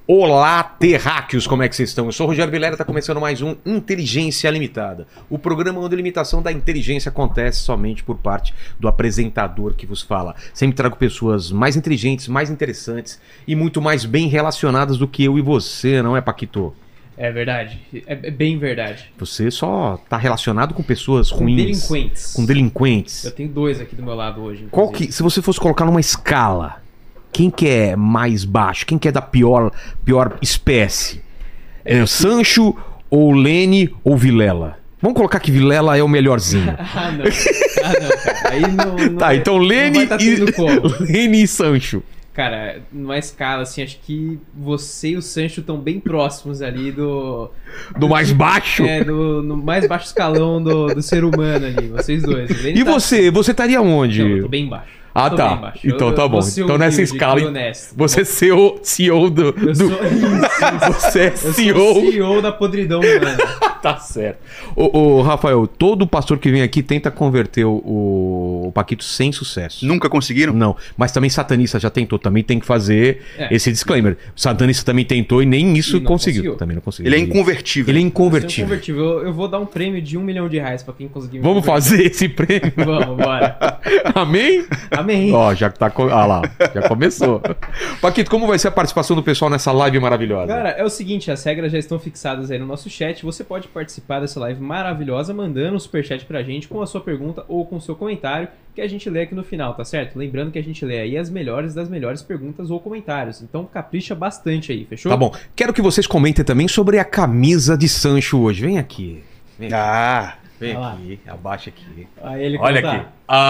Olá, terráqueos, como é que vocês estão? Eu sou o Rogério Vilela, está começando mais um Inteligência Limitada. O programa onde a limitação da inteligência acontece somente por parte do apresentador que vos fala. Sempre trago pessoas mais inteligentes, mais interessantes e muito mais bem relacionadas do que eu e você, não é, Paquito? É verdade, é bem verdade. Você só tá relacionado com pessoas ruins. Delinquentes. Com delinquentes. Eu tenho dois aqui do meu lado hoje. Qual que, se você fosse colocar numa escala, quem que é mais baixo? Quem que é da pior espécie? É Sancho ou Lene ou Vilela? Vamos colocar que Vilela é o melhorzinho. Não, cara. Aí não Tá, então Lene e Sancho. Cara, numa escala, assim, acho que você e o Sancho estão bem próximos ali do mais baixo? No mais baixo escalão do ser humano ali, vocês dois. E você? Você estaria onde? Não, eu tô bem baixo. Ah, tá. Então tá bom. Então nessa escala, você é CEO do... Você é CEO... Eu sou CEO da podridão humana. Tá certo. Ô, Rafael, todo pastor que vem aqui tenta converter o Paquito sem sucesso. Nunca conseguiram? Não, mas também satanista já tentou, também tem que fazer esse disclaimer. O satanista também tentou e nem isso conseguiu. Também não conseguiu. Ele é inconvertível. Ele é inconvertível. Eu vou dar um prêmio de R$1 milhão pra quem conseguir. Vamos fazer esse prêmio? Vamos, bora. Amém? Amém. Ó, já tá... Ah lá, já começou. Paquito, como vai ser a participação do pessoal nessa live maravilhosa? Cara, é o seguinte, as regras já estão fixadas aí no nosso chat. Você pode participar dessa live maravilhosa mandando um superchat pra gente com a sua pergunta ou com o seu comentário, que a gente lê aqui no final, tá certo? Lembrando que a gente lê aí as melhores das melhores perguntas ou comentários. Então capricha bastante aí, fechou? Tá bom. Quero que vocês comentem também sobre a camisa de Sancho hoje. Vem aqui. Vem aqui. Vem aqui, abaixa aqui. Olha aqui.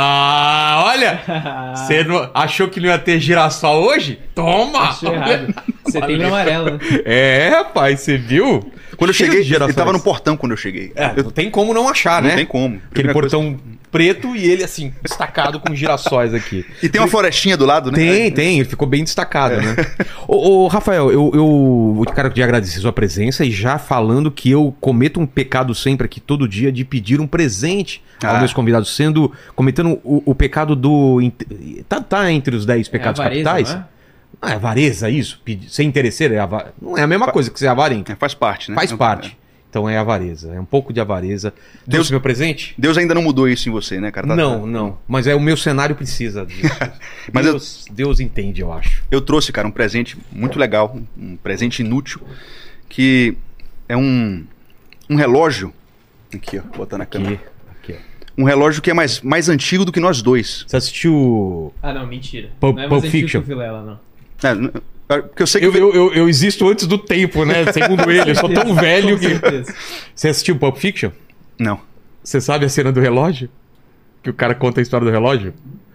Ah, olha! Você achou que não ia ter girassol hoje? Toma! Achou errado. Setembro amarelo, né? É, rapaz, você viu? Quando eu cheguei, ele tava no portão quando eu cheguei. Não tem como não achar, né? Não tem como. Aquele portão preto e ele assim, destacado com girassóis aqui. E tem uma florestinha do lado, né? Tem, ele ficou bem destacado, né? Ô, Rafael, eu quero te agradecer a sua presença e já falando que eu cometo um pecado sempre aqui todo dia de pedir um presente aos meus convidados, cometendo o pecado do... Tá entre os 10 pecados avareza, capitais? não é? Ah, é avareza isso? Ser interesseiro não é a mesma coisa que ser avarento. Faz parte, né? Faz parte. Então é avareza. É um pouco de avareza. Deus meu presente? Deus ainda não mudou isso em você, né, cara? Não. Mas o meu cenário precisa disso. Mas Deus entende, eu acho. Eu trouxe, cara, um presente muito legal. Um presente inútil. Que é um relógio. Aqui, ó. Vou botar na câmera. Aqui, ó. Um relógio que é mais antigo do que nós dois. Você assistiu... Ah, não, mentira. Pulp não é mais Fiction? antigo que o Vilela, não. Porque eu sei que eu existo antes do tempo, né? Segundo ele, eu sou tão velho que... Você assistiu Pulp Fiction? Não. Você sabe a cena do relógio? Que o cara conta a história do relógio?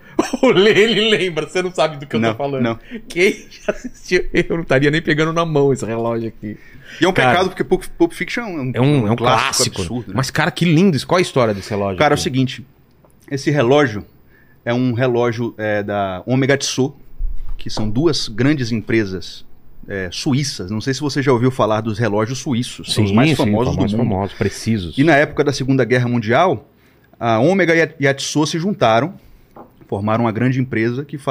Ele lembra, você não sabe do que eu tô falando. Não. Quem já assistiu? Eu não estaria nem pegando na mão esse relógio aqui. E é um pecado porque Pulp Fiction é um clássico absurdo, né? Mas, cara, que lindo isso. Qual a história desse relógio? Cara, é o seguinte. Esse relógio é um relógio da Omega Tissot, que são duas grandes empresas suíças. Não sei se você já ouviu falar dos relógios suíços. São os mais famosos do mundo. Famosos, precisos. E na época da Segunda Guerra Mundial, a Omega e a Tissot se juntaram, formaram uma grande empresa que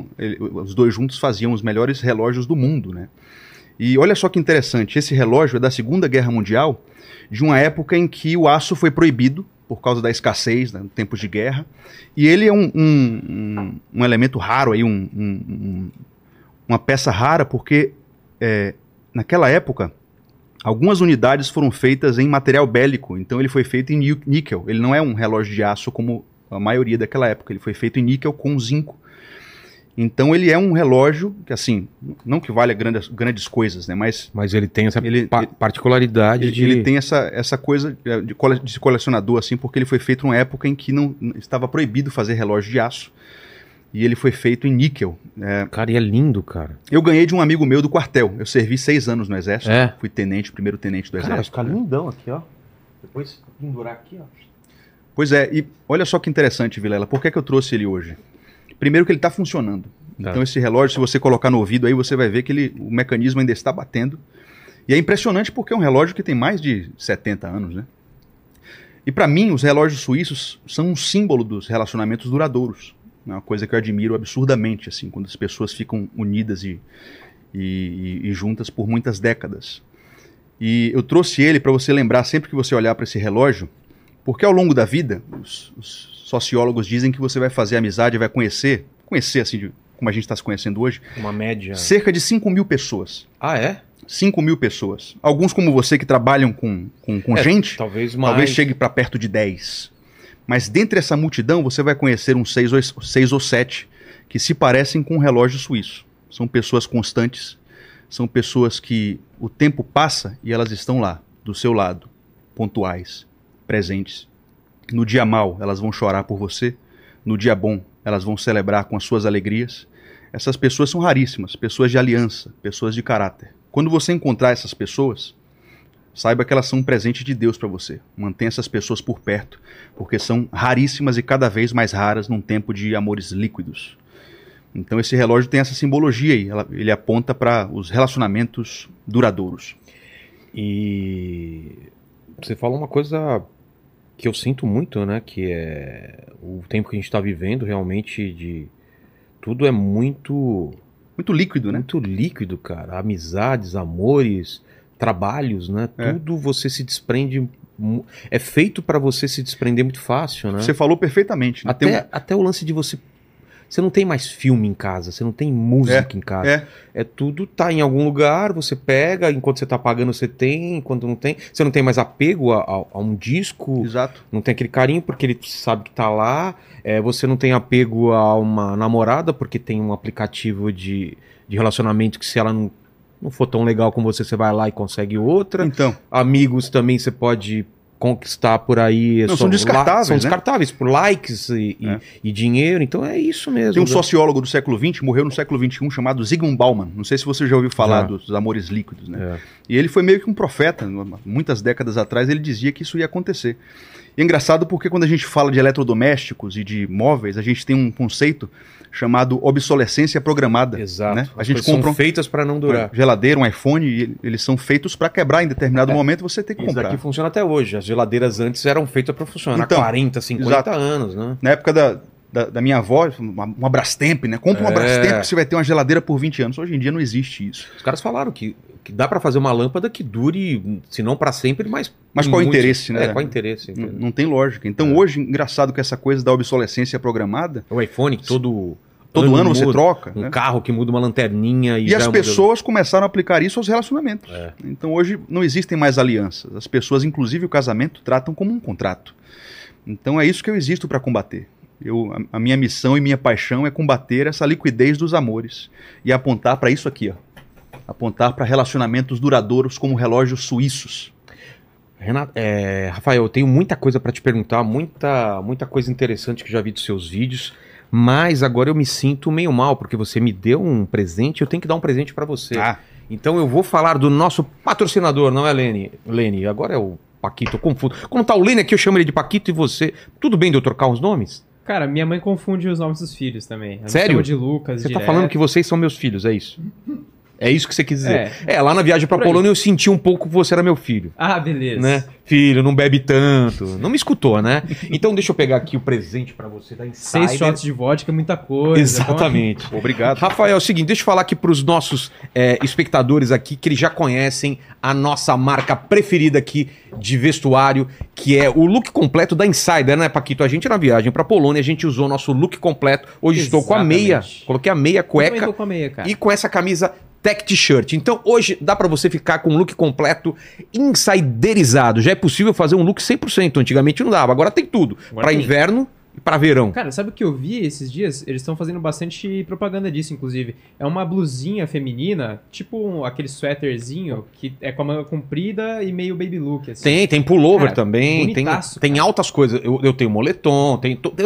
os dois juntos faziam os melhores relógios do mundo, né? E olha só que interessante, esse relógio é da Segunda Guerra Mundial, de uma época em que o aço foi proibido por causa da escassez, né, em tempos de guerra, e ele é um elemento raro, aí, uma peça rara, porque naquela época algumas unidades foram feitas em material bélico, então ele foi feito em níquel, ele não é um relógio de aço como a maioria daquela época, ele foi feito em níquel com zinco. Então ele é um relógio que, assim, não que valha grandes coisas, né? Mas ele tem essa particularidade ele tem essa coisa de colecionador, assim, porque ele foi feito numa época em que não estava proibido fazer relógio de aço. E ele foi feito em níquel. Cara, e é lindo, cara. Eu ganhei de um amigo meu do quartel. Eu servi 6 anos no exército. Fui primeiro tenente do exército. Cara, fica lindão aqui, ó. Depois pendurar aqui, ó. Pois é, e olha só que interessante, Vilela. Por que eu trouxe ele hoje? Primeiro que ele está funcionando. Então esse relógio, se você colocar no ouvido aí, você vai ver que o mecanismo ainda está batendo. E é impressionante porque é um relógio que tem mais de 70 anos, né? E para mim, os relógios suíços são um símbolo dos relacionamentos duradouros. É uma coisa que eu admiro absurdamente, assim, quando as pessoas ficam unidas e juntas por muitas décadas. E eu trouxe ele para você lembrar sempre que você olhar para esse relógio, porque ao longo da vida, os sociólogos dizem que você vai fazer amizade, vai conhecer assim, como a gente está se conhecendo hoje, Uma média. cerca de 5.000 pessoas. Ah, é? 5.000 pessoas. Alguns como você que trabalham com gente, Talvez mais. talvez chegue para perto de 10. Mas dentre essa multidão, você vai conhecer uns 6 ou 7 que se parecem com um relógio suíço. São pessoas constantes, são pessoas que o tempo passa e elas estão lá, do seu lado, pontuais, presentes. No dia mau, elas vão chorar por você. No dia bom, elas vão celebrar com as suas alegrias. Essas pessoas são raríssimas, pessoas de aliança, pessoas de caráter. Quando você encontrar essas pessoas, saiba que elas são um presente de Deus para você. Mantenha essas pessoas por perto, porque são raríssimas e cada vez mais raras num tempo de amores líquidos. Então esse relógio tem essa simbologia aí, ele aponta para os relacionamentos duradouros. E você falou uma coisa que eu sinto muito, né? Que é o tempo que a gente está vivendo, realmente, tudo é muito líquido, né? Muito líquido, cara. Amizades, amores, trabalhos, né? Tudo você se desprende. É feito para você se desprender muito fácil, né? Você falou perfeitamente. Né? Até o lance de você. Você não tem mais filme em casa, você não tem música em casa. É tudo tá em algum lugar, você pega, enquanto você tá pagando você tem, enquanto não tem. Você não tem mais apego a um disco. Exato. Não tem aquele carinho porque ele sabe que tá lá. Você não tem apego a uma namorada porque tem um aplicativo de relacionamento que se ela não for tão legal como você vai lá e consegue outra. Então. Amigos também você pode conquistar por aí. São descartáveis, são descartáveis por likes e dinheiro, então é isso mesmo. Tem um sociólogo do século XX, morreu no século XXI, chamado Zygmunt Bauman. Não sei se você já ouviu falar dos amores líquidos, né? E ele foi meio que um profeta, muitas décadas atrás ele dizia que isso ia acontecer. E é engraçado porque quando a gente fala de eletrodomésticos e de móveis, a gente tem um conceito chamado obsolescência programada. Exato. Né? A gente compra são feitas para não durar. Geladeira, um iPhone, e eles são feitos para quebrar em determinado momento, você tem que comprar. Isso aqui funciona até hoje. As geladeiras antes eram feitas para funcionar há 40, 50 anos, né? Na época da minha avó, uma Brastemp, né? Compra uma Brastemp que você vai ter uma geladeira por 20 anos. Hoje em dia não existe isso. Os caras falaram que dá para fazer uma lâmpada que dure, se não para sempre, mas qual o interesse, né? Qual o interesse? Não tem lógica. Então hoje, engraçado que essa coisa da obsolescência programada... O iPhone, todo ano você troca. Um carro que muda uma lanterninha. E as pessoas começaram a aplicar isso aos relacionamentos. Então hoje não existem mais alianças. As pessoas, inclusive o casamento, tratam como um contrato. Então é isso que eu existo para combater. A minha missão e minha paixão é combater essa liquidez dos amores e apontar para isso aqui, ó. Apontar para relacionamentos duradouros como relógios suíços. Rafael, eu tenho muita coisa para te perguntar, muita coisa interessante que já vi dos seus vídeos, mas agora eu me sinto meio mal, porque você me deu um presente, eu tenho que dar um presente para você. Então eu vou falar do nosso patrocinador, não é, Lene? Agora é o Paquito, eu confundo. Quando tá o Lene aqui, eu chamo ele de Paquito e você. Tudo bem de eu trocar os nomes? Cara, minha mãe confunde os nomes dos filhos também. Ela Sério? chama de Lucas, Você tá falando que vocês são meus filhos, é isso? É isso que você quis dizer. Lá na viagem pra Polônia eu senti um pouco que você era meu filho. Ah, beleza. Né? Filho, não bebe tanto. Não me escutou, né? Então deixa eu pegar aqui o presente pra você da Insider. 6 shots de vodka, muita coisa. Exatamente. Obrigado. Rafael, é o seguinte, deixa eu falar aqui pros nossos espectadores aqui, que eles já conhecem a nossa marca preferida aqui de vestuário, que é o look completo da Insider, né, Paquito? A gente na viagem pra Polônia, a gente usou o nosso look completo. Hoje estou com a meia, coloquei a meia cueca. Eu também tô com a meia, cara. E com essa camisa Tech T-shirt. Então hoje dá pra você ficar com um look completo insiderizado. Já é possível fazer um look 100%. Antigamente não dava. Agora tem tudo. Para inverno e para verão. Cara, sabe o que eu vi esses dias? Eles estão fazendo bastante propaganda disso, inclusive. É uma blusinha feminina, tipo aquele suéterzinho, que é com a manga comprida e meio baby look. Assim. Tem pullover também. Bonitaço, tem altas coisas. Eu tenho moletom,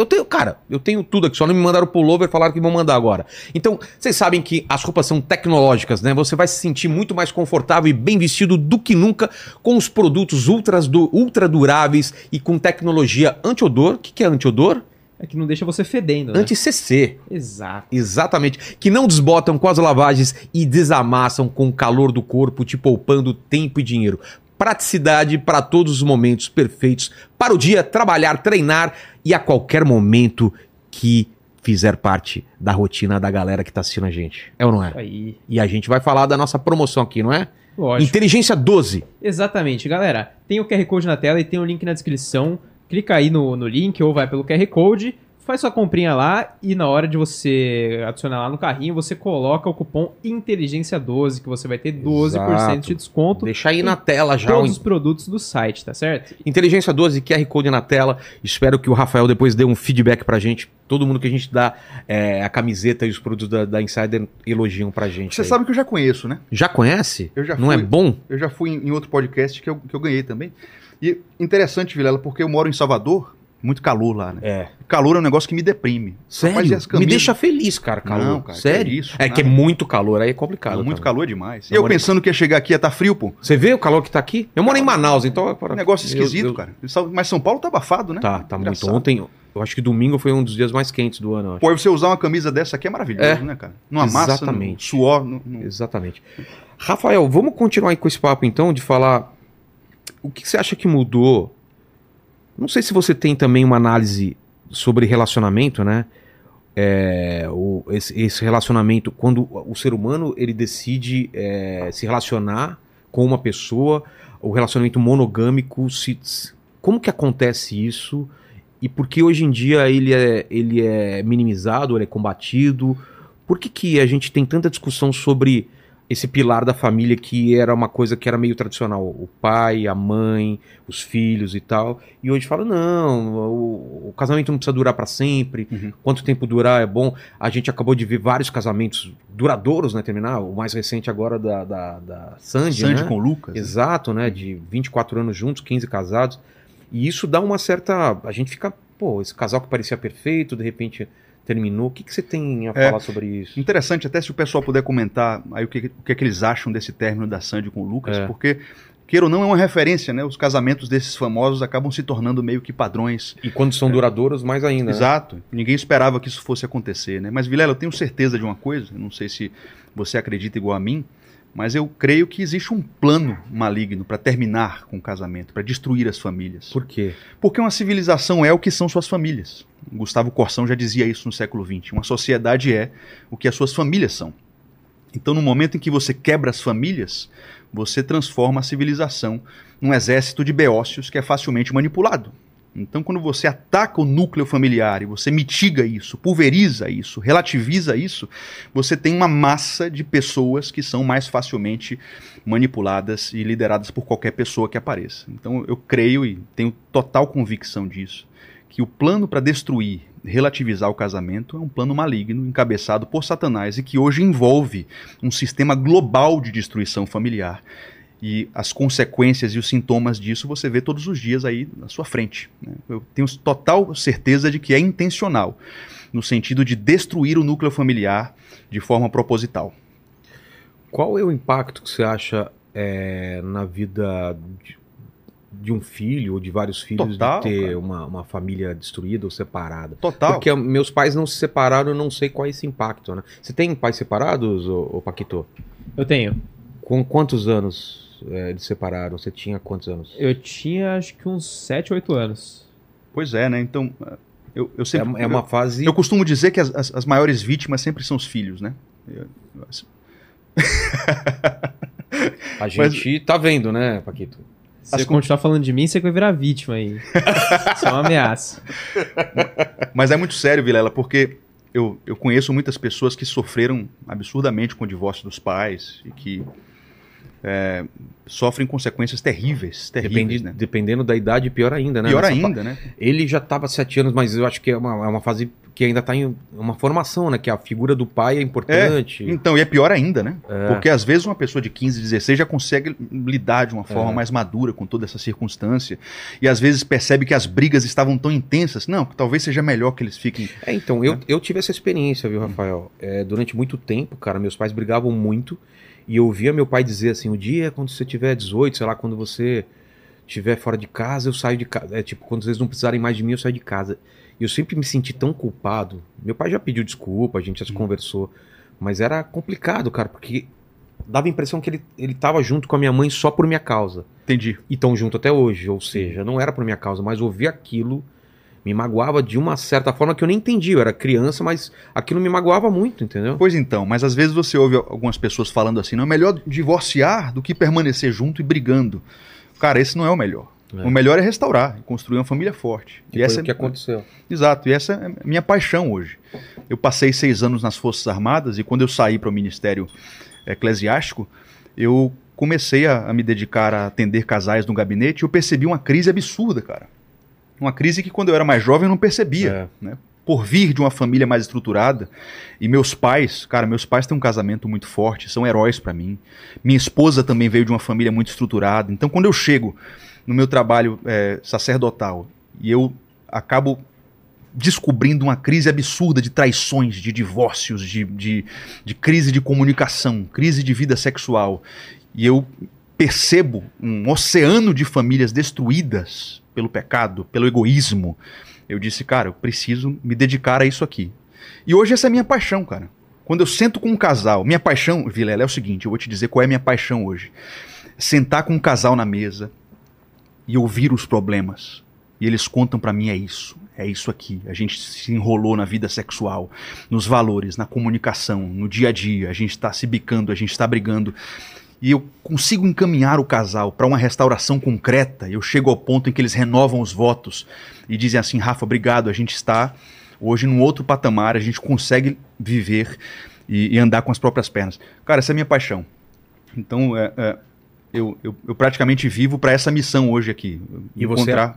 eu tenho tudo aqui. Só não me mandaram pullover, falaram que vão mandar agora. Então, vocês sabem que as roupas são tecnológicas, né? Você vai se sentir muito mais confortável e bem vestido do que nunca com os produtos ultra duráveis e com tecnologia anti-odor. O que é anti-odor? É que não deixa você fedendo, né? Anti-CC. Exato. Exatamente. Que não desbotam com as lavagens e desamassam com o calor do corpo, te poupando tempo e dinheiro. Praticidade para todos os momentos perfeitos para o dia, trabalhar, treinar e a qualquer momento que fizer parte da rotina da galera que tá assistindo a gente. É ou não é? Aí, E a gente vai falar da nossa promoção aqui, não é? lógico. Inteligência 12. Exatamente, galera. Tem o QR Code na tela e tem o link na descrição. Clica aí no link ou vai pelo QR Code, faz sua comprinha lá e na hora de você adicionar lá no carrinho, você coloca o cupom Inteligência12, que você vai ter 12% Exato. de desconto. Deixa aí na tela já. Todos os produtos do site, tá certo? Inteligência 12, QR Code na tela. Espero que o Rafael depois dê um feedback pra gente. Todo mundo que a gente dá a camiseta e os produtos da Insider elogiam pra gente. Você aí. sabe que eu já conheço, né? Já conhece? Eu já Não fui. é bom? Eu já fui em outro podcast que eu ganhei também. E interessante, Vilela, porque eu moro em Salvador, muito calor lá, né? É. Calor é um negócio que me deprime. Sério? Rapaz, e as Me camisas- deixa feliz, cara, calor. Não, cara, Sério? que isso, é que é nada. muito calor, aí é complicado. Não, muito também. calor demais. E Eu eu moro em- pensando que ia chegar aqui ia estar frio, pô. Você vê o calor que tá aqui? Eu moro em Manaus, então... É um negócio esquisito, cara. Mas São Paulo tá abafado, né? Tá muito. Engraçado. Ontem, eu acho que domingo foi um dos dias mais quentes do ano. Eu acho. Pô, você usar uma camisa dessa aqui é maravilhoso, É, né, cara? Numa massa, no exatamente. suor. Exatamente. Rafael, vamos continuar aí com esse papo então, de falar o que você acha que mudou. Não sei se você tem também uma análise sobre relacionamento, né? Esse relacionamento, quando o ser humano ele decide se relacionar com uma pessoa, o relacionamento monogâmico, como que acontece isso? E por que hoje em dia ele é minimizado, ele é combatido? Por que a gente tem tanta discussão sobre esse pilar da família que era uma coisa que era meio tradicional? O pai, a mãe, os filhos e tal. E hoje fala, não, o casamento não precisa durar para sempre. Uhum. Quanto tempo durar é bom. A gente acabou de ver vários casamentos duradouros, né? Terminar. O mais recente agora da Sandy, Sandy né? com o Lucas. Exato, né? De 24 anos juntos, 15 casados. E isso dá uma certa... A gente fica, pô, esse casal que parecia perfeito, de repente terminou. O que você tem a falar sobre isso? Interessante, até se o pessoal puder comentar aí o que é que eles acham desse término da Sandy com o Lucas, porque, queira ou não, é uma referência, né? Os casamentos desses famosos acabam se tornando meio que padrões. E quando são duradouros, mais ainda. Exato. Ninguém esperava que isso fosse acontecer, né? Mas, Vilela, eu tenho certeza de uma coisa, não sei se você acredita igual a mim, mas eu creio que existe um plano maligno para terminar com o casamento, para destruir as famílias. Por quê? Porque uma civilização é o que são suas famílias. Gustavo Corsão já dizia isso no século XX. Uma sociedade é o que as suas famílias são. Então, no momento em que você quebra as famílias, você transforma a civilização num exército de beócios que é facilmente manipulado. Então, quando você ataca o núcleo familiar e você mitiga isso, pulveriza isso, relativiza isso, você tem uma massa de pessoas que são mais facilmente manipuladas e lideradas por qualquer pessoa que apareça. Então, eu creio e tenho total convicção disso, que o plano para destruir, relativizar o casamento é um plano maligno, encabeçado por Satanás e que hoje envolve um sistema global de destruição familiar. E as consequências e os sintomas disso você vê todos os dias aí na sua frente, né? Eu tenho total certeza de que é intencional, no sentido de destruir o núcleo familiar de forma proposital. Qual é o impacto que você acha na vida de um filho ou de vários filhos Total, de ter cara. uma família destruída ou separada? Total. Porque meus pais não se separaram, eu não sei qual é esse impacto, né? Você tem pais separados, ô Paquito? Eu tenho. Com quantos anos eles separaram? Você tinha quantos anos? Eu tinha acho que uns 7, 8 anos. Pois é, né? Então, eu sempre... É uma fase... Eu costumo dizer que as maiores vítimas sempre são os filhos, né? A gente tá vendo, né, Paquito? Se você continuar falando de mim, você vai virar vítima aí. Isso é uma ameaça. Mas é muito sério, Vilela, porque eu conheço muitas pessoas que sofreram absurdamente com o divórcio dos pais e que sofrem consequências terríveis, né? Dependendo da idade, pior ainda, né? Pior ainda, né? Ele já estava 7 anos, mas eu acho que é uma fase que ainda está em uma formação, né? Que a figura do pai é importante. Então, e é pior ainda, né? Porque às vezes uma pessoa de 15, 16 já consegue lidar de uma forma mais madura com toda essa circunstância e às vezes percebe que as brigas estavam tão intensas. Não, talvez seja melhor que eles fiquem... Então, eu tive essa experiência, viu, Rafael? Durante muito tempo, cara, meus pais brigavam muito e eu ouvia meu pai dizer assim, o dia quando você tiver 18, sei lá, quando você estiver fora de casa, eu saio de casa. Tipo, quando vocês não precisarem mais de mim, eu saio de casa. E eu sempre me senti tão culpado. Meu pai já pediu desculpa, a gente já se conversou. Mas era complicado, cara, porque dava a impressão que ele tava junto com a minha mãe só por minha causa. Entendi. E tão junto até hoje. Ou seja, não era por minha causa, mas ouvir aquilo me magoava de uma certa forma que eu nem entendi. Eu era criança, mas aquilo me magoava muito, entendeu? Pois então, mas às vezes você ouve algumas pessoas falando assim, não é melhor divorciar do que permanecer junto e brigando. Cara, esse não é o melhor. O melhor é restaurar, construir uma família forte. E essa é o que aconteceu. Exato, e essa é a minha paixão hoje. Eu passei 6 anos nas Forças Armadas e quando eu saí para o Ministério Eclesiástico, eu comecei a me dedicar a atender casais no gabinete e eu percebi uma crise absurda, cara. Uma crise que quando eu era mais jovem eu não percebia, né? Por vir de uma família mais estruturada, e meus pais têm um casamento muito forte, são heróis para mim. Minha esposa também veio de uma família muito estruturada, então quando eu chego no meu trabalho sacerdotal e eu acabo descobrindo uma crise absurda de traições, de divórcios, de crise de comunicação, crise de vida sexual, e eu percebo um oceano de famílias destruídas pelo pecado, pelo egoísmo, eu disse, cara, eu preciso me dedicar a isso aqui. E hoje essa é a minha paixão, cara. Quando eu sento com um casal, minha paixão, Vilela, é o seguinte, eu vou te dizer qual é a minha paixão hoje. Sentar com um casal na mesa e ouvir os problemas. E eles contam pra mim, é isso aqui. A gente se enrolou na vida sexual, nos valores, na comunicação, no dia a dia, a gente tá se bicando, a gente tá brigando. E eu consigo encaminhar o casal para uma restauração concreta, eu chego ao ponto em que eles renovam os votos e dizem assim, Rafa, obrigado, a gente está hoje num outro patamar, a gente consegue viver e andar com as próprias pernas. Cara, essa é a minha paixão. Então, eu praticamente vivo para essa missão hoje aqui. E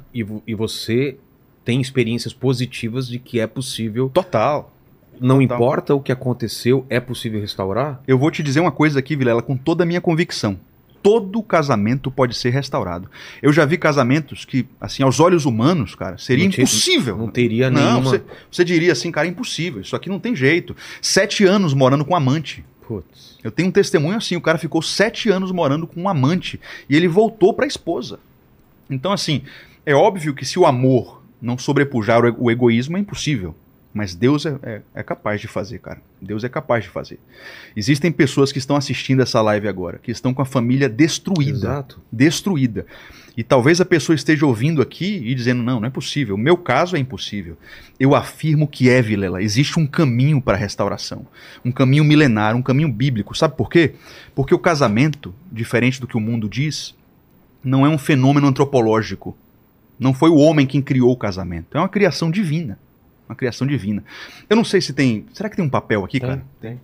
você tem experiências positivas de que é possível... Total. Não importa o que aconteceu, é possível restaurar? Eu vou te dizer uma coisa aqui, Vilela, com toda a minha convicção. Todo casamento pode ser restaurado. Eu já vi casamentos que, assim, aos olhos humanos, cara, seria impossível. Não teria nenhuma... Você diria assim, cara, é impossível. Isso aqui não tem jeito. 7 anos morando com amante. Putz. Eu tenho um testemunho assim, o cara ficou 7 anos morando com um amante e ele voltou para a esposa. Então, assim, é óbvio que se o amor não sobrepujar o egoísmo, é impossível. Mas Deus é capaz de fazer, cara. Deus é capaz de fazer. Existem pessoas que estão assistindo essa live agora, que estão com a família destruída. Exato. Destruída. E talvez a pessoa esteja ouvindo aqui e dizendo, não é possível. O meu caso é impossível. Eu afirmo que Vilela. Existe um caminho para a restauração. Um caminho milenar, um caminho bíblico. Sabe por quê? Porque o casamento, diferente do que o mundo diz, não é um fenômeno antropológico. Não foi o homem quem criou o casamento. É uma criação divina. Uma criação divina. Eu não sei se tem... Será que tem um papel aqui, cara? Tem.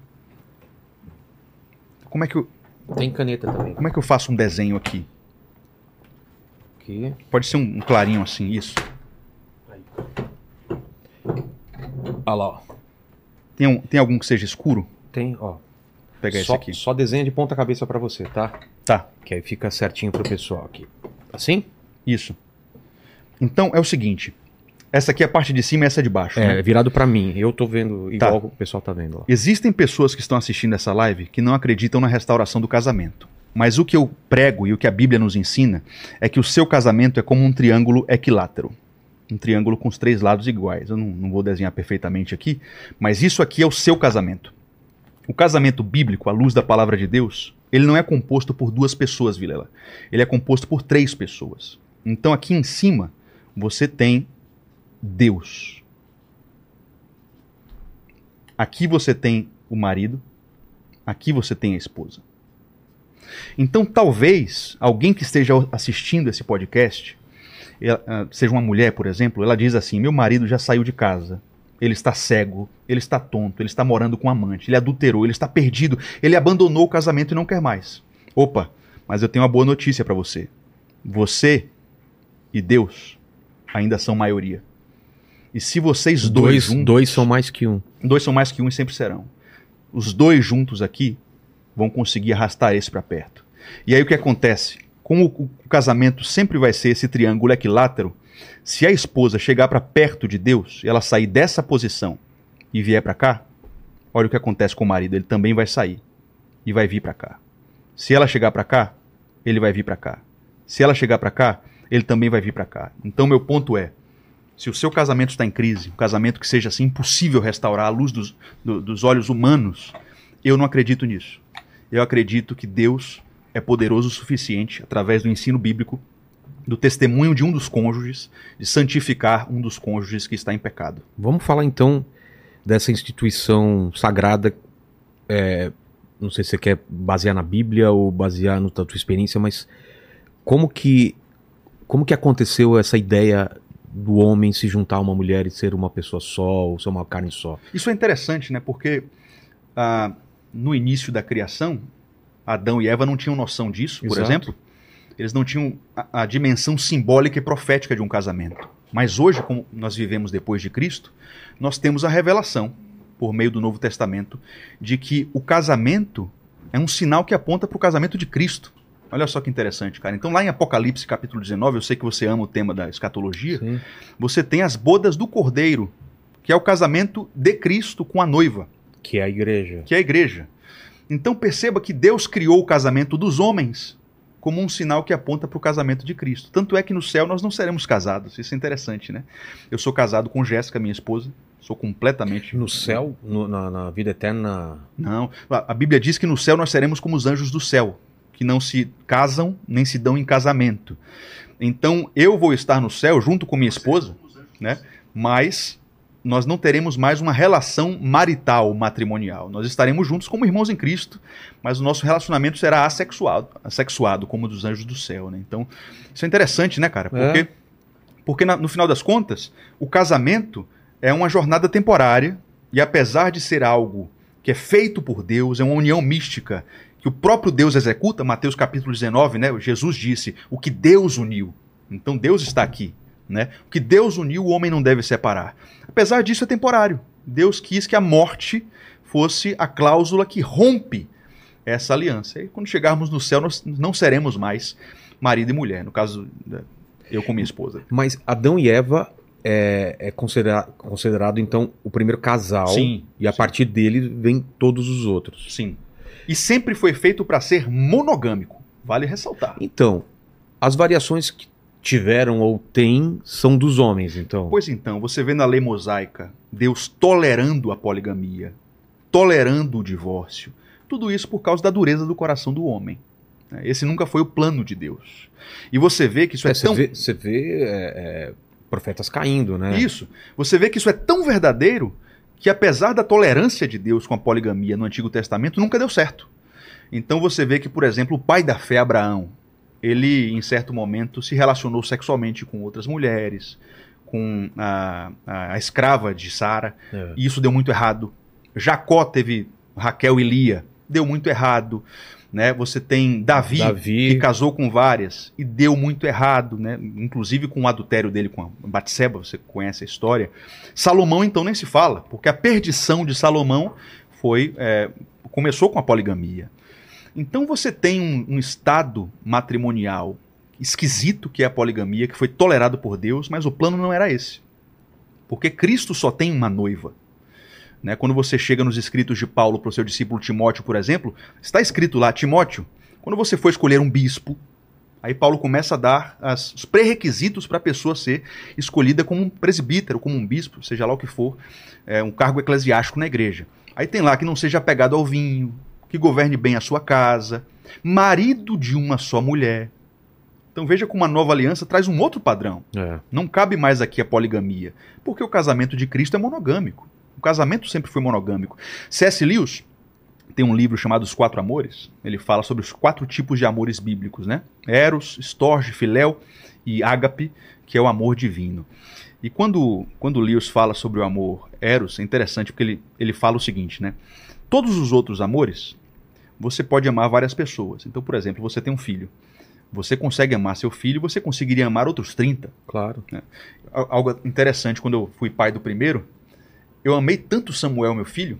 Como é que eu... Tem caneta também. Como é que eu faço um desenho aqui? Aqui. Pode ser um clarinho assim, isso. Olha lá, ó. Tem algum que seja escuro? Tem, ó. Vou pegar esse aqui. Só desenha de ponta cabeça pra você, tá? Tá. Que aí fica certinho pro pessoal aqui. Assim? Isso. Então, é o seguinte... Essa aqui é a parte de cima e essa é de baixo. É, né? virado pra mim. Eu tô vendo igual o pessoal tá vendo lá. Existem pessoas que estão assistindo essa live que não acreditam na restauração do casamento. Mas o que eu prego e o que a Bíblia nos ensina é que o seu casamento é como um triângulo equilátero. Um triângulo com os 3 lados iguais. Eu não vou desenhar perfeitamente aqui, mas isso aqui é o seu casamento. O casamento bíblico, à luz da palavra de Deus, ele não é composto por 2 pessoas, Vilela. Ele é composto por 3 pessoas. Então aqui em cima, você tem Deus. Aqui você tem o marido, aqui você tem a esposa. Então talvez alguém que esteja assistindo esse podcast, seja uma mulher, por exemplo, ela diz assim, meu marido já saiu de casa, ele está cego, ele está tonto, ele está morando com um amante, ele adulterou, ele está perdido, ele abandonou o casamento e não quer mais. Opa, mas eu tenho uma boa notícia para você. Você e Deus ainda são maioria. E se vocês dois juntos... 2 são mais que 1. 2 são mais que 1 e sempre serão. Os 2 juntos aqui vão conseguir arrastar esse para perto. E aí o que acontece? Como o casamento sempre vai ser esse triângulo equilátero, se a esposa chegar para perto de Deus, ela sair dessa posição e vier para cá, olha o que acontece com o marido, ele também vai sair e vai vir para cá. Se ela chegar para cá, ele vai vir para cá. Se ela chegar para cá, ele também vai vir para cá. Então meu ponto é, se o seu casamento está em crise, um casamento que seja assim impossível restaurar à luz dos olhos humanos, eu não acredito nisso. Eu acredito que Deus é poderoso o suficiente, através do ensino bíblico, do testemunho de um dos cônjuges, de santificar um dos cônjuges que está em pecado. Vamos falar então dessa instituição sagrada, não sei se você quer basear na Bíblia ou basear na tua experiência, mas como que aconteceu essa ideia do homem se juntar a uma mulher e ser uma pessoa só, ou ser uma carne só? Isso é interessante, né? Porque no início da criação, Adão e Eva não tinham noção disso, por Exato. exemplo. Eles não tinham a dimensão simbólica e profética de um casamento. Mas hoje, como nós vivemos depois de Cristo, nós temos a revelação, por meio do Novo Testamento, de que o casamento é um sinal que aponta para o casamento de Cristo. Olha só que interessante, cara. Então lá em Apocalipse, capítulo 19, eu sei que você ama o tema da escatologia, Sim. você tem as bodas do Cordeiro, que é o casamento de Cristo com a noiva, Que é a igreja. que é a igreja. Então perceba que Deus criou o casamento dos homens como um sinal que aponta para o casamento de Cristo. Tanto é que no céu nós não seremos casados. Isso é interessante, né? Eu sou casado com Jéssica, minha esposa. Sou completamente... No céu, na vida eterna... Não. A Bíblia diz que no céu nós seremos como os anjos do céu, que não se casam nem se dão em casamento. Então eu vou estar no céu junto com minha esposa, né? Mas nós não teremos mais uma relação marital, matrimonial. Nós estaremos juntos como irmãos em Cristo, mas o nosso relacionamento será assexuado como o dos anjos do céu, né? Então, isso é interessante, né, cara? Porque no final das contas, o casamento é uma jornada temporária e apesar de ser algo que é feito por Deus, é uma união mística que o próprio Deus executa, Mateus capítulo 19, né? Jesus disse, o que Deus uniu. Então Deus está aqui. Né? O que Deus uniu, o homem não deve separar. Apesar disso, é temporário. Deus quis que a morte fosse a cláusula que rompe essa aliança. E quando chegarmos no céu, nós não seremos mais marido e mulher. No caso, eu com minha esposa. Mas Adão e Eva é considerado, então, o primeiro casal. Sim, e a partir dele vem todos os outros. Sim. E sempre foi feito para ser monogâmico. Vale ressaltar. Então, as variações que tiveram ou têm são dos homens, então. Pois então, você vê na lei mosaica Deus tolerando a poligamia, tolerando o divórcio. Tudo isso por causa da dureza do coração do homem. Esse nunca foi o plano de Deus. E você vê que isso é tão... Você vê profetas caindo, né? Isso. Você vê que isso é tão verdadeiro que apesar da tolerância de Deus com a poligamia no Antigo Testamento, nunca deu certo. Então você vê que, por exemplo, o pai da fé, Abraão, ele, em certo momento, se relacionou sexualmente com outras mulheres, com a escrava de Sara, e isso deu muito errado. Jacó teve Raquel e Lia, deu muito errado. Né? Você tem Davi, que casou com várias, e deu muito errado, né? Inclusive com o adultério dele com a Batseba, você conhece a história. Salomão, então, nem se fala, porque a perdição de Salomão começou com a poligamia. Então você tem um estado matrimonial esquisito, que é a poligamia, que foi tolerado por Deus, mas o plano não era esse. Porque Cristo só tem uma noiva. Né? Quando você chega nos escritos de Paulo para o seu discípulo Timóteo, por exemplo, está escrito lá, Timóteo, quando você for escolher um bispo, aí Paulo começa a dar os pré-requisitos para a pessoa ser escolhida como um presbítero, como um bispo, seja lá o que for, um cargo eclesiástico na igreja. Aí tem lá que não seja apegado ao vinho, que governe bem a sua casa, marido de uma só mulher. Então veja como a nova aliança traz um outro padrão. Não cabe mais aqui a poligamia, porque o casamento de Cristo é monogâmico. O casamento sempre foi monogâmico. C.S. Lewis tem um livro chamado Os Quatro Amores. Ele fala sobre os 4 tipos de amores bíblicos, né? Eros, Storge, Filéu e Ágape, que é o amor divino. E quando Lewis fala sobre o amor Eros, é interessante porque ele fala o seguinte, né? Todos os outros amores, você pode amar várias pessoas. Então, por exemplo, você tem um filho. Você consegue amar seu filho, você conseguiria amar outros 30. Claro. Né? Algo interessante, quando eu fui pai do primeiro, eu amei tanto Samuel, meu filho,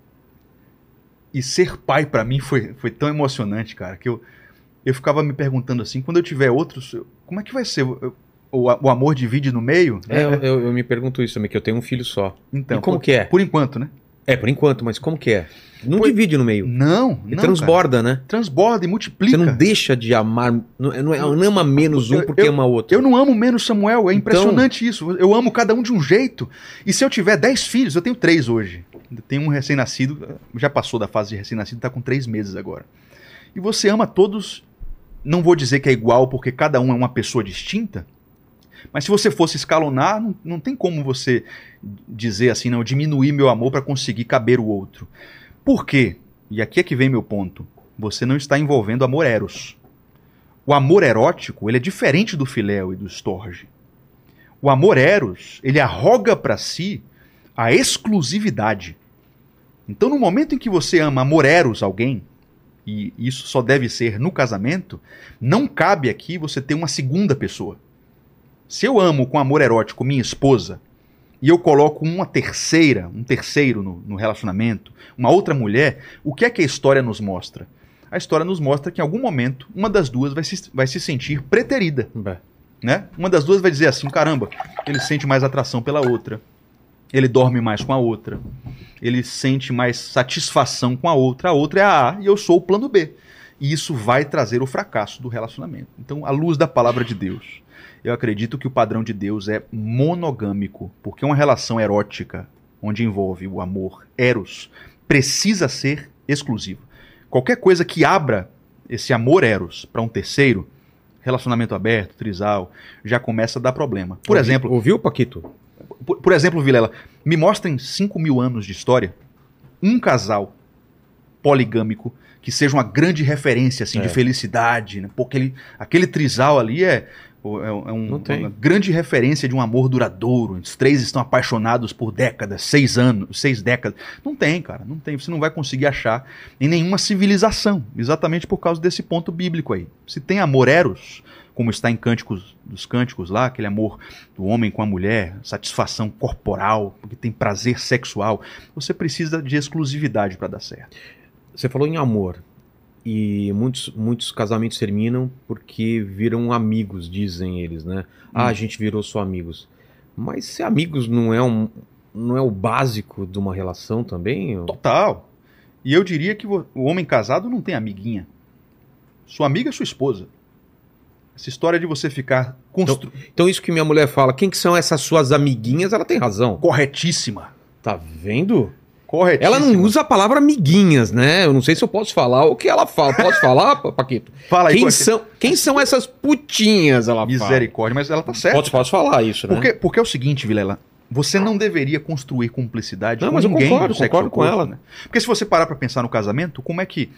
e ser pai para mim foi tão emocionante, cara, que eu ficava me perguntando assim, quando eu tiver outros, como é que vai ser? O amor divide no meio? Eu me pergunto isso também, que eu tenho um filho só. Então, e como que é? Por enquanto, né? Por enquanto, mas como que é? Não divide no meio. Não. Transborda, cara. Né? Transborda e multiplica. Você não deixa de amar, não ama menos um porque ama outro. Eu não amo menos Samuel, é impressionante isso. Eu amo cada um de um jeito. E se eu tiver 10 filhos, eu tenho 3 hoje. Eu tenho um recém-nascido, já passou da fase de recém-nascido, está com 3 meses agora. E você ama todos não vou dizer que é igual porque cada um é uma pessoa distinta, mas se você fosse escalonar, não tem como você dizer assim, não, diminuir meu amor para conseguir caber o outro. Por quê? E aqui é que vem meu ponto. Você não está envolvendo amor eros. O amor erótico, ele é diferente do filéu e do storge. O amor eros, ele arroga para si a exclusividade. Então, no momento em que você ama amor eros alguém, e isso só deve ser no casamento, não cabe aqui você ter uma segunda pessoa. Se eu amo com amor erótico minha esposa, e eu coloco um terceiro no relacionamento, uma outra mulher, o que é que a história nos mostra? A história nos mostra que em algum momento, uma das duas vai se sentir preterida. Né? Uma das duas vai dizer assim, caramba, ele sente mais atração pela outra, ele dorme mais com a outra, ele sente mais satisfação com a outra é a A e eu sou o plano B. E isso vai trazer o fracasso do relacionamento. Então, à luz da palavra de Deus, eu acredito que o padrão de Deus é monogâmico, porque uma relação erótica, onde envolve o amor eros, precisa ser exclusiva. Qualquer coisa que abra esse amor eros para um terceiro, relacionamento aberto, trisal, já começa a dar problema. Por exemplo... Ouviu, Paquito? Por exemplo, Vilela, me mostrem 5.000 anos de história um casal poligâmico que seja uma grande referência assim, de felicidade, né? Porque aquele trisal ali é uma grande referência de um amor duradouro. Os três estão apaixonados por décadas, 6 décadas. Não tem, cara, não tem. Você não vai conseguir achar em nenhuma civilização, exatamente por causa desse ponto bíblico aí. Se tem amor eros, como está em Cânticos dos Cânticos lá, aquele amor do homem com a mulher, satisfação corporal, porque tem prazer sexual, você precisa de exclusividade para dar certo. Você falou em amor, e muitos casamentos terminam porque viram amigos, dizem eles, né? A gente virou só amigos. Mas ser amigos não é o básico de uma relação também? Total. E eu diria que o homem casado não tem amiguinha. Sua amiga é sua esposa. Essa história de você ficar... Então isso que minha mulher fala, quem que são essas suas amiguinhas, ela tem razão. Corretíssima. Tá vendo? Corretíssima. Ela não usa a palavra amiguinhas, né? Eu não sei se eu posso falar o que ela fala. Posso falar, Paquito? Fala aí. Quem são essas putinhas, ela fala. Misericórdia, mas ela tá certa. Posso falar isso, né? Porque é o seguinte, Vilela, você não deveria construir cumplicidade com mas ninguém. Eu concordo com ela. Né? Porque se você parar pra pensar no casamento, como é que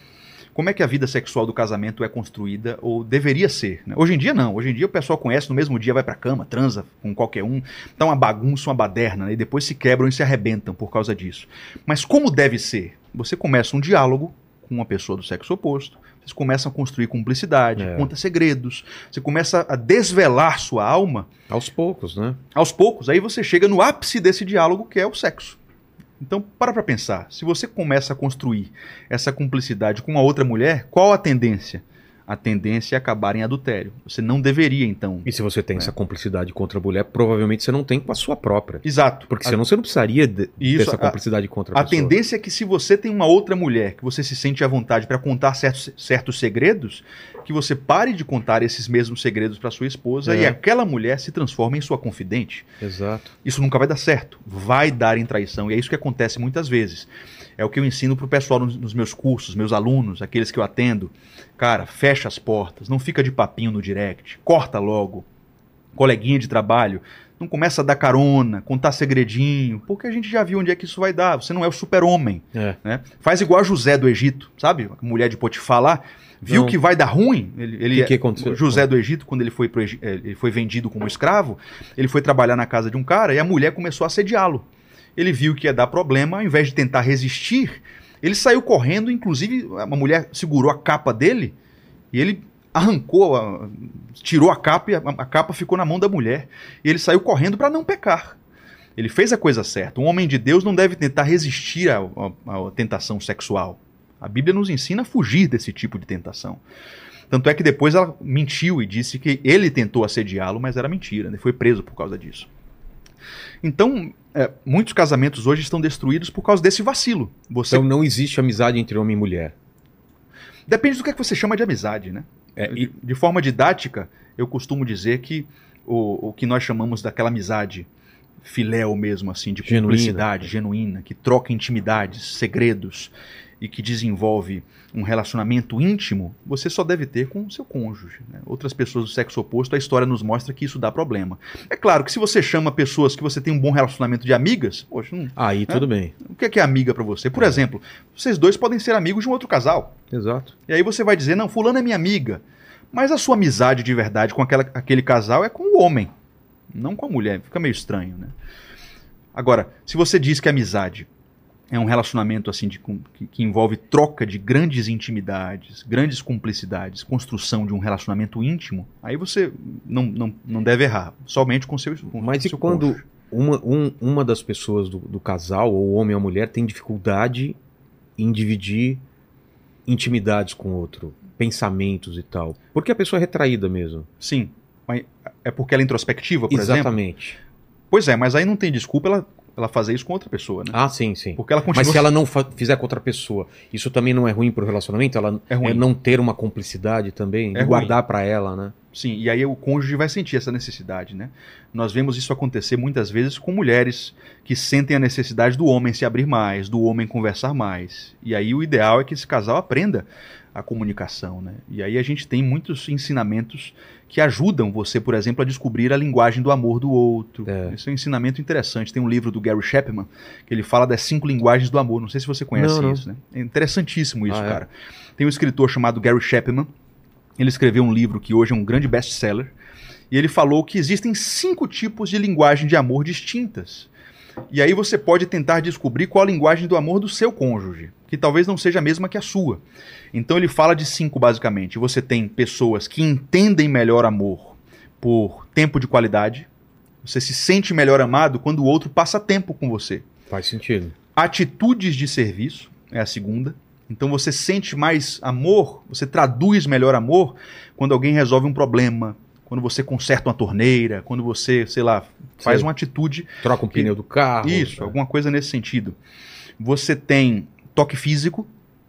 a vida sexual do casamento é construída, ou deveria ser, né? Hoje em dia não, hoje em dia o pessoal conhece, no mesmo dia vai pra cama, transa com qualquer um, tá uma bagunça, uma baderna, né? E depois se quebram e se arrebentam por causa disso. Mas como deve ser? Você começa um diálogo com uma pessoa do sexo oposto, vocês começam a construir cumplicidade, conta segredos, você começa a desvelar sua alma. Aos poucos, né? Aos poucos, aí você chega no ápice desse diálogo, que é o sexo. Então, para pensar, se você começa a construir essa cumplicidade com uma outra mulher, qual a tendência? A tendência é acabar em adultério. Você não deveria, então... E se você tem essa cumplicidade contra a mulher, provavelmente você não tem com a sua própria. Exato. Porque senão você não precisaria ter essa cumplicidade contra a pessoa. A tendência é que se você tem uma outra mulher que você se sente à vontade para contar certos segredos, que você pare de contar esses mesmos segredos para sua esposa e aquela mulher se transforma em sua confidente. Exato. Isso nunca vai dar certo. Vai dar em traição. E é isso que acontece muitas vezes. É o que eu ensino pro pessoal nos meus cursos, meus alunos, aqueles que eu atendo. Cara, fecha as portas, não fica de papinho no direct, corta logo. Coleguinha de trabalho, não começa a dar carona, contar segredinho, porque a gente já viu onde é que isso vai dar. Você não é o super-homem. Né? Faz igual a José do Egito, sabe? A mulher de Potifar lá. Viu que vai dar ruim? Que aconteceu? José do Egito, quando ele foi vendido como escravo, ele foi trabalhar na casa de um cara e a mulher começou a assediá-lo. Ele viu que ia dar problema, ao invés de tentar resistir, ele saiu correndo, inclusive a mulher segurou a capa dele e ele arrancou, tirou a capa e a capa ficou na mão da mulher. E ele saiu correndo para não pecar. Ele fez a coisa certa. Um homem de Deus não deve tentar resistir à tentação sexual. A Bíblia nos ensina a fugir desse tipo de tentação. Tanto é que depois ela mentiu e disse que ele tentou assediá-lo, mas era mentira, né? Foi preso por causa disso. Então, muitos casamentos hoje estão destruídos por causa desse vacilo. Então não existe amizade entre homem e mulher? Depende do que você chama de amizade, né? De forma didática, eu costumo dizer que o que nós chamamos daquela amizade filéu mesmo, assim, de cumplicidade, genuína, que troca intimidades, segredos, e que desenvolve um relacionamento íntimo, você só deve ter com o seu cônjuge, né? Outras pessoas do sexo oposto, a história nos mostra que isso dá problema. É claro que se você chama pessoas que você tem um bom relacionamento de amigas, poxa, Aí tudo bem. o que é amiga pra você? Por exemplo, vocês dois podem ser amigos de um outro casal. Exato. E aí você vai dizer, não, fulano é minha amiga. Mas a sua amizade de verdade com aquele casal é com o homem, não com a mulher. Fica meio estranho, né? Agora, se você diz que a amizade é um relacionamento assim que envolve troca de grandes intimidades, grandes cumplicidades, construção de um relacionamento íntimo, aí você não deve errar, somente com seu cônjuge. Mas e quando uma das pessoas do casal, ou o homem ou a mulher, tem dificuldade em dividir intimidades com o outro, pensamentos e tal? Porque a pessoa é retraída mesmo. Sim, mas é porque ela é introspectiva, por exemplo? Exatamente. Pois é, mas aí não tem desculpa ela fazer isso com outra pessoa, né? Ah, sim, sim. Porque ela continua... Mas se ela não fizer com outra pessoa, isso também não é ruim pro relacionamento? Ela É ruim. não ter uma cumplicidade também? É Guardar pra ela, né? Sim, e aí o cônjuge vai sentir essa necessidade, né? Nós vemos isso acontecer muitas vezes com mulheres que sentem a necessidade do homem se abrir mais, do homem conversar mais. E aí o ideal é que esse casal aprenda a comunicação, né? E aí a gente tem muitos ensinamentos que ajudam você, por exemplo, a descobrir a linguagem do amor do outro. Esse é um ensinamento interessante. Tem um livro do Gary Chapman que ele fala das 5 linguagens do amor. Não sei se você conhece isso, né? É interessantíssimo isso, cara. Tem um escritor chamado Gary Chapman. Ele escreveu um livro que hoje é um grande best-seller. E ele falou que existem 5 tipos de linguagem de amor distintas. E aí você pode tentar descobrir qual a linguagem do amor do seu cônjuge, que talvez não seja a mesma que a sua. Então ele fala de 5 basicamente. Você tem pessoas que entendem melhor amor por tempo de qualidade. Você se sente melhor amado quando o outro passa tempo com você. Faz sentido. Atitudes de serviço é a segunda. Então você sente mais amor, você traduz melhor amor quando alguém resolve um problema, quando você conserta uma torneira, quando você, sei lá, faz uma atitude... Troca um pneu do carro. Isso, alguma coisa nesse sentido. Você tem toque físico.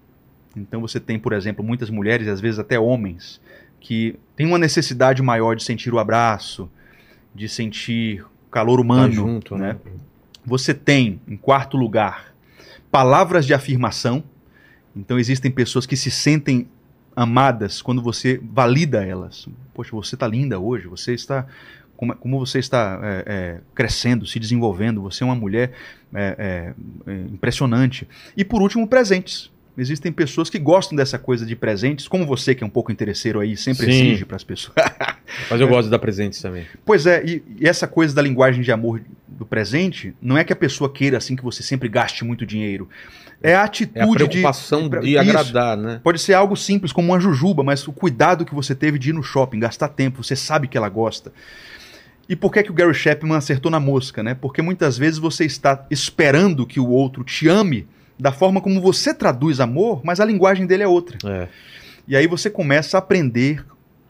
Então você tem, por exemplo, muitas mulheres, e às vezes até homens, que têm uma necessidade maior de sentir o abraço, de sentir calor humano. Tá junto, né? Você tem, em quarto lugar, palavras de afirmação. Então existem pessoas que se sentem amadas quando você valida elas. Poxa, você está linda hoje, você está... Como você está crescendo, se desenvolvendo, você é uma mulher impressionante. E por último, presentes. Existem pessoas que gostam dessa coisa de presentes, como você, que é um pouco interesseiro aí, sempre exige para as pessoas. Mas eu gosto de dar presentes também. Pois é, e essa coisa da linguagem de amor do presente, não é que a pessoa queira assim que você sempre gaste muito dinheiro. É a atitude a preocupação de agradar, né? Pode ser algo simples, como uma jujuba, mas o cuidado que você teve de ir no shopping, gastar tempo, você sabe que ela gosta. E por que o Gary Chapman acertou na mosca, né? Porque muitas vezes você está esperando que o outro te ame da forma como você traduz amor, mas a linguagem dele é outra. E aí você começa a aprender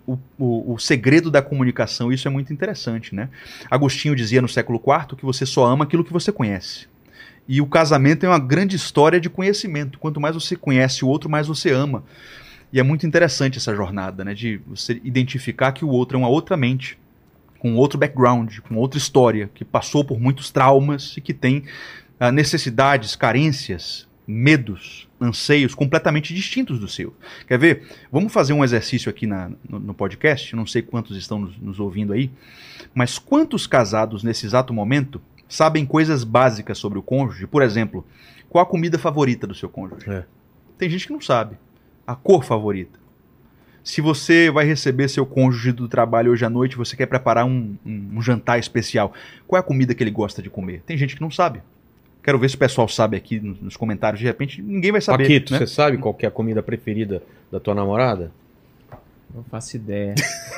o segredo da comunicação. Isso é muito interessante, né? Agostinho dizia no século IV que você só ama aquilo que você conhece. E o casamento é uma grande história de conhecimento. Quanto mais você conhece o outro, mais você ama. E é muito interessante essa jornada, né? De você identificar que o outro é uma outra mente, com outro background, com outra história, que passou por muitos traumas e que tem necessidades, carências, medos, anseios completamente distintos do seu. Quer ver? Vamos fazer um exercício aqui no podcast, não sei quantos estão nos ouvindo aí, mas quantos casados nesse exato momento sabem coisas básicas sobre o cônjuge? Por exemplo, qual a comida favorita do seu cônjuge? Tem gente que não sabe. A cor favorita. Se você vai receber seu cônjuge do trabalho hoje à noite, você quer preparar um jantar especial, qual é a comida que ele gosta de comer? Tem gente que não sabe. Quero ver se o pessoal sabe aqui nos comentários. De repente, ninguém vai saber. Paquito, né? Você sabe qual que é a comida preferida da tua namorada? Não faço ideia.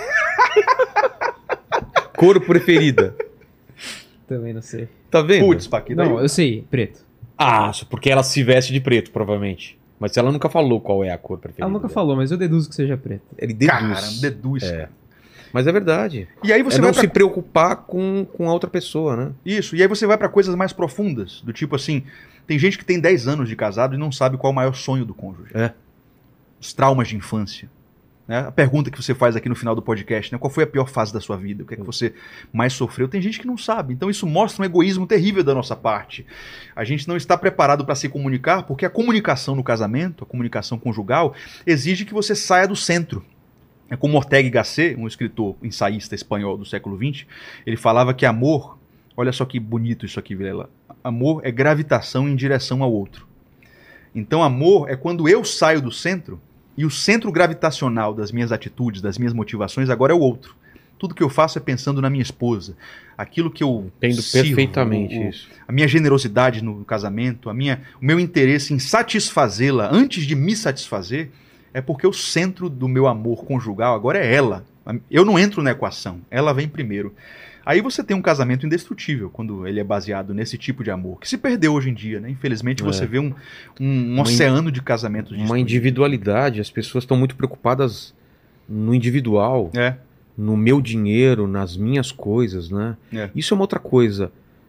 Cor preferida? Também não sei. Tá vendo? Putz, Paquito. Não, eu sei, preto. Ah, porque ela se veste de preto, provavelmente. Mas ela nunca falou qual é a cor preferida. Ela nunca dela. falou, mas eu deduzo que seja preto. Ele deduz. Cara, deduz. É. Mas é verdade. E aí você não vai se preocupar com a outra pessoa, né? Isso, e aí você vai pra coisas mais profundas, do tipo assim, tem gente que tem 10 anos de casado e não sabe qual é o maior sonho do cônjuge. É. Os traumas de infância. Né? A pergunta que você faz aqui no final do podcast, né? Qual foi a pior fase da sua vida? O que é que você mais sofreu? Tem gente que não sabe. Então isso mostra um egoísmo terrível da nossa parte. A gente não está preparado para se comunicar, porque a comunicação no casamento, a comunicação conjugal, exige que você saia do centro. É como Ortega y Gasset, um escritor ensaísta espanhol do século XX, ele falava que amor, olha só que bonito isso aqui, Vilela, amor é gravitação em direção ao outro. Então amor é quando eu saio do centro e o centro gravitacional das minhas atitudes, das minhas motivações, agora é o outro. Tudo que eu faço é pensando na minha esposa. Aquilo que eu entendo sirvo, perfeitamente isso. A minha generosidade no casamento, o meu interesse em satisfazê-la antes de me satisfazer, é porque o centro do meu amor conjugal agora é ela. Eu não entro na equação, ela vem primeiro. Aí você tem um casamento indestrutível quando ele é baseado nesse tipo de amor, que se perdeu hoje em dia, né? Infelizmente você vê um oceano de casamentos destruídos. Uma individualidade, as pessoas estão muito preocupadas no individual, no meu dinheiro, nas minhas coisas, né? Isso é uma outra coisa.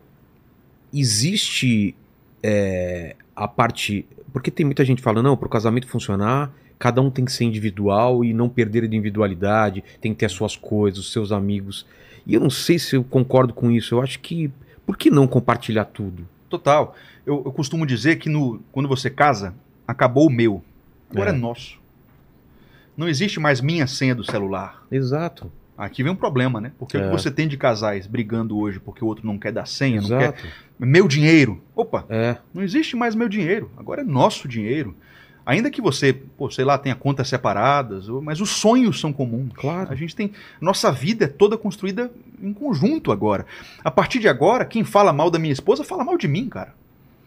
Existe a parte... Porque tem muita gente falando, não, para o casamento funcionar, cada um tem que ser individual e não perder a individualidade, tem que ter as suas coisas, os seus amigos... E eu não sei se eu concordo com isso. Eu acho que... Por que não compartilhar tudo? Total. Eu costumo dizer que quando você casa, acabou o meu. Agora é nosso. Não existe mais minha senha do celular. Exato. Aqui vem um problema, né? Porque o que você tem de casais brigando hoje porque o outro não quer dar senha, Exato. não quer... Meu dinheiro. Opa, não existe mais meu dinheiro. Agora é nosso dinheiro. Ainda que você, sei lá, tenha contas separadas, mas os sonhos são comuns. Claro. A gente tem... Nossa vida é toda construída em conjunto agora. A partir de agora, quem fala mal da minha esposa, fala mal de mim, cara.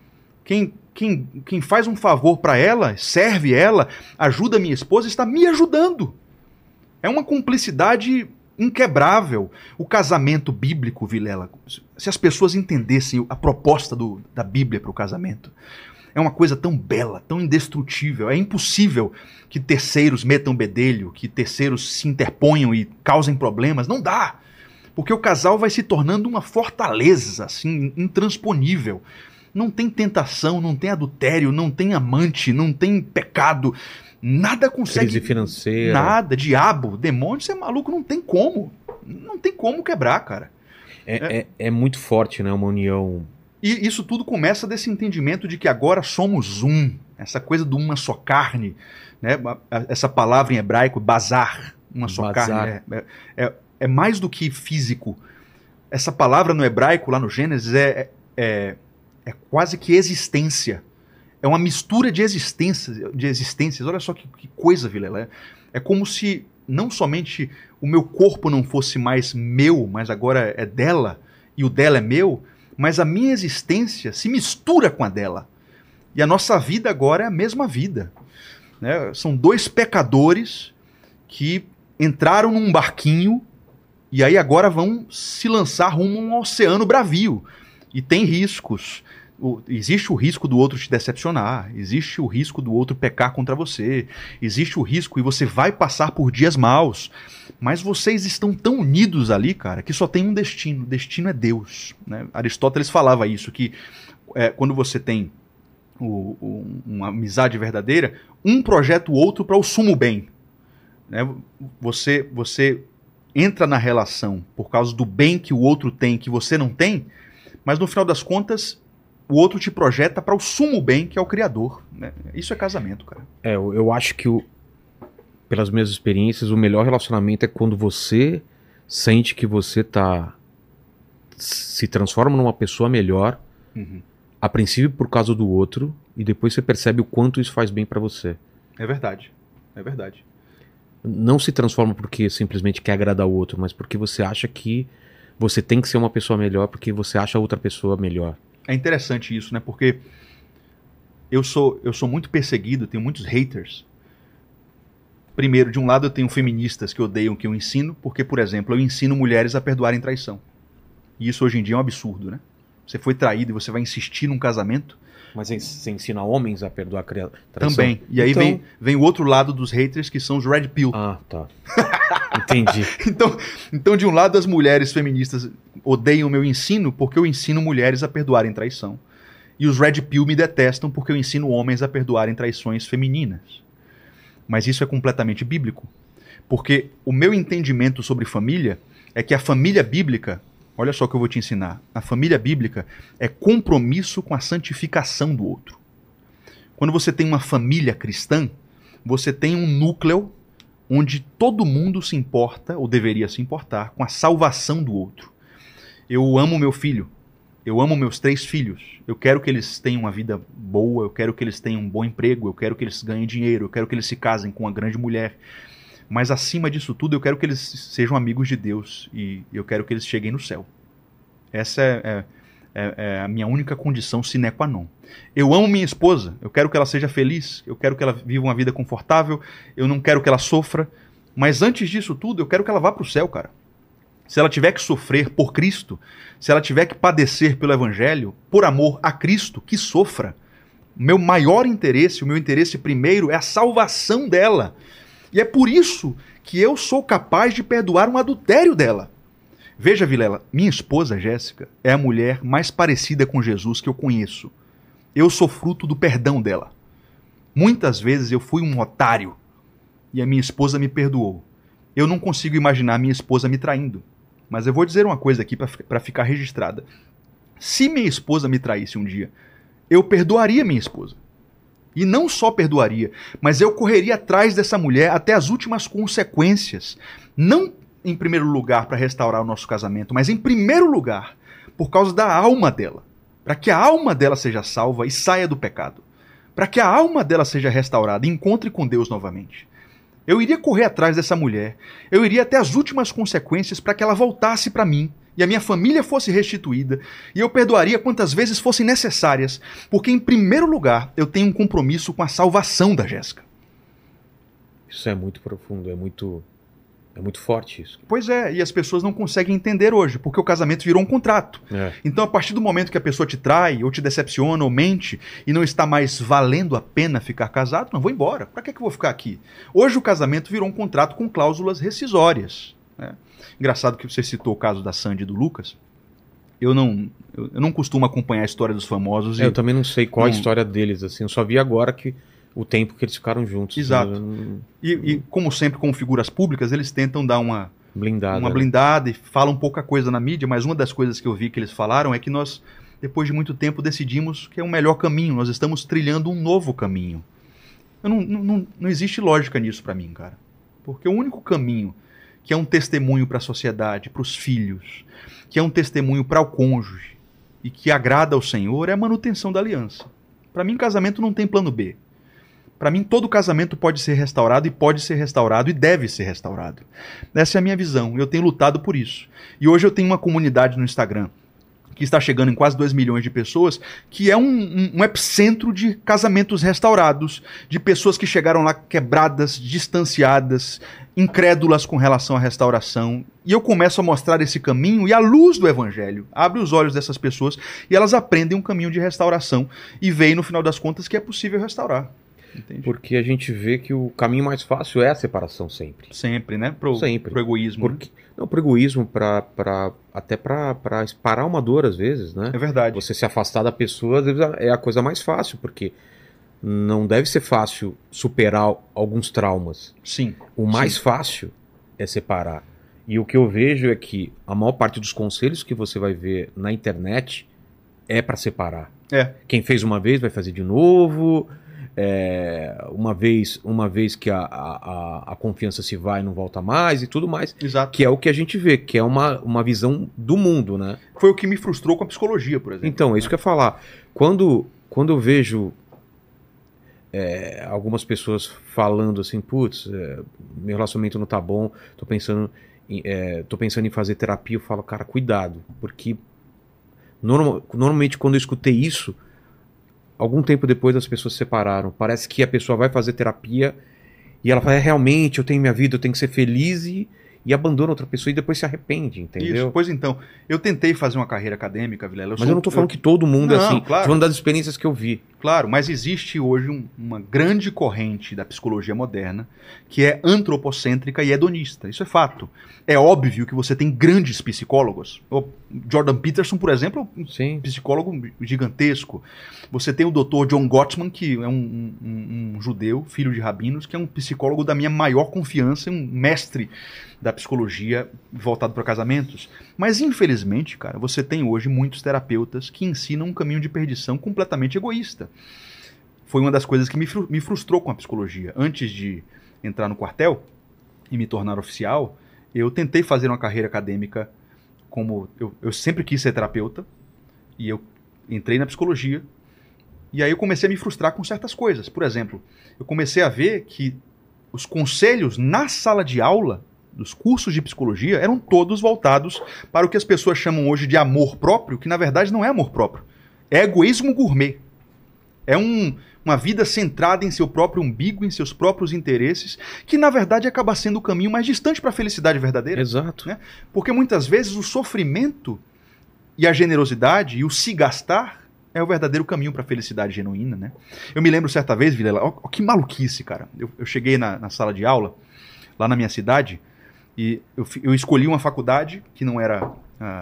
Quem faz um favor para ela, serve ela, ajuda a minha esposa, está me ajudando. É uma cumplicidade inquebrável. O casamento bíblico, Vilela, se as pessoas entendessem a proposta da Bíblia para o casamento... É uma coisa tão bela, tão indestrutível. É impossível que terceiros metam bedelho, que terceiros se interponham e causem problemas. Não dá. Porque o casal vai se tornando uma fortaleza, assim, intransponível. Não tem tentação, não tem adultério, não tem amante, não tem pecado. Nada consegue... Crise financeira. Nada. Diabo, demônio, você é maluco, não tem como. Não tem como quebrar, cara. É muito forte, né? Uma união... E isso tudo começa desse entendimento de que agora somos um. Essa coisa do uma só carne, né? Essa palavra em hebraico, bazar, uma só carne. É mais do que físico. Essa palavra no hebraico, lá no Gênesis, é quase que existência. É uma mistura de existências. Olha só que coisa, Vilela. É como se não somente o meu corpo não fosse mais meu, mas agora é dela, e o dela é meu, mas a minha existência se mistura com a dela. E a nossa vida agora é a mesma vida. Né? São dois pecadores que entraram num barquinho e aí agora vão se lançar rumo a um oceano bravio. E tem riscos. Existe o risco do outro te decepcionar, existe o risco do outro pecar contra você, existe o risco e você vai passar por dias maus, mas vocês estão tão unidos ali, cara, que só tem um destino. O destino é Deus, né? Aristóteles falava isso, que quando você tem uma amizade verdadeira, um projeta o outro para o sumo bem, né? Você entra na relação por causa do bem que o outro tem, que você não tem, mas no final das contas o outro te projeta para o sumo bem, que é o Criador. Né? Isso é casamento, cara. Eu acho que, pelas minhas experiências, o melhor relacionamento é quando você sente que você se transforma numa pessoa melhor, a princípio por causa do outro, e depois você percebe o quanto isso faz bem para você. É verdade. É verdade. Não se transforma porque simplesmente quer agradar o outro, mas porque você acha que você tem que ser uma pessoa melhor, porque você acha a outra pessoa melhor. É interessante isso, né? Porque eu sou muito perseguido, tenho muitos haters. Primeiro, de um lado eu tenho feministas que odeiam o que eu ensino, porque, por exemplo, eu ensino mulheres a perdoarem traição. E isso hoje em dia é um absurdo, né? Você foi traído e você vai insistir num casamento. Mas você ensina homens a perdoar traição? Também. E aí vem o outro lado dos haters, que são os red pill. Ah, tá. Entendi. Então, de um lado, as mulheres feministas odeiam o meu ensino porque eu ensino mulheres a perdoarem traição. E os red pill me detestam porque eu ensino homens a perdoarem traições femininas. Mas isso é completamente bíblico. Porque o meu entendimento sobre família é que a família bíblica, olha só o que eu vou te ensinar, a família bíblica é compromisso com a santificação do outro. Quando você tem uma família cristã, você tem um núcleo onde todo mundo se importa, ou deveria se importar, com a salvação do outro. Eu amo meu filho, eu amo meus 3 filhos, eu quero que eles tenham uma vida boa, eu quero que eles tenham um bom emprego, eu quero que eles ganhem dinheiro, eu quero que eles se casem com uma grande mulher. Mas acima disso tudo, eu quero que eles sejam amigos de Deus e eu quero que eles cheguem no céu. Essa é a minha única condição sine qua non. Eu amo minha esposa, eu quero que ela seja feliz, eu quero que ela viva uma vida confortável, eu não quero que ela sofra, mas antes disso tudo, eu quero que ela vá para o céu, cara. Se ela tiver que sofrer por Cristo, se ela tiver que padecer pelo Evangelho, por amor a Cristo, que sofra. O meu maior interesse, o meu interesse primeiro é a salvação dela. E é por isso que eu sou capaz de perdoar um adultério dela. Veja, Vilela, minha esposa, Jéssica, é a mulher mais parecida com Jesus que eu conheço. Eu sou fruto do perdão dela. Muitas vezes eu fui um otário e a minha esposa me perdoou. Eu não consigo imaginar minha esposa me traindo. Mas eu vou dizer uma coisa aqui para ficar registrada. Se minha esposa me traísse um dia, eu perdoaria minha esposa. E não só perdoaria, mas eu correria atrás dessa mulher até as últimas consequências. Não em primeiro lugar para restaurar o nosso casamento, mas em primeiro lugar por causa da alma dela. Para que a alma dela seja salva e saia do pecado. Para que a alma dela seja restaurada e encontre com Deus novamente. Eu iria correr atrás dessa mulher, eu iria até as últimas consequências para que ela voltasse para mim e a minha família fosse restituída e eu perdoaria quantas vezes fossem necessárias, porque em primeiro lugar eu tenho um compromisso com a salvação da Jéssica. Isso é muito profundo, é muito forte isso. Pois é, e as pessoas não conseguem entender hoje, porque o casamento virou um contrato. É. Então, a partir do momento que a pessoa te trai, ou te decepciona, ou mente, e não está mais valendo a pena ficar casado, não, vou embora. Pra que eu vou ficar aqui? Hoje o casamento virou um contrato com cláusulas rescisórias. Né? Engraçado que você citou o caso da Sandy e do Lucas. Eu não costumo acompanhar a história dos famosos. Eu também não sei qual a história deles, assim. Eu só vi agora que o tempo que eles ficaram juntos. Exato. E como sempre, como figuras públicas, eles tentam dar uma blindada e falam pouca coisa na mídia, mas uma das coisas que eu vi que eles falaram é que nós, depois de muito tempo, decidimos que é o melhor caminho, nós estamos trilhando um novo caminho. Não existe lógica nisso pra mim, cara. Porque o único caminho que é um testemunho para a sociedade, para os filhos, que é um testemunho para o cônjuge e que agrada ao Senhor é a manutenção da aliança. Para mim, casamento não tem plano B. Para mim, todo casamento pode ser restaurado e deve ser restaurado. Essa é a minha visão, eu tenho lutado por isso. E hoje eu tenho uma comunidade no Instagram que está chegando em quase 2 milhões de pessoas, que é um epicentro de casamentos restaurados, de pessoas que chegaram lá quebradas, distanciadas, incrédulas com relação à restauração. E eu começo a mostrar esse caminho e a luz do Evangelho abre os olhos dessas pessoas e elas aprendem um caminho de restauração e veem, no final das contas, que é possível restaurar. Entende? Porque a gente vê que o caminho mais fácil é a separação sempre. Sempre, né? Sempre. Pro egoísmo. Porque, não, pro egoísmo, até para parar uma dor às vezes, né? É verdade. Você se afastar da pessoa às vezes é a coisa mais fácil, porque não deve ser fácil superar alguns traumas. Sim. O mais fácil é separar. E o que eu vejo é que a maior parte dos conselhos que você vai ver na internet é para separar. É. Quem fez uma vez vai fazer de novo. Uma vez que a confiança se vai, não volta mais e tudo mais. Exato. Que é o que a gente vê, que é uma visão do mundo, né? Foi o que me frustrou com a psicologia, por exemplo. Então, é isso que eu ia falar. Quando eu vejo algumas pessoas falando assim, putz, meu relacionamento não tá bom, tô pensando em fazer terapia, eu falo, cara, cuidado, porque normalmente quando eu escutei isso, algum tempo depois as pessoas se separaram. Parece que a pessoa vai fazer terapia e ela fala, realmente, eu tenho minha vida, eu tenho que ser feliz e abandona outra pessoa e depois se arrepende, entendeu? Isso, pois então. Eu tentei fazer uma carreira acadêmica, Vilela. Mas eu não tô falando que todo mundo é assim. Claro. Tô falando das experiências que eu vi. Claro, mas existe hoje uma grande corrente da psicologia moderna que é antropocêntrica e hedonista. Isso é fato. É óbvio que você tem grandes psicólogos. O Jordan Peterson, por exemplo, é um psicólogo gigantesco. Você tem o Dr. John Gottman, que é um judeu, filho de rabinos, que é um psicólogo da minha maior confiança, um mestre da psicologia voltado para casamentos. Mas, infelizmente, cara, você tem hoje muitos terapeutas que ensinam um caminho de perdição completamente egoísta. Foi uma das coisas que me frustrou com a psicologia. Antes de entrar no quartel e me tornar oficial, eu tentei fazer uma carreira acadêmica como... Eu sempre quis ser terapeuta e eu entrei na psicologia e aí eu comecei a me frustrar com certas coisas. Por exemplo, eu comecei a ver que os conselhos na sala de aula dos cursos de psicologia eram todos voltados para o que as pessoas chamam hoje de amor próprio, que na verdade não é amor próprio. É egoísmo gourmet. É uma vida centrada em seu próprio umbigo, em seus próprios interesses, que na verdade acaba sendo o caminho mais distante para a felicidade verdadeira. Exato. Né? Porque muitas vezes o sofrimento e a generosidade e o se gastar é o verdadeiro caminho para a felicidade genuína. Né? Eu me lembro certa vez, Vilela, ó, que maluquice, cara. Eu cheguei na sala de aula, lá na minha cidade, e eu escolhi uma faculdade que não era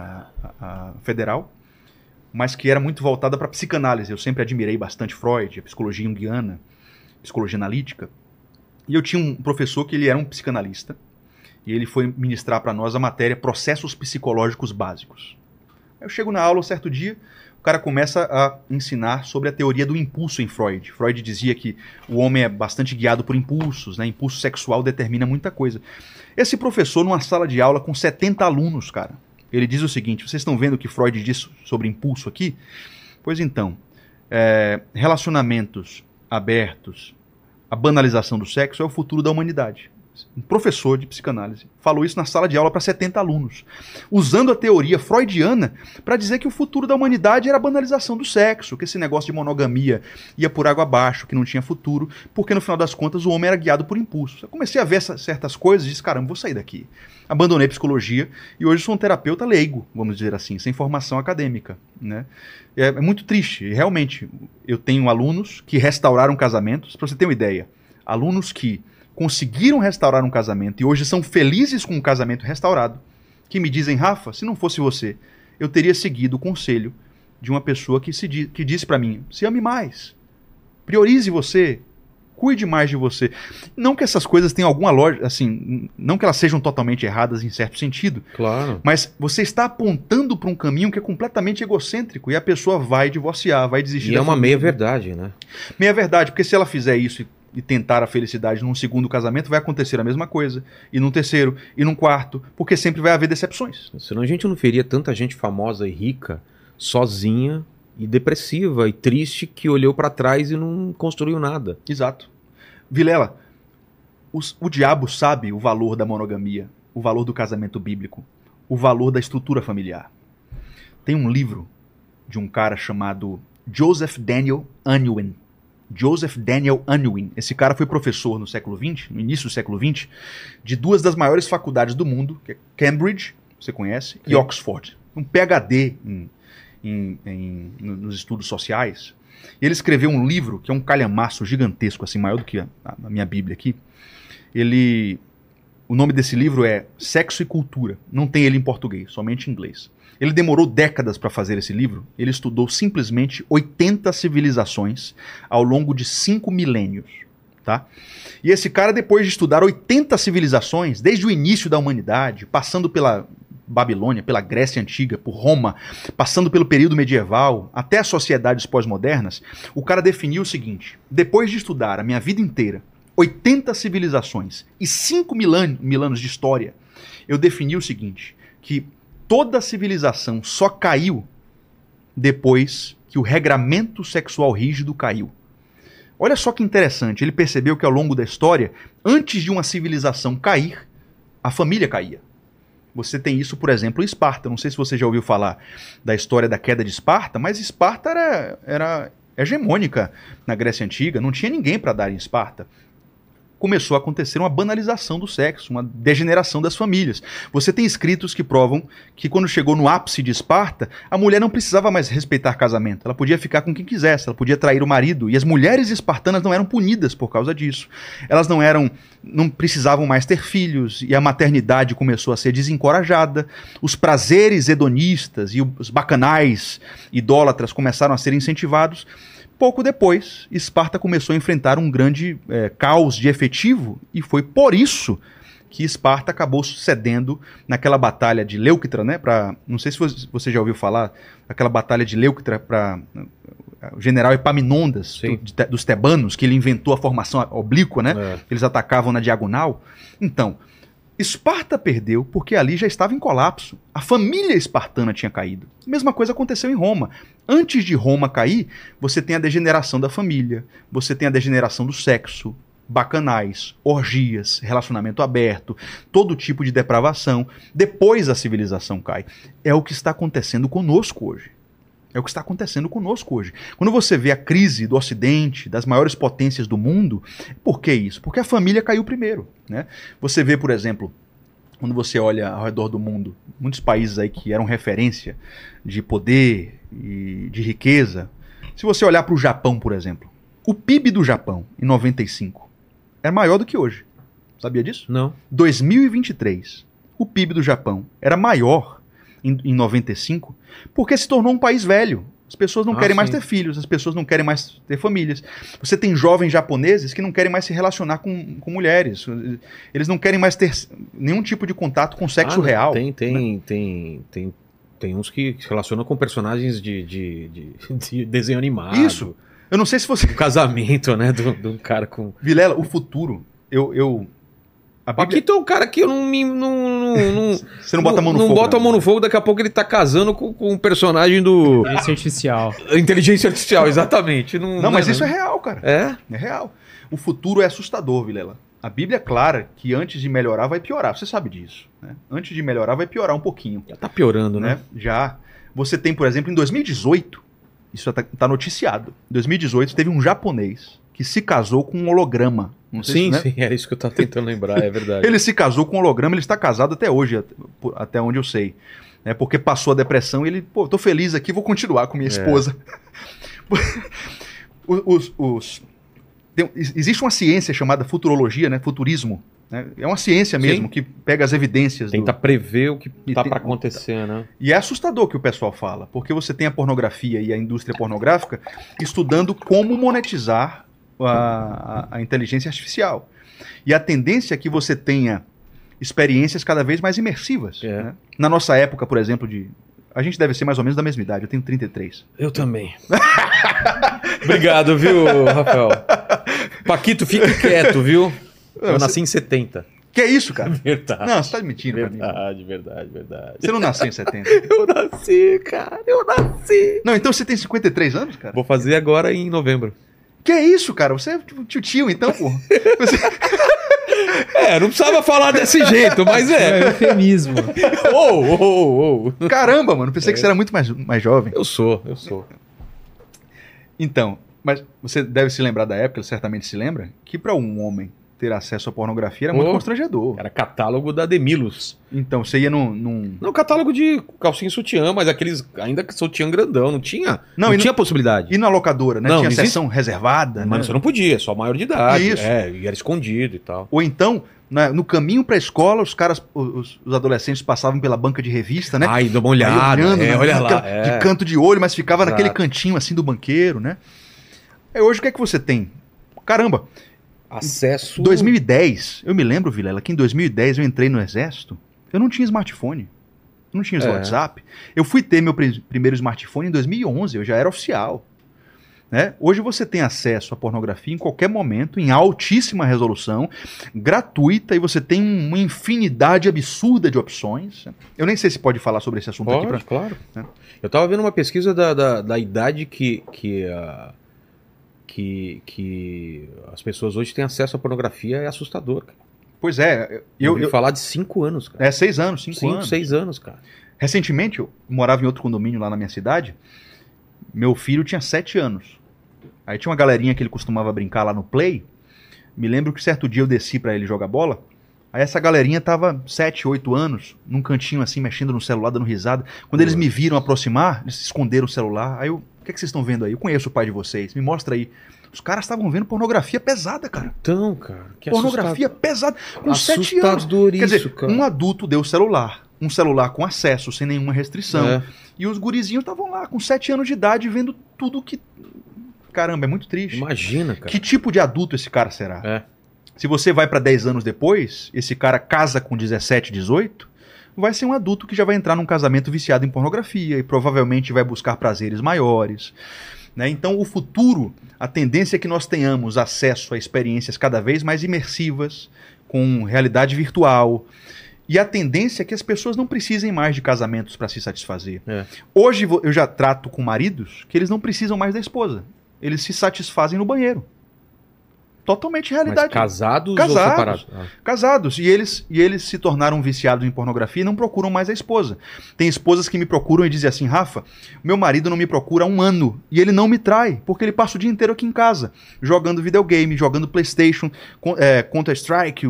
a federal, mas que era muito voltada para psicanálise. Eu sempre admirei bastante Freud, a psicologia junguiana, psicologia analítica. E eu tinha um professor que ele era um psicanalista, e ele foi ministrar para nós a matéria Processos Psicológicos Básicos. Eu chego na aula um certo dia, o cara começa a ensinar sobre a teoria do impulso em Freud. Freud dizia que o homem é bastante guiado por impulsos, né? Impulso sexual determina muita coisa. Esse professor, numa sala de aula com 70 alunos, cara, ele diz o seguinte: vocês estão vendo o que Freud diz sobre impulso aqui? Pois então, relacionamentos abertos, a banalização do sexo é o futuro da humanidade. Um professor de psicanálise falou isso na sala de aula para 70 alunos, usando a teoria freudiana para dizer que o futuro da humanidade era a banalização do sexo, que esse negócio de monogamia ia por água abaixo, que não tinha futuro, porque no final das contas o homem era guiado por impulsos. Eu comecei a ver certas coisas e disse, caramba, vou sair daqui. Abandonei psicologia e hoje sou um terapeuta leigo, vamos dizer assim, sem formação acadêmica. Né? É muito triste, e realmente eu tenho alunos que restauraram casamentos, para você ter uma ideia, alunos que conseguiram restaurar um casamento e hoje são felizes com um casamento restaurado, que me dizem, Rafa, se não fosse você, eu teria seguido o conselho de uma pessoa que disse para mim, se ame mais, priorize você, cuide mais de você. Não que essas coisas tenham alguma lógica, assim, não que elas sejam totalmente erradas em certo sentido, claro, mas você está apontando para um caminho que é completamente egocêntrico e a pessoa vai divorciar, vai desistir. E é uma meia-verdade, né? Meia-verdade, porque se ela fizer isso e tentar a felicidade num segundo casamento, vai acontecer a mesma coisa, e num terceiro, e num quarto, porque sempre vai haver decepções. Senão a gente não veria tanta gente famosa e rica, sozinha e depressiva e triste, que olhou para trás e não construiu nada. Exato. Vilela, o diabo sabe o valor da monogamia, o valor do casamento bíblico, o valor da estrutura familiar. Tem um livro de um cara chamado Joseph Daniel Unwin. Joseph Daniel Unwin. Esse cara foi professor no século XX, no início do século XX, de duas das maiores faculdades do mundo, que é Cambridge, você conhece, sim, e Oxford. Um PhD nos estudos sociais. E ele escreveu um livro que é um calhamaço gigantesco, assim, maior do que a minha Bíblia aqui. O nome desse livro é Sexo e Cultura. Não tem ele em português, somente em inglês. Ele demorou décadas para fazer esse livro. Ele estudou simplesmente 80 civilizações ao longo de 5 milênios. Tá? E esse cara, depois de estudar 80 civilizações, desde o início da humanidade, passando pela Babilônia, pela Grécia Antiga, por Roma, passando pelo período medieval, até as sociedades pós-modernas, o cara definiu o seguinte: depois de estudar a minha vida inteira, 80 civilizações e 5 mil anos de história, eu defini o seguinte, que toda civilização só caiu depois que o regramento sexual rígido caiu. Olha só que interessante, ele percebeu que ao longo da história, antes de uma civilização cair, a família caía. Você tem isso, por exemplo, em Esparta. Não sei se você já ouviu falar da história da queda de Esparta, mas Esparta era hegemônica na Grécia Antiga, não tinha ninguém para dar em Esparta. começou a acontecer uma banalização do sexo, uma degeneração das famílias. Você tem escritos que provam que quando chegou no ápice de Esparta, a mulher não precisava mais respeitar casamento. Ela podia ficar com quem quisesse, ela podia trair o marido. E as mulheres espartanas não eram punidas por causa disso. Elas não precisavam mais ter filhos, e a maternidade começou a ser desencorajada. Os prazeres hedonistas e os bacanais idólatras começaram a ser incentivados. Pouco depois, Esparta começou a enfrentar um grande caos de efetivo, e foi por isso que Esparta acabou cedendo naquela batalha de Leuctra, né? Não sei se você já ouviu falar, aquela batalha de Leuctra para o general Epaminondas, dos tebanos, que ele inventou a formação oblíqua, né? Eles atacavam na diagonal. Então, Esparta perdeu porque ali já estava em colapso. A família espartana tinha caído. A mesma coisa aconteceu em Roma. Antes de Roma cair, você tem a degeneração da família, você tem a degeneração do sexo, bacanais, orgias, relacionamento aberto, todo tipo de depravação. Depois a civilização cai. É o que está acontecendo conosco hoje. É o que está acontecendo conosco hoje. Quando você vê a crise do Ocidente, das maiores potências do mundo, por que isso? Porque a família caiu primeiro, né? Você vê, por exemplo, quando você olha ao redor do mundo, muitos países aí que eram referência de poder e de riqueza. Se você olhar para o Japão, por exemplo, o PIB do Japão, em 95, é maior do que hoje. Sabia disso? Não. 2023, o PIB do Japão era maior em 95, porque se tornou um país velho. As pessoas não querem mais ter filhos, as pessoas não querem mais ter famílias. Você tem jovens japoneses que não querem mais se relacionar com mulheres. Eles não querem mais ter nenhum tipo de contato com sexo real. Tem uns que se relacionam com personagens de desenho animado. Isso. Eu não sei se você... O casamento, né, de um cara com... Vilela, o futuro, a Bíblia... Aqui tem um cara que eu não... Você não bota a mão no fogo. Não bota a mão no fogo, daqui a pouco ele tá casando com um personagem do... Inteligência artificial. Inteligência artificial, exatamente. Não, mas isso é real, cara. É? É real. O futuro é assustador, Vilela. A Bíblia é clara que antes de melhorar vai piorar. Você sabe disso, né? Antes de melhorar vai piorar um pouquinho. Já tá piorando, né? Já. Você tem, por exemplo, em 2018, isso tá noticiado. Em 2018 teve um japonês que se casou com um holograma. Não sei Sim, se, né? sim, era isso que eu tava tentando lembrar, é verdade. Ele se casou com um holograma, ele está casado até hoje, até onde eu sei. Porque passou a depressão e ele, tô feliz aqui, vou continuar com minha esposa. Existe uma ciência chamada futurologia, né? Futurismo. Né? É uma ciência mesmo que pega as evidências. Tenta prever o que tá para acontecer, né? E é assustador o que o pessoal fala, porque você tem a pornografia e a indústria pornográfica estudando como monetizar a inteligência artificial. E a tendência é que você tenha experiências cada vez mais imersivas. Né? Na nossa época, por exemplo, a gente deve ser mais ou menos da mesma idade, eu tenho 33. Eu também. Obrigado, viu, Rafael? Paquito, fique quieto, viu? Eu nasci em 70. Que é isso, cara? Verdade. Não, você tá mentindo pra mim. Verdade. Você não nasceu em 70? Eu nasci, cara. Eu nasci. Não, então você tem 53 anos, cara? Vou fazer agora em novembro. Que é isso, cara? Você é tio, então, pô. Não precisava falar desse jeito, mas É eufemismo. Caramba, mano. Pensei que você era muito mais jovem. Eu sou. Então, mas você deve se lembrar da época, ele certamente se lembra, que para um homem ter acesso à pornografia era muito constrangedor. Era catálogo da Demilos. Então, você ia num... Não, catálogo de calcinha e sutiã, mas aqueles ainda que sutiã grandão, não tinha tinha possibilidade. E na locadora, né? Não, tinha sessão reservada. Mas né? você não podia, só maior de idade. Isso. E era escondido e tal. Ou então, no caminho pra escola, os adolescentes passavam pela banca de revista, né? Ai, dá uma olhada, olhando, olha lá. De canto de olho, mas ficava Exato. naquele cantinho assim do banqueiro, né? Hoje o que é que você tem? Caramba! Acesso... 2010, eu me lembro, Vilela, que em 2010 eu entrei no Exército, eu não tinha smartphone, eu não tinha WhatsApp. Eu fui ter meu primeiro smartphone em 2011, eu já era oficial. Né? Hoje você tem acesso à pornografia em qualquer momento, em altíssima resolução, gratuita, e você tem uma infinidade absurda de opções. Eu nem sei se pode falar sobre esse assunto aqui. Claro. Né? Eu estava vendo uma pesquisa da idade que as pessoas hoje têm acesso à pornografia, é assustador, cara. Pois é. Eu ouvi falar de 5 anos, cara. 6 anos, 5 anos. 6 anos, cara. Recentemente, eu morava em outro condomínio lá na minha cidade, meu filho tinha 7 anos. Aí tinha uma galerinha que ele costumava brincar lá no Play, Me lembro que certo dia eu desci pra ele jogar bola, aí essa galerinha tava 7, 8 anos, num cantinho assim, mexendo no celular, dando risada. Quando eles me viram aproximar, eles esconderam o celular. Aí eu, o que vocês estão vendo aí? Eu conheço o pai de vocês, me mostra aí. Os caras estavam vendo pornografia pesada, cara. Então, cara, que Pornografia pesada, com 7 anos. Quer dizer, cara. um adulto deu o celular, um celular com acesso, sem nenhuma restrição. E os gurizinhos estavam lá, com 7 anos de idade, vendo tudo que... Caramba, é muito triste. Imagina, cara. Que tipo de adulto esse cara será? Se você vai pra 10 anos depois, esse cara casa com 17, 18, vai ser um adulto que já vai entrar num casamento viciado em pornografia e provavelmente vai buscar prazeres maiores. Né? Então, o futuro, a tendência é que nós tenhamos acesso a experiências cada vez mais imersivas, com realidade virtual. E a tendência é que as pessoas não precisem mais de casamentos para se satisfazer. Hoje eu já trato com maridos que eles não precisam mais da esposa. Eles se satisfazem no banheiro. Totalmente realidade. Mas casados ou Casados. separados? Casados. E eles se tornaram viciados em pornografia e não procuram mais a esposa. Tem esposas que me procuram e dizem assim, Rafa, meu marido não me procura há 1 ano e ele não me trai, porque ele passa o dia inteiro aqui em casa, jogando videogame, jogando PlayStation, Counter-Strike,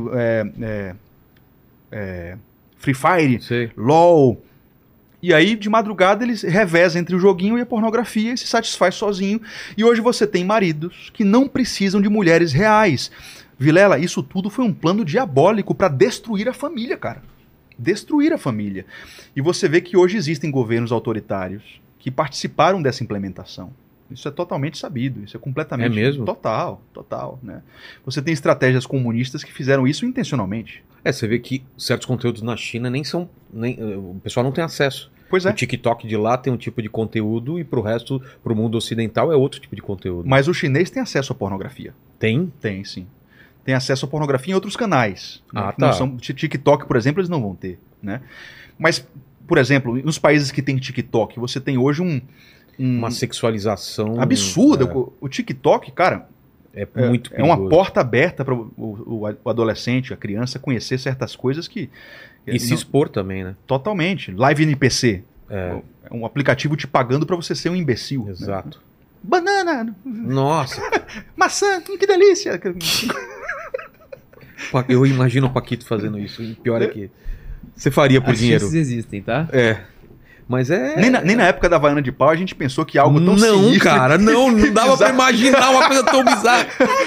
Free Fire, Sei. LOL. E aí, de madrugada, eles revezam entre o joguinho e a pornografia e se satisfaz sozinho. E hoje você tem maridos que não precisam de mulheres reais. Vilela, isso tudo foi um plano diabólico para destruir a família, cara. Destruir a família. E você vê que hoje existem governos autoritários que participaram dessa implementação. Isso é totalmente sabido, isso é completamente... É mesmo? Total, né? Você tem estratégias comunistas que fizeram isso intencionalmente. Você vê que certos conteúdos na China o pessoal não tem acesso. Pois é. O TikTok de lá tem um tipo de conteúdo e pro resto, pro mundo ocidental, é outro tipo de conteúdo. Mas o chinês tem acesso à pornografia. Tem? Tem, sim. Tem acesso à pornografia em outros canais. Ah, né? tá. Não são, TikTok, por exemplo, eles não vão ter, né? Mas, por exemplo, nos países que tem TikTok, você tem hoje uma sexualização absurda. O TikTok, cara, é muito é uma perigoso. porta aberta para o adolescente, a criança conhecer certas coisas que... E se expor também, né? Totalmente. Live NPC. É um aplicativo te pagando para você ser um imbecil. Exato. Né? Banana! Nossa! Maçã! Que delícia! Eu imagino o Paquito fazendo isso. E pior é que você faria por dinheiro. As chances existem, tá? Mas Nem na época da Havaiana de pau a gente pensou que algo tão sinistro... Não, cara, não dava pra imaginar uma coisa tão bizarra.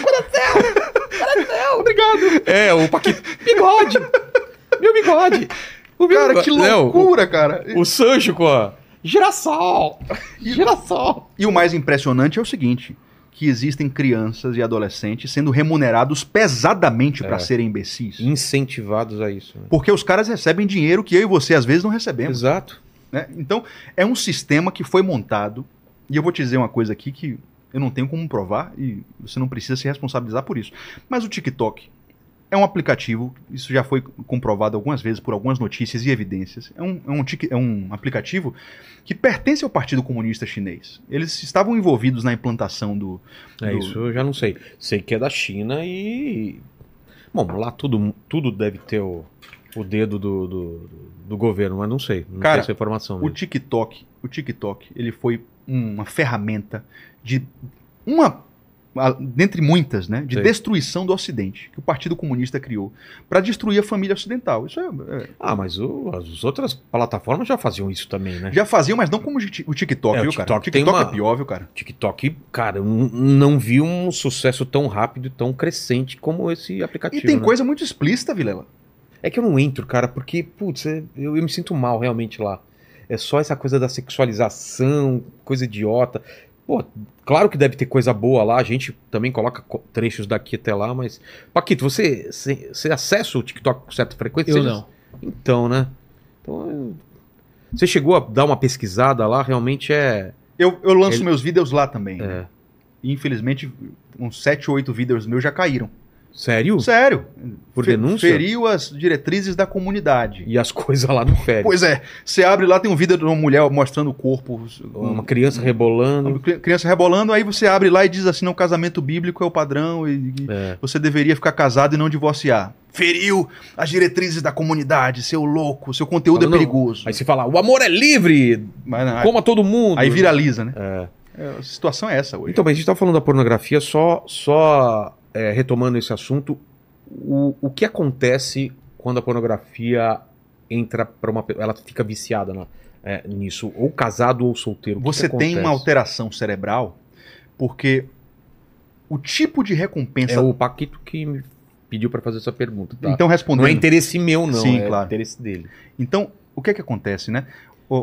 Coração! Obrigado! O Paquito... Bigode! Meu bigode! Cara, que loucura, cara! O Sancho com a... Girassol! Girassol! E o mais impressionante é o seguinte, que existem crianças e adolescentes sendo remunerados pesadamente para serem imbecis. Incentivados a isso. Né? Porque os caras recebem dinheiro que eu e você às vezes não recebemos. Exato. Né? Então, é um sistema que foi montado, e eu vou te dizer uma coisa aqui que eu não tenho como provar, e você não precisa se responsabilizar por isso. Mas o TikTok é um aplicativo, isso já foi comprovado algumas vezes por algumas notícias e evidências, é um aplicativo que pertence ao Partido Comunista Chinês. Eles estavam envolvidos na implantação do... Isso eu já não sei. Sei que é da China e... Bom, lá tudo deve ter o dedo do governo, mas não sei. Não Cara, tenho essa informação mesmo. O TikTok, ele foi uma ferramenta de dentre muitas, né, de destruição do Ocidente, que o Partido Comunista criou para destruir a família ocidental. Isso mas as outras plataformas já faziam isso também, né? Já faziam, mas não como o TikTok, viu, cara? O TikTok é pior, viu, cara? TikTok, cara, eu não vi um sucesso tão rápido e tão crescente como esse aplicativo. E tem né? coisa muito explícita, Vilela. É que eu não entro, cara, porque, putz, eu me sinto mal realmente lá. É só essa coisa da sexualização, coisa idiota. Pô, claro que deve ter coisa boa lá, a gente também coloca trechos daqui até lá, mas... Paquito, você acessa o TikTok com certa frequência? Eu não. Então, né? Então, você chegou a dar uma pesquisada lá, realmente é... Eu lanço meus vídeos lá também. Né? E, infelizmente, uns 7 ou 8 vídeos meus já caíram. Sério? Sério. Por denúncia? Feriu as diretrizes da comunidade. E as coisas lá não ferem. Pois é. Você abre lá, tem um vídeo de uma mulher mostrando o corpo. Uma criança rebolando. Uma criança rebolando, aí você abre lá e diz assim, não, casamento bíblico é o padrão e você deveria ficar casado e não divorciar. Feriu as diretrizes da comunidade, seu louco, seu conteúdo é perigoso. Aí você fala, o amor é livre, coma todo mundo. Aí viraliza, né? A situação é essa hoje. Então, mas a gente tá falando da pornografia só retomando esse assunto, o que acontece quando a pornografia entra para ela fica viciada nisso, ou casado ou solteiro? Você tem uma alteração cerebral, porque o tipo de recompensa... É o Paquito que me pediu para fazer essa pergunta. Tá? Então, respondendo... Não é interesse meu, não. Sim, claro. Interesse dele. Então, o que acontece, né?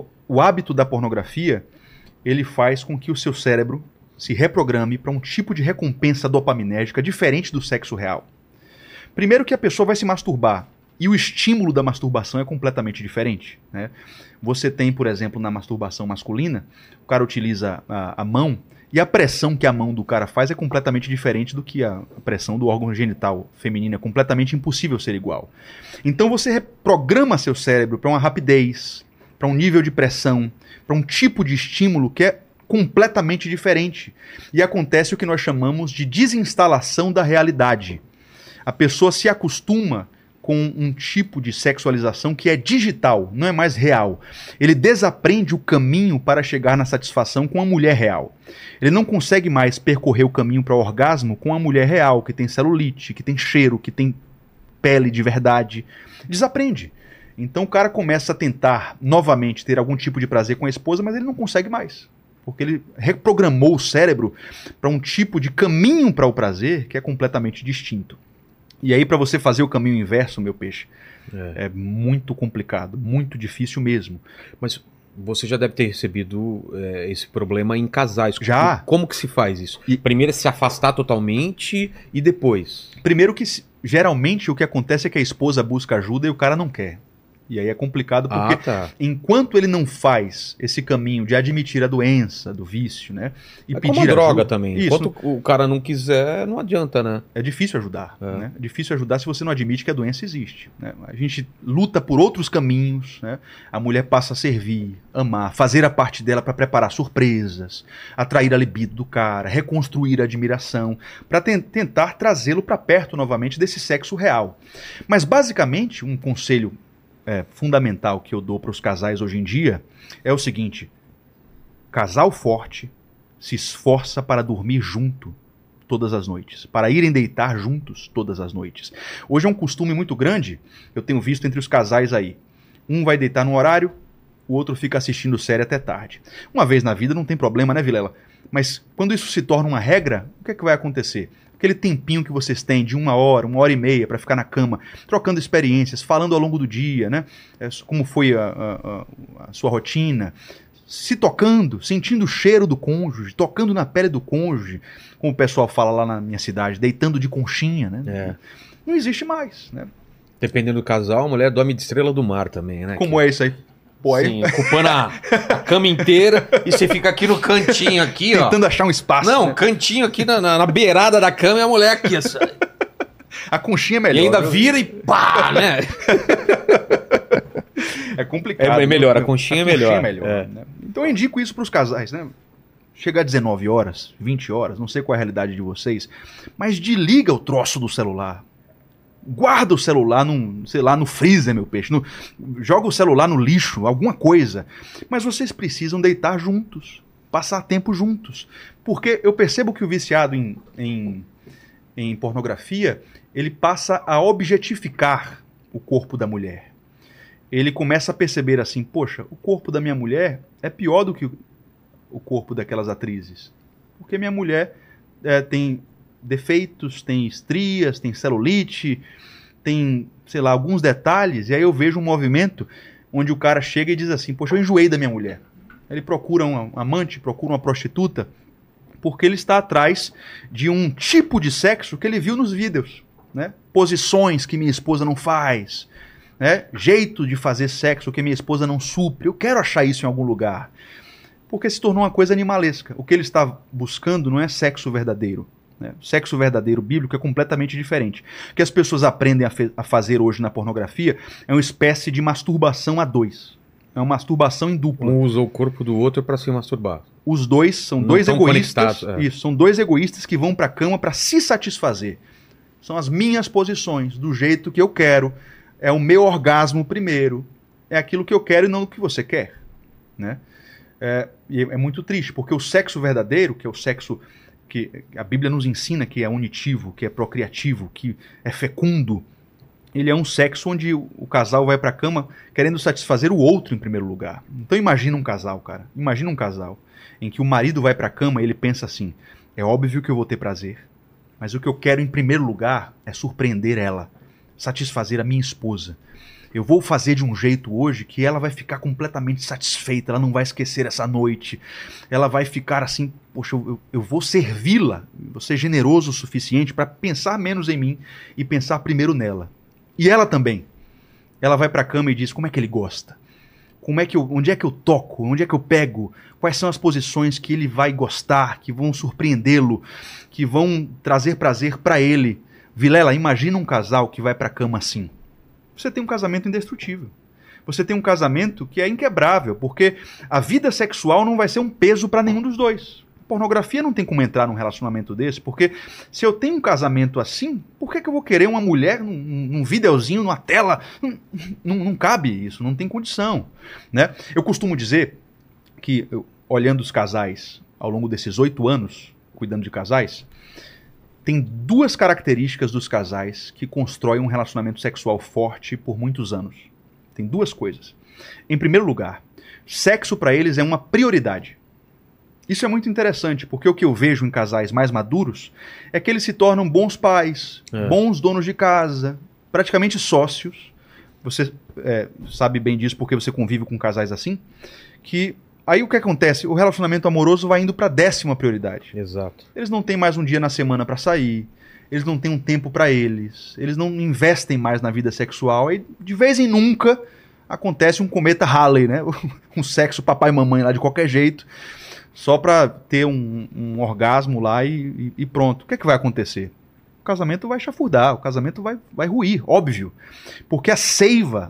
O hábito da pornografia, ele faz com que o seu cérebro se reprograme para um tipo de recompensa dopaminérgica diferente do sexo real. Primeiro que a pessoa vai se masturbar, e o estímulo da masturbação é completamente diferente, né? Você tem, por exemplo, na masturbação masculina, o cara utiliza a mão, e a pressão que a mão do cara faz é completamente diferente do que a pressão do órgão genital feminino. É completamente impossível ser igual. Então você reprograma seu cérebro para uma rapidez, para um nível de pressão, para um tipo de estímulo que é completamente diferente. E acontece o que nós chamamos de desinstalação da realidade. A pessoa se acostuma com um tipo de sexualização que é digital, não é mais real. Ele desaprende o caminho para chegar na satisfação com a mulher real. Ele não consegue mais percorrer o caminho para o orgasmo com a mulher real, que tem celulite, que tem cheiro, que tem pele de verdade. Desaprende. Então o cara começa a tentar novamente ter algum tipo de prazer com a esposa, mas ele não consegue mais. Porque ele reprogramou o cérebro para um tipo de caminho para o prazer que é completamente distinto. E aí, para você fazer o caminho inverso, meu peixe, é muito complicado, muito difícil mesmo. Mas você já deve ter recebido esse problema em casais. Já. Como que se faz isso? Primeiro é se afastar totalmente e depois? Primeiro que, geralmente, o que acontece é que a esposa busca ajuda e o cara não quer. E aí é complicado porque enquanto ele não faz esse caminho de admitir a doença, do vício, né? E pedir como a droga ajuda, também. Enquanto o cara não quiser, não adianta, né? É difícil ajudar. Né? É difícil ajudar se você não admite que a doença existe. Né? A gente luta por outros caminhos. Né? A mulher passa a servir, amar, fazer a parte dela para preparar surpresas, atrair a libido do cara, reconstruir a admiração, para tentar trazê-lo para perto novamente desse sexo real. Mas basicamente, um conselho fundamental que eu dou para os casais hoje em dia é o seguinte: casal forte se esforça para dormir junto todas as noites, para irem deitar juntos todas as noites. Hoje é um costume muito grande, eu tenho visto entre os casais aí. Um vai deitar num horário, o outro fica assistindo série até tarde. Uma vez na vida não tem problema, né, Vilela? Mas quando isso se torna uma regra, o que é que vai acontecer? Aquele tempinho que vocês têm de 1 hora e meia para ficar na cama, trocando experiências, falando ao longo do dia, né? Como foi a sua rotina, se tocando, sentindo o cheiro do cônjuge, tocando na pele do cônjuge, como o pessoal fala lá na minha cidade, deitando de conchinha, né? Não existe mais, né? Dependendo do casal, a mulher dorme de estrela do mar também, né? Como é isso aí? Pô, sim, ocupando a cama inteira e você fica aqui no cantinho aqui, ó. Tentando achar um espaço. Não, né? Cantinho aqui na beirada da cama e a mulher aqui. A conchinha é melhor. E ainda vira e pá, né? É complicado. É melhor, a conchinha é melhor. Né? Então eu indico isso para os casais, né? Chega a 19 horas, 20 horas, não sei qual é a realidade de vocês, mas desliga o troço do celular. Guarda o celular no freezer, meu peixe. Joga o celular no lixo, alguma coisa. Mas vocês precisam deitar juntos, passar tempo juntos. Porque eu percebo que o viciado em pornografia, ele passa a objetificar o corpo da mulher. Ele começa a perceber assim, poxa, o corpo da minha mulher é pior do que o corpo daquelas atrizes. Porque minha mulher tem defeitos, tem estrias, tem celulite, tem, sei lá, alguns detalhes, e aí eu vejo um movimento onde o cara chega e diz assim, poxa, eu enjoei da minha mulher. Ele procura um amante, procura uma prostituta, porque ele está atrás de um tipo de sexo que ele viu nos vídeos, né? Posições que minha esposa não faz, né? Jeito de fazer sexo que minha esposa não supre. Eu quero achar isso em algum lugar. Porque se tornou uma coisa animalesca. O que ele está buscando não é sexo verdadeiro. Né? O sexo verdadeiro bíblico é completamente diferente. O que as pessoas aprendem a fazer hoje na pornografia é uma espécie de masturbação a dois. É uma masturbação em dupla. Um usa o corpo do outro para se masturbar. Os dois são não dois egoístas. Isso, são dois egoístas que vão para a cama para se satisfazer. São as minhas posições, do jeito que eu quero. É o meu orgasmo primeiro. É aquilo que eu quero e não o que você quer. Né? E é muito triste, porque o sexo verdadeiro, que é o sexo que a Bíblia nos ensina que é unitivo, que é procriativo, que é fecundo, ele é um sexo onde o casal vai pra cama querendo satisfazer o outro em primeiro lugar. Então imagina um casal, cara. Imagina um casal em que o marido vai pra cama e ele pensa assim, é óbvio que eu vou ter prazer, mas o que eu quero em primeiro lugar é surpreender ela, satisfazer a minha esposa. Eu vou fazer de um jeito hoje que ela vai ficar completamente satisfeita, ela não vai esquecer essa noite, ela vai ficar assim, poxa, eu vou servi-la, vou ser generoso o suficiente para pensar menos em mim e pensar primeiro nela. E ela também. Ela vai pra cama e diz como é que ele gosta. Onde é que eu toco? Onde é que eu pego? Quais são as posições que ele vai gostar, que vão surpreendê-lo, que vão trazer prazer pra ele? Vilela, imagina um casal que vai pra cama assim. Você tem um casamento indestrutível. Você tem um casamento que é inquebrável, porque a vida sexual não vai ser um peso pra nenhum dos dois. Pornografia não tem como entrar num relacionamento desse, porque se eu tenho um casamento assim, por que eu vou querer uma mulher num videozinho, numa tela? Não cabe isso, não tem condição, né? Eu costumo dizer que, olhando os casais ao longo desses 8 anos, cuidando de casais, tem 2 características dos casais que constroem um relacionamento sexual forte por muitos anos. Tem 2 coisas. Em primeiro lugar, sexo para eles é uma prioridade. Isso é muito interessante, porque o que eu vejo em casais mais maduros é que eles se tornam bons pais, bons donos de casa, praticamente sócios. Você sabe bem disso porque você convive com casais assim, que aí o que acontece? O relacionamento amoroso vai indo para a 10ª prioridade. Exato. Eles não têm mais um dia na semana para sair, eles não têm um tempo para eles não investem mais na vida sexual, e de vez em nunca acontece um cometa Halley, né? Um sexo papai e mamãe lá de qualquer jeito, só para ter um orgasmo lá e pronto. O que é que vai acontecer? O casamento vai chafurdar, o casamento vai ruir, óbvio. Porque a seiva,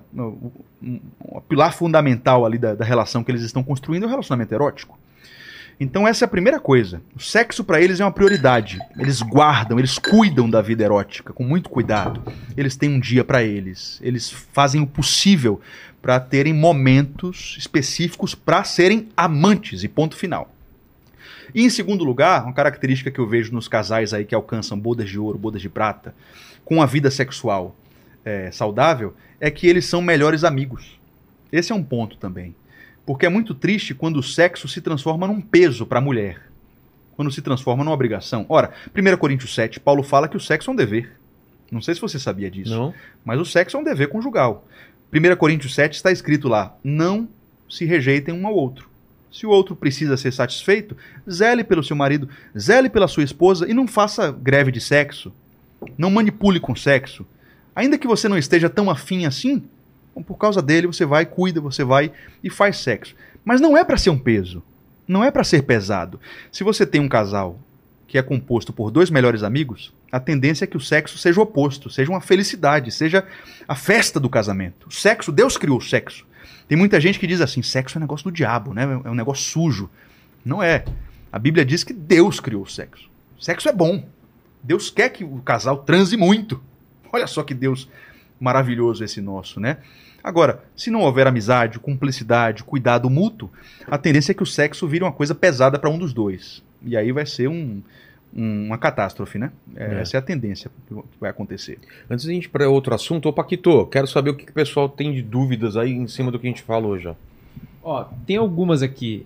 o pilar fundamental ali da relação que eles estão construindo é o relacionamento erótico. Então essa é a primeira coisa. O sexo para eles é uma prioridade. Eles guardam, eles cuidam da vida erótica com muito cuidado. Eles têm um dia para eles. Eles fazem o possível para terem momentos específicos para serem amantes e ponto final. E em segundo lugar, uma característica que eu vejo nos casais aí que alcançam bodas de ouro, bodas de prata, com a vida sexual saudável, é que eles são melhores amigos. Esse é um ponto também. Porque é muito triste quando o sexo se transforma num peso para a mulher. Quando se transforma numa obrigação. Ora, 1 Coríntios 7, Paulo fala que o sexo é um dever. Não sei se você sabia disso. Não. Mas o sexo é um dever conjugal. 1 Coríntios 7 está escrito lá, não se rejeitem um ao outro. Se o outro precisa ser satisfeito, zele pelo seu marido, zele pela sua esposa e não faça greve de sexo. Não manipule com sexo. Ainda que você não esteja tão afim assim, por causa dele você vai, cuida, você vai e faz sexo. Mas não é para ser um peso. Não é para ser pesado. Se você tem um casal que é composto por 2 melhores amigos, a tendência é que o sexo seja o oposto, seja uma felicidade, seja a festa do casamento. O sexo, Deus criou o sexo. Tem muita gente que diz assim, sexo é um negócio do diabo, né? É um negócio sujo. Não é. A Bíblia diz que Deus criou o sexo. Sexo é bom. Deus quer que o casal transe muito. Olha só que Deus maravilhoso esse nosso, né? Agora, se não houver amizade, cumplicidade, cuidado mútuo, a tendência é que o sexo vire uma coisa pesada para um dos dois. E aí vai ser uma catástrofe, né? Essa é a tendência que vai acontecer. Antes de a gente ir para outro assunto, ô Paquito, quero saber o que o pessoal tem de dúvidas aí em cima do que a gente falou já. Ó, tem algumas aqui.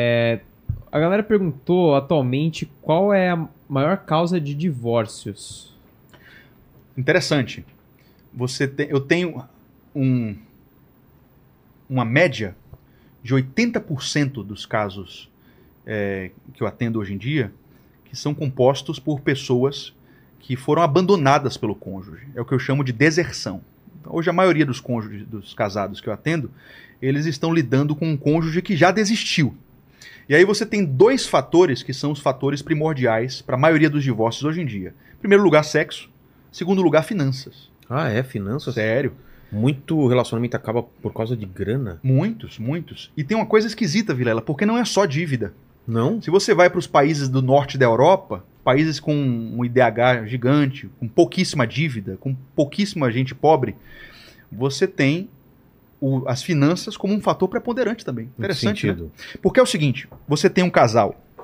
A galera perguntou atualmente qual é a maior causa de divórcios. Interessante. Eu tenho uma média de 80% dos casos que eu atendo hoje em dia que são compostos por pessoas que foram abandonadas pelo cônjuge. É o que eu chamo de deserção. Então, hoje a maioria dos cônjuges, dos casados que eu atendo, eles estão lidando com um cônjuge que já desistiu. E aí você tem 2 fatores que são os fatores primordiais para a maioria dos divórcios hoje em dia. Em primeiro lugar, sexo. Em segundo lugar, finanças. Ah, é? Finanças? Sério. Muito relacionamento acaba por causa de grana? Muitos, muitos. E tem uma coisa esquisita, Vilela, porque não é só dívida. Não? Se você vai para os países do norte da Europa, países com um IDH gigante, com pouquíssima dívida, com pouquíssima gente pobre, você tem as finanças como um fator preponderante também. Interessante, né? Porque é o seguinte, você tem um casal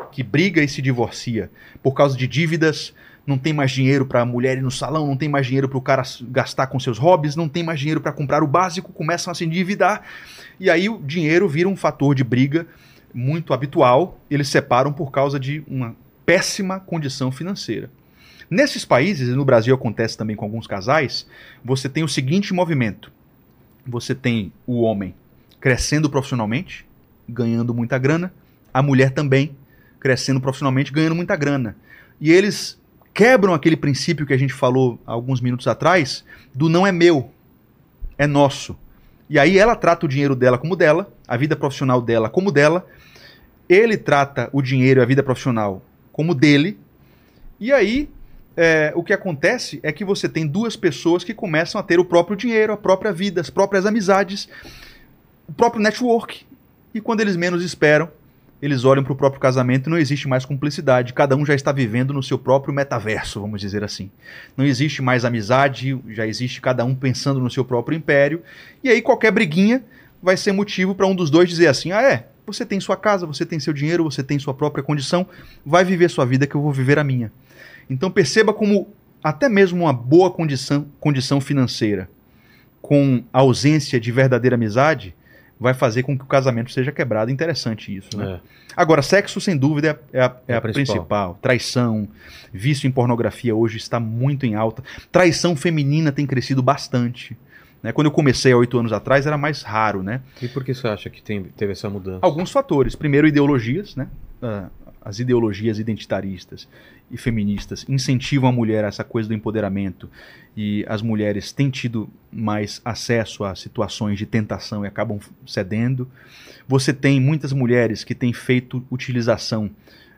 que briga e se divorcia por causa de dívidas, não tem mais dinheiro para a mulher ir no salão, não tem mais dinheiro para o cara gastar com seus hobbies, não tem mais dinheiro para comprar o básico, começam a se endividar, e aí o dinheiro vira um fator de briga muito habitual, eles separam por causa de uma péssima condição financeira. Nesses países, e no Brasil acontece também com alguns casais, você tem o seguinte movimento. Você tem o homem crescendo profissionalmente, ganhando muita grana, a mulher também crescendo profissionalmente, ganhando muita grana. E eles quebram aquele princípio que a gente falou há alguns minutos atrás, do não é meu, é nosso. E aí ela trata o dinheiro dela como dela, a vida profissional dela como dela, ele trata o dinheiro e a vida profissional como dele, e aí o que acontece é que você tem duas pessoas que começam a ter o próprio dinheiro, a própria vida, as próprias amizades, o próprio network. E quando eles menos esperam, eles olham para o próprio casamento e não existe mais cumplicidade. Cada um já está vivendo no seu próprio metaverso, vamos dizer assim. Não existe mais amizade, já existe cada um pensando no seu próprio império. E aí qualquer briguinha vai ser motivo para um dos dois dizer assim, você tem sua casa, você tem seu dinheiro, você tem sua própria condição, vai viver sua vida que eu vou viver a minha. Então perceba como até mesmo uma boa condição financeira com ausência de verdadeira amizade vai fazer com que o casamento seja quebrado. Interessante isso, né? Agora, sexo, sem dúvida, é a principal. Traição, vício em pornografia hoje está muito em alta. Traição feminina tem crescido bastante. Né? Quando eu comecei há 8 anos atrás, era mais raro, né? E por que você acha que teve essa mudança? Alguns fatores. Primeiro, ideologias, né? As ideologias identitaristas e feministas incentivam a mulher a essa coisa do empoderamento, e as mulheres têm tido mais acesso a situações de tentação e acabam cedendo. Você tem muitas mulheres que têm feito utilização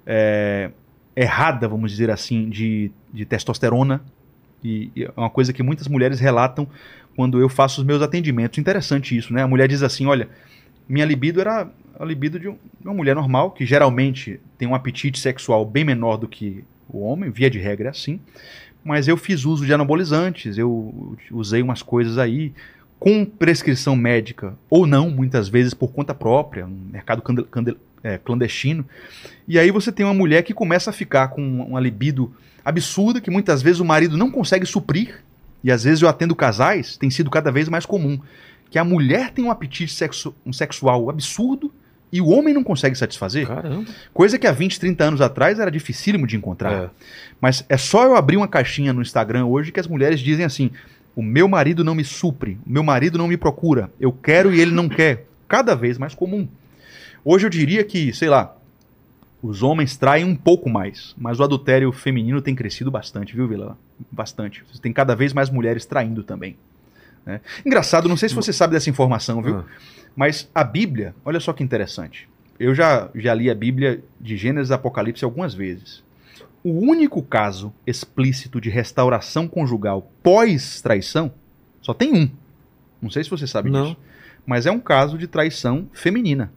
errada, vamos dizer assim, de testosterona, e é uma coisa que muitas mulheres relatam quando eu faço os meus atendimentos. Interessante isso, né? A mulher diz assim, olha, minha libido era a libido de uma mulher normal, que geralmente tem um apetite sexual bem menor do que o homem, via de regra é assim, mas eu fiz uso de anabolizantes, eu usei umas coisas aí, com prescrição médica ou não, muitas vezes por conta própria, um mercado clandestino, e aí você tem uma mulher que começa a ficar com uma libido absurda, que muitas vezes o marido não consegue suprir, e às vezes eu atendo casais, tem sido cada vez mais comum, que a mulher tem um apetite sexual absurdo, e o homem não consegue satisfazer. Caramba. Coisa que há 20, 30 anos atrás era dificílimo de encontrar. Mas é só eu abrir uma caixinha no Instagram hoje que as mulheres dizem assim, o meu marido não me supre, o meu marido não me procura, eu quero e ele não quer. Cada vez mais comum. Hoje eu diria que, sei lá, os homens traem um pouco mais, mas o adultério feminino tem crescido bastante, viu, Vila? Bastante. Você tem cada vez mais mulheres traindo também. Né? Engraçado, não sei se você sabe dessa informação, viu? Mas a Bíblia, olha só que interessante. Eu já li a Bíblia de Gênesis a Apocalipse algumas vezes. O único caso explícito de restauração conjugal pós-traição, só tem um. Não sei se você sabe disso. Mas é um caso de traição feminina.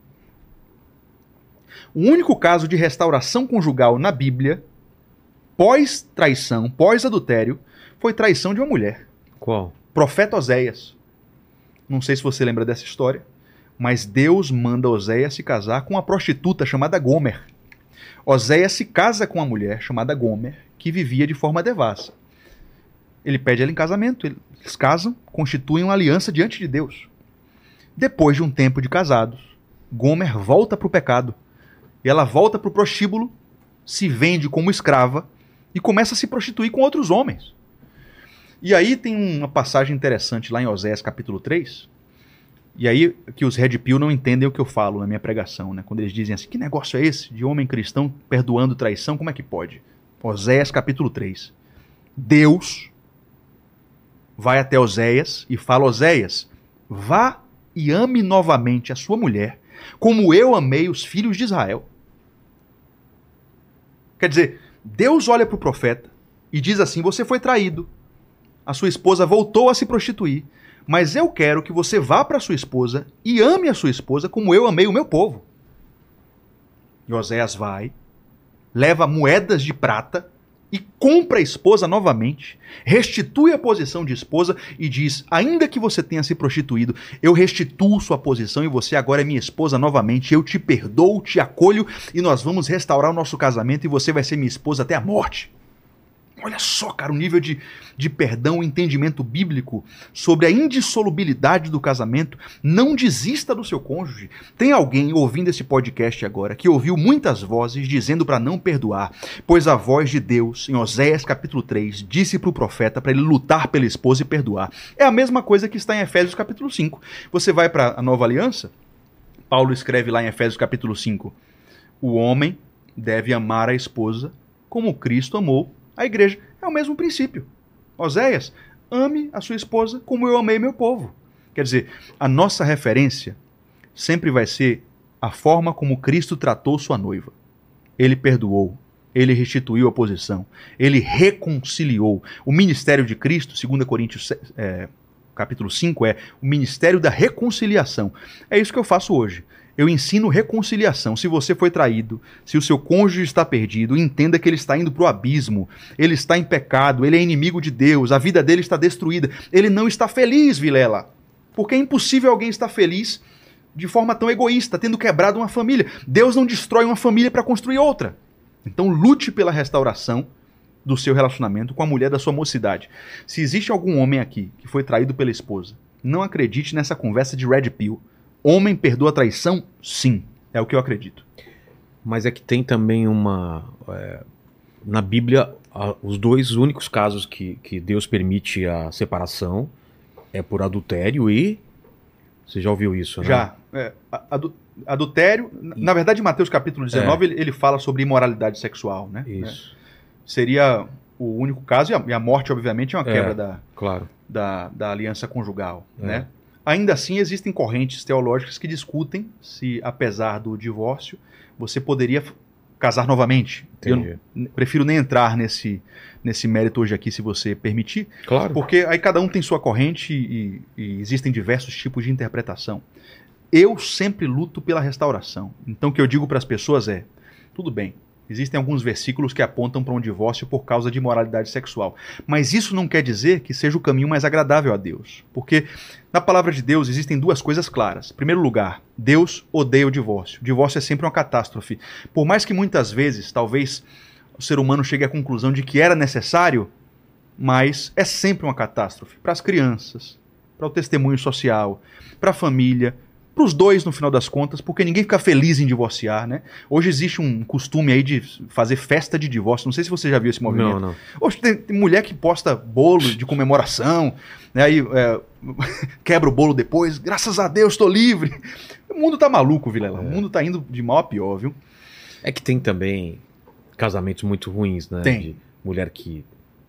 O único caso de restauração conjugal na Bíblia, pós-traição, pós-adultério, foi traição de uma mulher. Qual? Profeta Oséias. Não sei se você lembra dessa história, mas Deus manda Oséias se casar com uma prostituta chamada Gomer. Oséias se casa com uma mulher chamada Gomer, que vivia de forma devassa. Ele pede ela em casamento, eles casam, constituem uma aliança diante de Deus. Depois de um tempo de casados, Gomer volta para o pecado. E ela volta para o prostíbulo, se vende como escrava e começa a se prostituir com outros homens. E aí tem uma passagem interessante lá em Oséias capítulo 3, e aí que os Red Pill não entendem o que eu falo na minha pregação, né? Quando eles dizem assim, que negócio é esse de homem cristão perdoando traição, como é que pode? Oséias capítulo 3. Deus vai até Oséias e fala, Oséias, vá e ame novamente a sua mulher, como eu amei os filhos de Israel. Quer dizer, Deus olha para o profeta e diz assim, você foi traído, a sua esposa voltou a se prostituir, mas eu quero que você vá para sua esposa e ame a sua esposa como eu amei o meu povo. E Oséias vai, leva moedas de prata e compra a esposa novamente, restitui a posição de esposa e diz, ainda que você tenha se prostituído, eu restituo sua posição e você agora é minha esposa novamente, eu te perdoo, te acolho e nós vamos restaurar o nosso casamento e você vai ser minha esposa até a morte. Olha só, cara, o nível de perdão, entendimento bíblico sobre a indissolubilidade do casamento. Não desista do seu cônjuge. Tem alguém ouvindo esse podcast agora que ouviu muitas vozes dizendo para não perdoar, pois a voz de Deus, em Oséias capítulo 3, disse para o profeta para ele lutar pela esposa e perdoar. É a mesma coisa que está em Efésios capítulo 5. Você vai para a Nova Aliança, Paulo escreve lá em Efésios capítulo 5, o homem deve amar a esposa como Cristo amou a igreja. É o mesmo princípio. Oséias, ame a sua esposa como eu amei meu povo. Quer dizer, a nossa referência sempre vai ser a forma como Cristo tratou sua noiva. Ele perdoou, ele restituiu a posição, ele reconciliou. O ministério de Cristo, 2 Coríntios capítulo 5, é o ministério da reconciliação. É isso que eu faço hoje. Eu ensino reconciliação. Se você foi traído, se o seu cônjuge está perdido, entenda que ele está indo para o abismo, ele está em pecado, ele é inimigo de Deus, a vida dele está destruída, ele não está feliz, Vilela. Porque é impossível alguém estar feliz de forma tão egoísta, tendo quebrado uma família. Deus não destrói uma família para construir outra. Então lute pela restauração do seu relacionamento com a mulher da sua mocidade. Se existe algum homem aqui que foi traído pela esposa, não acredite nessa conversa de red pill. Homem perdoa a traição? Sim, é o que eu acredito. Mas é que tem também na Bíblia, os dois únicos casos que Deus permite a separação é por adultério e... Você já ouviu isso, né? Já. Adultério... Na verdade, em Mateus capítulo 19, ele fala sobre imoralidade sexual, né? Isso. Seria o único caso, e a morte, obviamente, é uma quebra claro. da aliança conjugal, né? Ainda assim, existem correntes teológicas que discutem se, apesar do divórcio, você poderia casar novamente. Entendi. Eu prefiro nem entrar nesse mérito hoje aqui, se você permitir. Claro. Porque aí cada um tem sua corrente e existem diversos tipos de interpretação. Eu sempre luto pela restauração. Então, o que eu digo para as pessoas é, tudo bem, existem alguns versículos que apontam para um divórcio por causa de imoralidade sexual. Mas isso não quer dizer que seja o caminho mais agradável a Deus. Porque na palavra de Deus existem duas coisas claras. Em primeiro lugar, Deus odeia o divórcio. O divórcio é sempre uma catástrofe. Por mais que muitas vezes, talvez, o ser humano chegue à conclusão de que era necessário, mas é sempre uma catástrofe. Para as crianças, para o testemunho social, para a família, para os dois, no final das contas, porque ninguém fica feliz em divorciar, né? Hoje existe um costume aí de fazer festa de divórcio. Não sei se você já viu esse movimento. Não. Hoje tem mulher que posta bolo de comemoração, né? Aí quebra o bolo depois. Graças a Deus, estou livre. O mundo tá maluco, Vilela. O mundo tá indo de mal a pior, viu? É que tem também casamentos muito ruins, né? Tem. De mulher que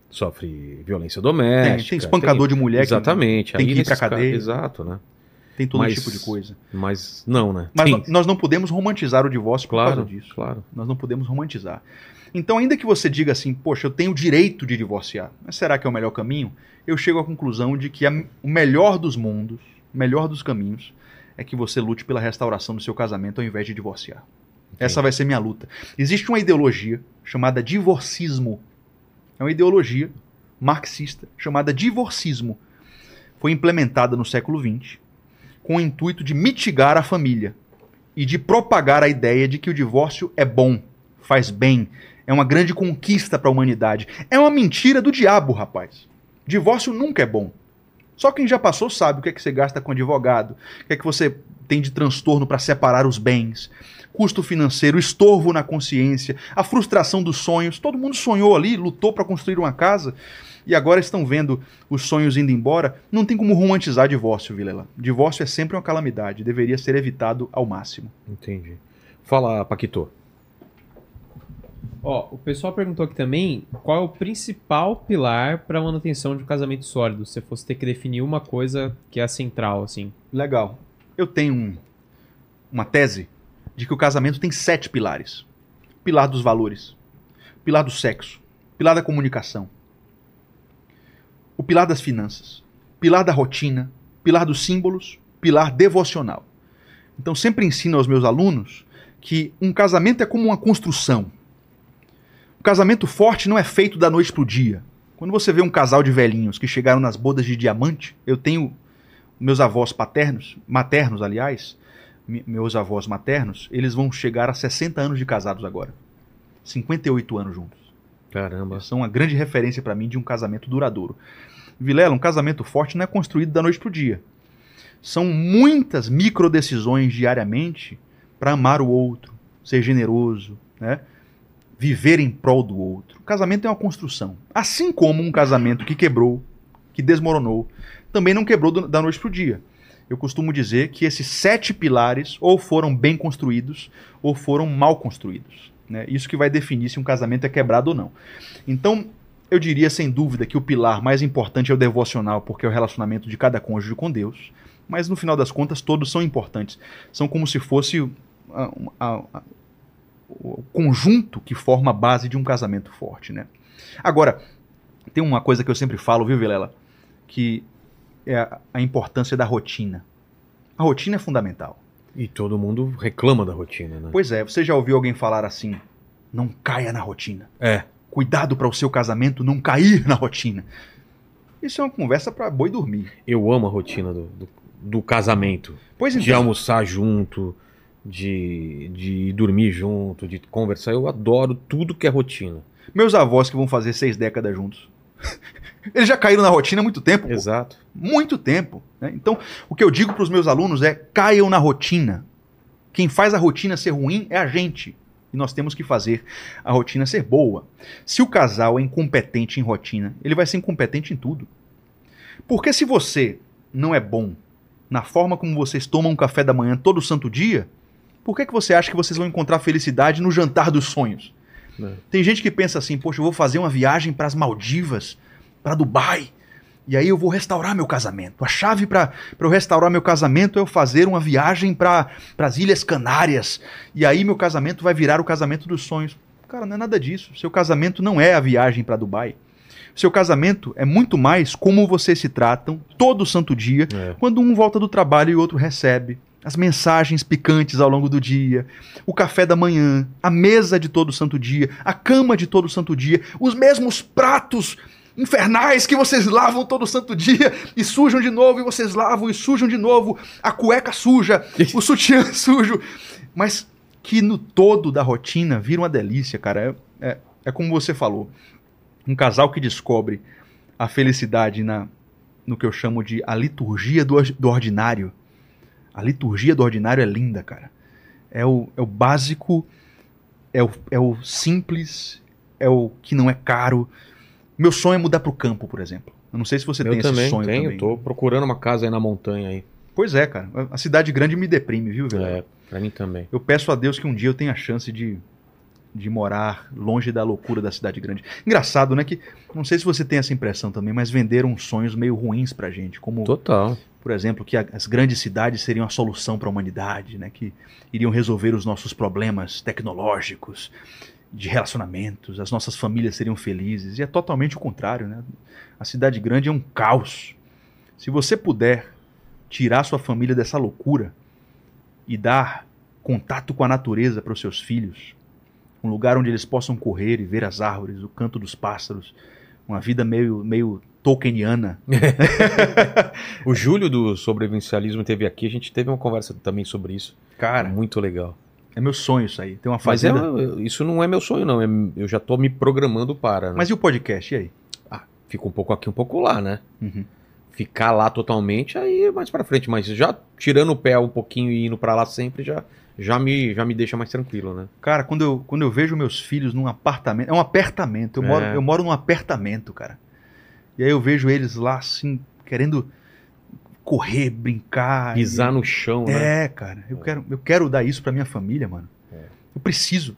sofre violência doméstica. Tem espancador de mulher exatamente. que tem que ir pra cadeia. Exato, né? Tem todo tipo de coisa. Mas não, né? Mas nós não podemos romantizar o divórcio por causa disso. Claro. Nós não podemos romantizar. Então, ainda que você diga assim, poxa, eu tenho o direito de divorciar, mas será que é o melhor caminho? Eu chego à conclusão de que o melhor dos mundos, o melhor dos caminhos, é que você lute pela restauração do seu casamento ao invés de divorciar. Entendi. Essa vai ser minha luta. Existe uma ideologia chamada divorcismo. É uma ideologia marxista chamada divorcismo. Foi implementada no século XX com o intuito de mitigar a família e de propagar a ideia de que o divórcio é bom, faz bem, é uma grande conquista para a humanidade. É uma mentira do diabo, rapaz. Divórcio nunca é bom. Só quem já passou sabe o que é que você gasta com advogado, o que é que você tem de transtorno para separar os bens, custo financeiro, estorvo na consciência, a frustração dos sonhos. Todo mundo sonhou ali, lutou para construir uma casa e agora estão vendo os sonhos indo embora. Não tem como romantizar divórcio, Vilela. Divórcio é sempre uma calamidade, deveria ser evitado ao máximo. Entendi. Fala, Paquito. O pessoal perguntou aqui também qual é o principal pilar para a manutenção de um casamento sólido, se fosse ter que definir uma coisa que é a central, assim. Legal. Eu tenho uma tese de que o casamento tem 7 pilares. Pilar dos valores, pilar do sexo, pilar da comunicação, o pilar das finanças, pilar da rotina, pilar dos símbolos, pilar devocional. Então sempre ensino aos meus alunos que um casamento é como uma construção. casamento forte não é feito da noite pro dia. Quando você vê um casal de velhinhos que chegaram nas bodas de diamante, eu tenho meus avós maternos, aliás, meus avós maternos, eles vão chegar a 60 anos de casados agora. 58 anos juntos. Caramba. São uma grande referência para mim de um casamento duradouro. Vilela, um casamento forte não é construído da noite pro dia. São muitas microdecisões diariamente para amar o outro, ser generoso, né? Viver em prol do outro. O casamento é uma construção. Assim como um casamento que quebrou, que desmoronou, também não quebrou da noite pro dia. Eu costumo dizer que esses 7 pilares ou foram bem construídos ou foram mal construídos, né? Isso que vai definir se um casamento é quebrado ou não. Então, eu diria sem dúvida que o pilar mais importante é o devocional, porque é o relacionamento de cada cônjuge com Deus. Mas no final das contas todos são importantes. São como se fosse o conjunto que forma a base de um casamento forte, né? Agora, tem uma coisa que eu sempre falo, viu, Vilela? Que é a importância da rotina. A rotina é fundamental. E todo mundo reclama da rotina, né? Pois é, você já ouviu alguém falar assim, não caia na rotina. Cuidado para o seu casamento não cair na rotina. Isso é uma conversa para boi dormir. Eu amo a rotina do casamento. Pois então. De almoçar junto, de dormir junto, de conversar. Eu adoro tudo que é rotina. Meus avós que vão fazer 6 décadas juntos. Eles já caíram na rotina há muito tempo. Exato. Pô. Muito tempo. Né? Então, o que eu digo para os meus alunos é, caiam na rotina. Quem faz a rotina ser ruim é a gente. E nós temos que fazer a rotina ser boa. Se o casal é incompetente em rotina, ele vai ser incompetente em tudo. Porque se você não é bom na forma como vocês tomam um café da manhã todo santo dia, por que você acha que vocês vão encontrar felicidade no jantar dos sonhos? Tem gente que pensa assim, poxa, eu vou fazer uma viagem para as Maldivas, para Dubai, e aí eu vou restaurar meu casamento. A chave para eu restaurar meu casamento é eu fazer uma viagem para as Ilhas Canárias, e aí meu casamento vai virar o casamento dos sonhos. Cara, não é nada disso. Seu casamento não é a viagem para Dubai. Seu casamento é muito mais como vocês se tratam todo santo dia, quando um volta do trabalho e o outro recebe. As mensagens picantes ao longo do dia, o café da manhã, a mesa de todo santo dia, a cama de todo santo dia, os mesmos pratos infernais que vocês lavam todo santo dia e sujam de novo, e vocês lavam e sujam de novo, a cueca suja, o sutiã sujo, mas que no todo da rotina vira uma delícia, cara. É como você falou, um casal que descobre a felicidade no que eu chamo de a liturgia do ordinário. A liturgia do ordinário é linda, cara. É o básico, é o simples, é o que não é caro. Meu sonho é mudar pro campo, por exemplo. Eu não sei se você tem esse sonho também. Eu tô procurando uma casa aí na montanha aí. Pois é, cara. A cidade grande me deprime, viu, velho? Pra mim também. Eu peço a Deus que um dia eu tenha a chance de morar longe da loucura da cidade grande. Engraçado, né? Que não sei se você tem essa impressão também, mas venderam sonhos meio ruins pra gente. Como, total. Por exemplo, que as grandes cidades seriam a solução para a humanidade, né? Que iriam resolver os nossos problemas tecnológicos, de relacionamentos, as nossas famílias seriam felizes. E é totalmente o contrário, né? A cidade grande é um caos. Se você puder tirar sua família dessa loucura e dar contato com a natureza para os seus filhos, um lugar onde eles possam correr e ver as árvores, o canto dos pássaros, uma vida meio tolkieniana. O Júlio do Sobrevivencialismo esteve aqui, a gente teve uma conversa também sobre isso. Cara, muito legal. É meu sonho isso aí, ter uma fazenda. Mas isso não é meu sonho não, eu já tô me programando para. Né? Mas e o podcast, e aí? Fica um pouco aqui, um pouco lá, né? Uhum. Ficar lá totalmente, aí mais pra frente, mas já tirando o pé um pouquinho e indo pra lá sempre, já me deixa mais tranquilo, né? Cara, quando eu vejo meus filhos num apartamento, é um apartamento, eu moro num apartamento, cara. E aí eu vejo eles lá, assim, querendo correr, brincar. Pisar no chão, né? Cara, eu quero dar isso pra minha família, mano. Eu preciso.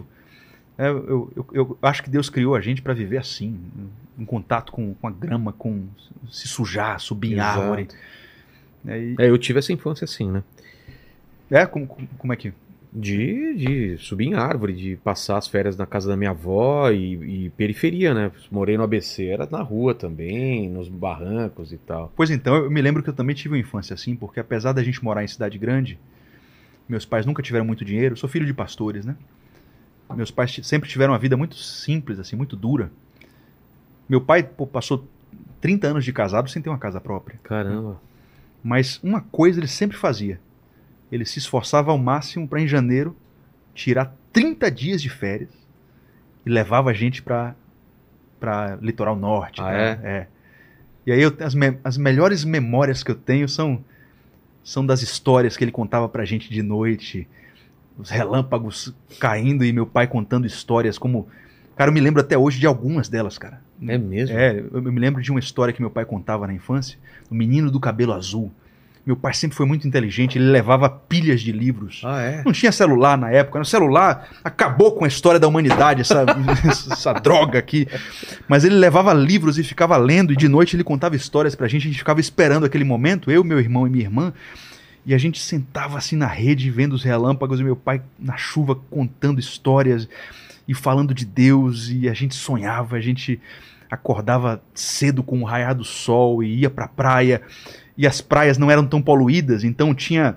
Eu acho que Deus criou a gente pra viver assim, em contato com a grama, com se sujar, subir em árvore. Eu tive essa infância assim, né? Como é que? De subir em árvore, de passar as férias na casa da minha avó e periferia, né? Morei no ABC, era na rua também, nos barrancos e tal. Pois então, eu me lembro que eu também tive uma infância assim, porque apesar da gente morar em cidade grande, meus pais nunca tiveram muito dinheiro, eu sou filho de pastores, né? Meus pais sempre tiveram uma vida muito simples, assim, muito dura. Meu pai passou 30 anos de casado sem ter uma casa própria. Caramba. Mas uma coisa ele sempre fazia. Ele se esforçava ao máximo para, em janeiro, tirar 30 dias de férias e levava a gente para litoral norte. É? E aí as melhores memórias que eu tenho são das histórias que ele contava pra gente de noite, os relâmpagos caindo e meu pai contando histórias como... Cara, eu me lembro até hoje de algumas delas, cara. É mesmo? Eu me lembro de uma história que meu pai contava na infância, o menino do cabelo azul. Meu pai sempre foi muito inteligente, ele levava pilhas de livros. Não tinha celular na época, o celular acabou com a história da humanidade, essa droga aqui. Mas ele levava livros e ficava lendo, e de noite ele contava histórias pra gente, a gente ficava esperando aquele momento, eu, meu irmão e minha irmã, e a gente sentava assim na rede, vendo os relâmpagos, e meu pai na chuva contando histórias e falando de Deus, e a gente sonhava, a gente acordava cedo com o raiar do sol e ia pra praia. E as praias não eram tão poluídas, então tinha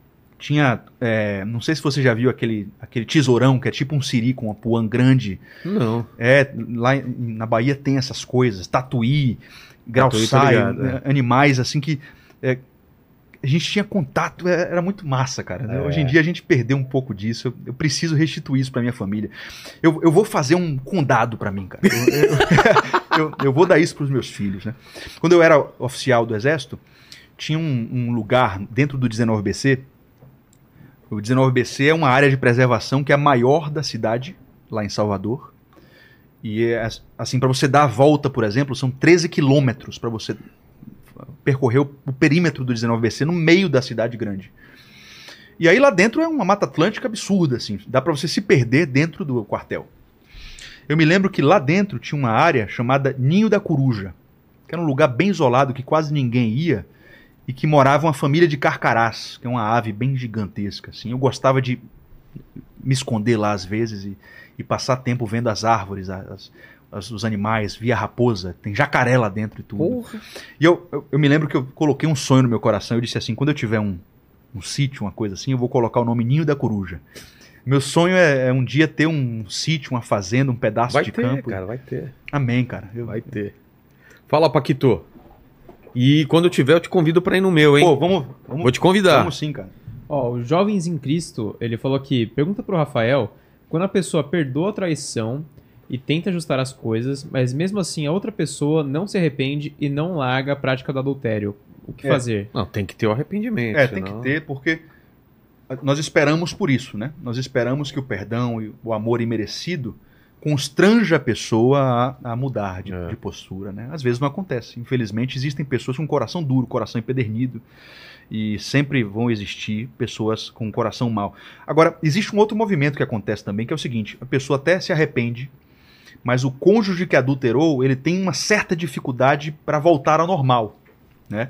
não sei se você já viu aquele tesourão, que é tipo um siri com uma puã grande. Não. Lá na Bahia tem essas coisas, tatuí, grau-saio, animais assim que a gente tinha contato, era muito massa, cara. Hoje em dia a gente perdeu um pouco disso, eu preciso restituir isso pra minha família. Eu vou fazer um condado pra mim, cara. Eu vou dar isso pros meus filhos, né? Quando eu era oficial do Exército, tinha um lugar dentro do 19BC. O 19BC é uma área de preservação que é a maior da cidade, lá em Salvador. E assim, para você dar a volta, por exemplo, são 13 quilômetros para você percorrer o perímetro do 19BC no meio da cidade grande. E aí lá dentro é uma Mata Atlântica absurda, assim, dá para você se perder dentro do quartel. Eu me lembro que lá dentro tinha uma área chamada Ninho da Coruja, que era um lugar bem isolado que quase ninguém ia, e que morava uma família de carcarás, que é uma ave bem gigantesca. Assim. Eu gostava de me esconder lá às vezes e passar tempo vendo as árvores, os animais, via raposa, tem jacaré lá dentro e tudo. Porra. E eu me lembro que eu coloquei um sonho no meu coração, eu disse assim, quando eu tiver um sítio, uma coisa assim, eu vou colocar o nome Ninho da Coruja. Meu sonho é um dia ter um sítio, uma fazenda, um pedaço de campo. Vai ter, cara, vai ter. Amém, cara. Vai ter. Fala, Paquito. E quando eu tiver, eu te convido pra ir no meu, hein? Pô, vamos. Vou te convidar. Vamos sim, cara. Ó, o Jovens em Cristo, ele falou aqui, pergunta pro Rafael, quando a pessoa perdoa a traição e tenta ajustar as coisas, mas mesmo assim a outra pessoa não se arrepende e não larga a prática do adultério, o que fazer? Não, tem que ter o arrependimento. Tem que ter, porque nós esperamos por isso, né? Nós esperamos que o perdão e o amor imerecido constranja a pessoa a mudar de postura, né? Às vezes não acontece. Infelizmente, existem pessoas com coração duro, coração empedernido, e sempre vão existir pessoas com coração mau. Agora, existe um outro movimento que acontece também, que é o seguinte, a pessoa até se arrepende, mas o cônjuge que adulterou, ele tem uma certa dificuldade para voltar ao normal, né?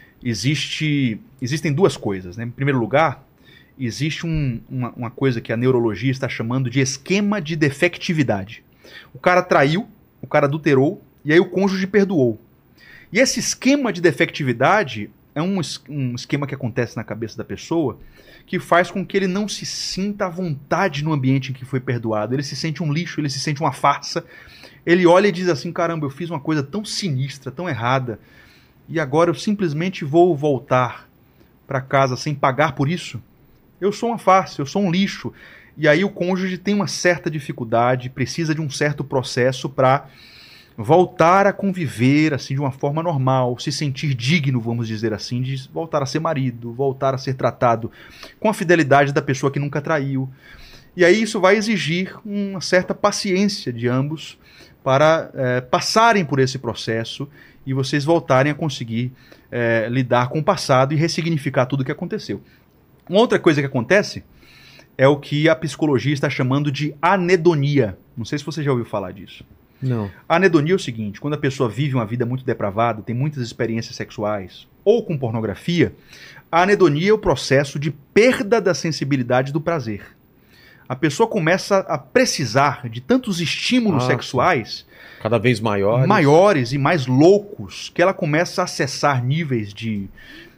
Existem duas coisas, né? Em primeiro lugar, existe uma coisa que a neurologia está chamando de esquema de defectividade. O cara traiu, o cara adulterou, e aí o cônjuge perdoou. E esse esquema de defectividade é um esquema que acontece na cabeça da pessoa que faz com que ele não se sinta à vontade no ambiente em que foi perdoado. Ele se sente um lixo, ele se sente uma farsa. Ele olha e diz assim, caramba, eu fiz uma coisa tão sinistra, tão errada, e agora eu simplesmente vou voltar para casa sem pagar por isso? Eu sou uma farsa, eu sou um lixo. E aí o cônjuge tem uma certa dificuldade, precisa de um certo processo para voltar a conviver assim de uma forma normal, se sentir digno, vamos dizer assim, de voltar a ser marido, voltar a ser tratado com a fidelidade da pessoa que nunca traiu. E aí isso vai exigir uma certa paciência de ambos para passarem por esse processo e vocês voltarem a conseguir lidar com o passado e ressignificar tudo o que aconteceu. Uma outra coisa que acontece é o que a psicologia está chamando de anedonia. Não sei se você já ouviu falar disso. Não. A anedonia é o seguinte, quando a pessoa vive uma vida muito depravada, tem muitas experiências sexuais, ou com pornografia, a anedonia é o processo de perda da sensibilidade do prazer. A pessoa começa a precisar de tantos estímulos sexuais, cada vez maiores e mais loucos, que ela começa a acessar níveis de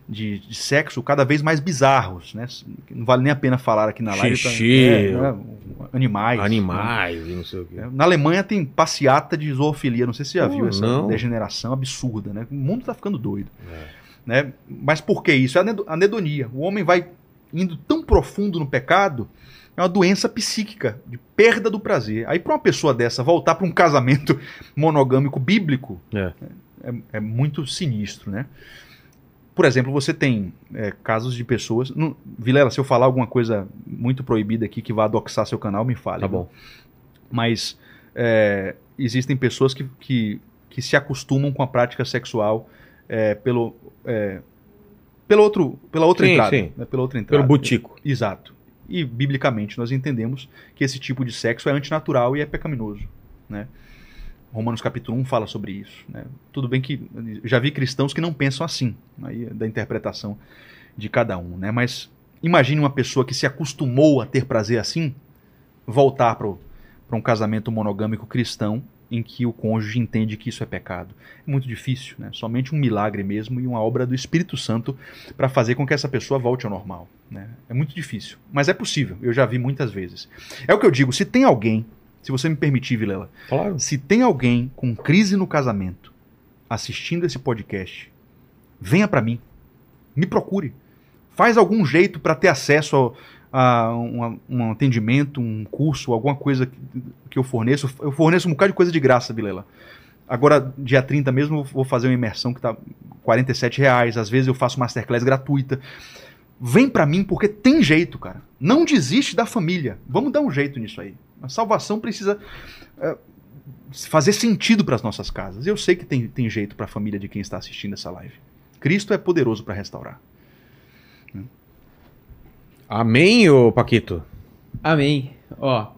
de sexo cada vez mais bizarros, né? Não vale nem a pena falar aqui na live. Xixi, animais. Animais, e não sei o quê. Na Alemanha tem passeata de zoofilia, não sei se você já viu essa não. degeneração absurda, né? O mundo tá ficando doido. Né? Mas por que isso? É a anedonia. O homem vai indo tão profundo no pecado, é uma doença psíquica, de perda do prazer. Aí para uma pessoa dessa voltar para um casamento monogâmico bíblico, é muito sinistro, né? Por exemplo, você tem casos de pessoas... Vilela, se eu falar alguma coisa muito proibida aqui que vá adoxar seu canal, me fale. Tá bom. Mas existem pessoas que se acostumam com a prática sexual pela outra entrada. Sim. Né? Pela outra entrada. Pelo butico. Exato. E, biblicamente, nós entendemos que esse tipo de sexo é antinatural e é pecaminoso, né? Romanos capítulo 1 fala sobre isso, né? Tudo bem que já vi cristãos que não pensam assim, aí é da interpretação de cada um, né? Mas imagine uma pessoa que se acostumou a ter prazer assim, voltar para um casamento monogâmico cristão em que o cônjuge entende que isso é pecado. É muito difícil, né? Somente um milagre mesmo e uma obra do Espírito Santo para fazer com que essa pessoa volte ao normal, né? É muito difícil, mas é possível, eu já vi muitas vezes. É o que eu digo, se tem alguém, se você me permitir, Vilela, Claro. se tem alguém com crise no casamento assistindo esse podcast, venha para mim, me procure, faz algum jeito para ter acesso a um atendimento, um curso, alguma coisa que eu forneço. Eu forneço um bocado de coisa de graça, Vilela. Agora, dia 30 mesmo, eu vou fazer uma imersão que tá R$47. Às vezes eu faço masterclass gratuita. Vem pra mim porque tem jeito, cara. Não desiste da família. Vamos dar um jeito nisso aí. A salvação precisa fazer sentido para as nossas casas. Eu sei que tem jeito para a família de quem está assistindo essa live. Cristo é poderoso para restaurar. Amém, ô Paquito? Amém. Ó,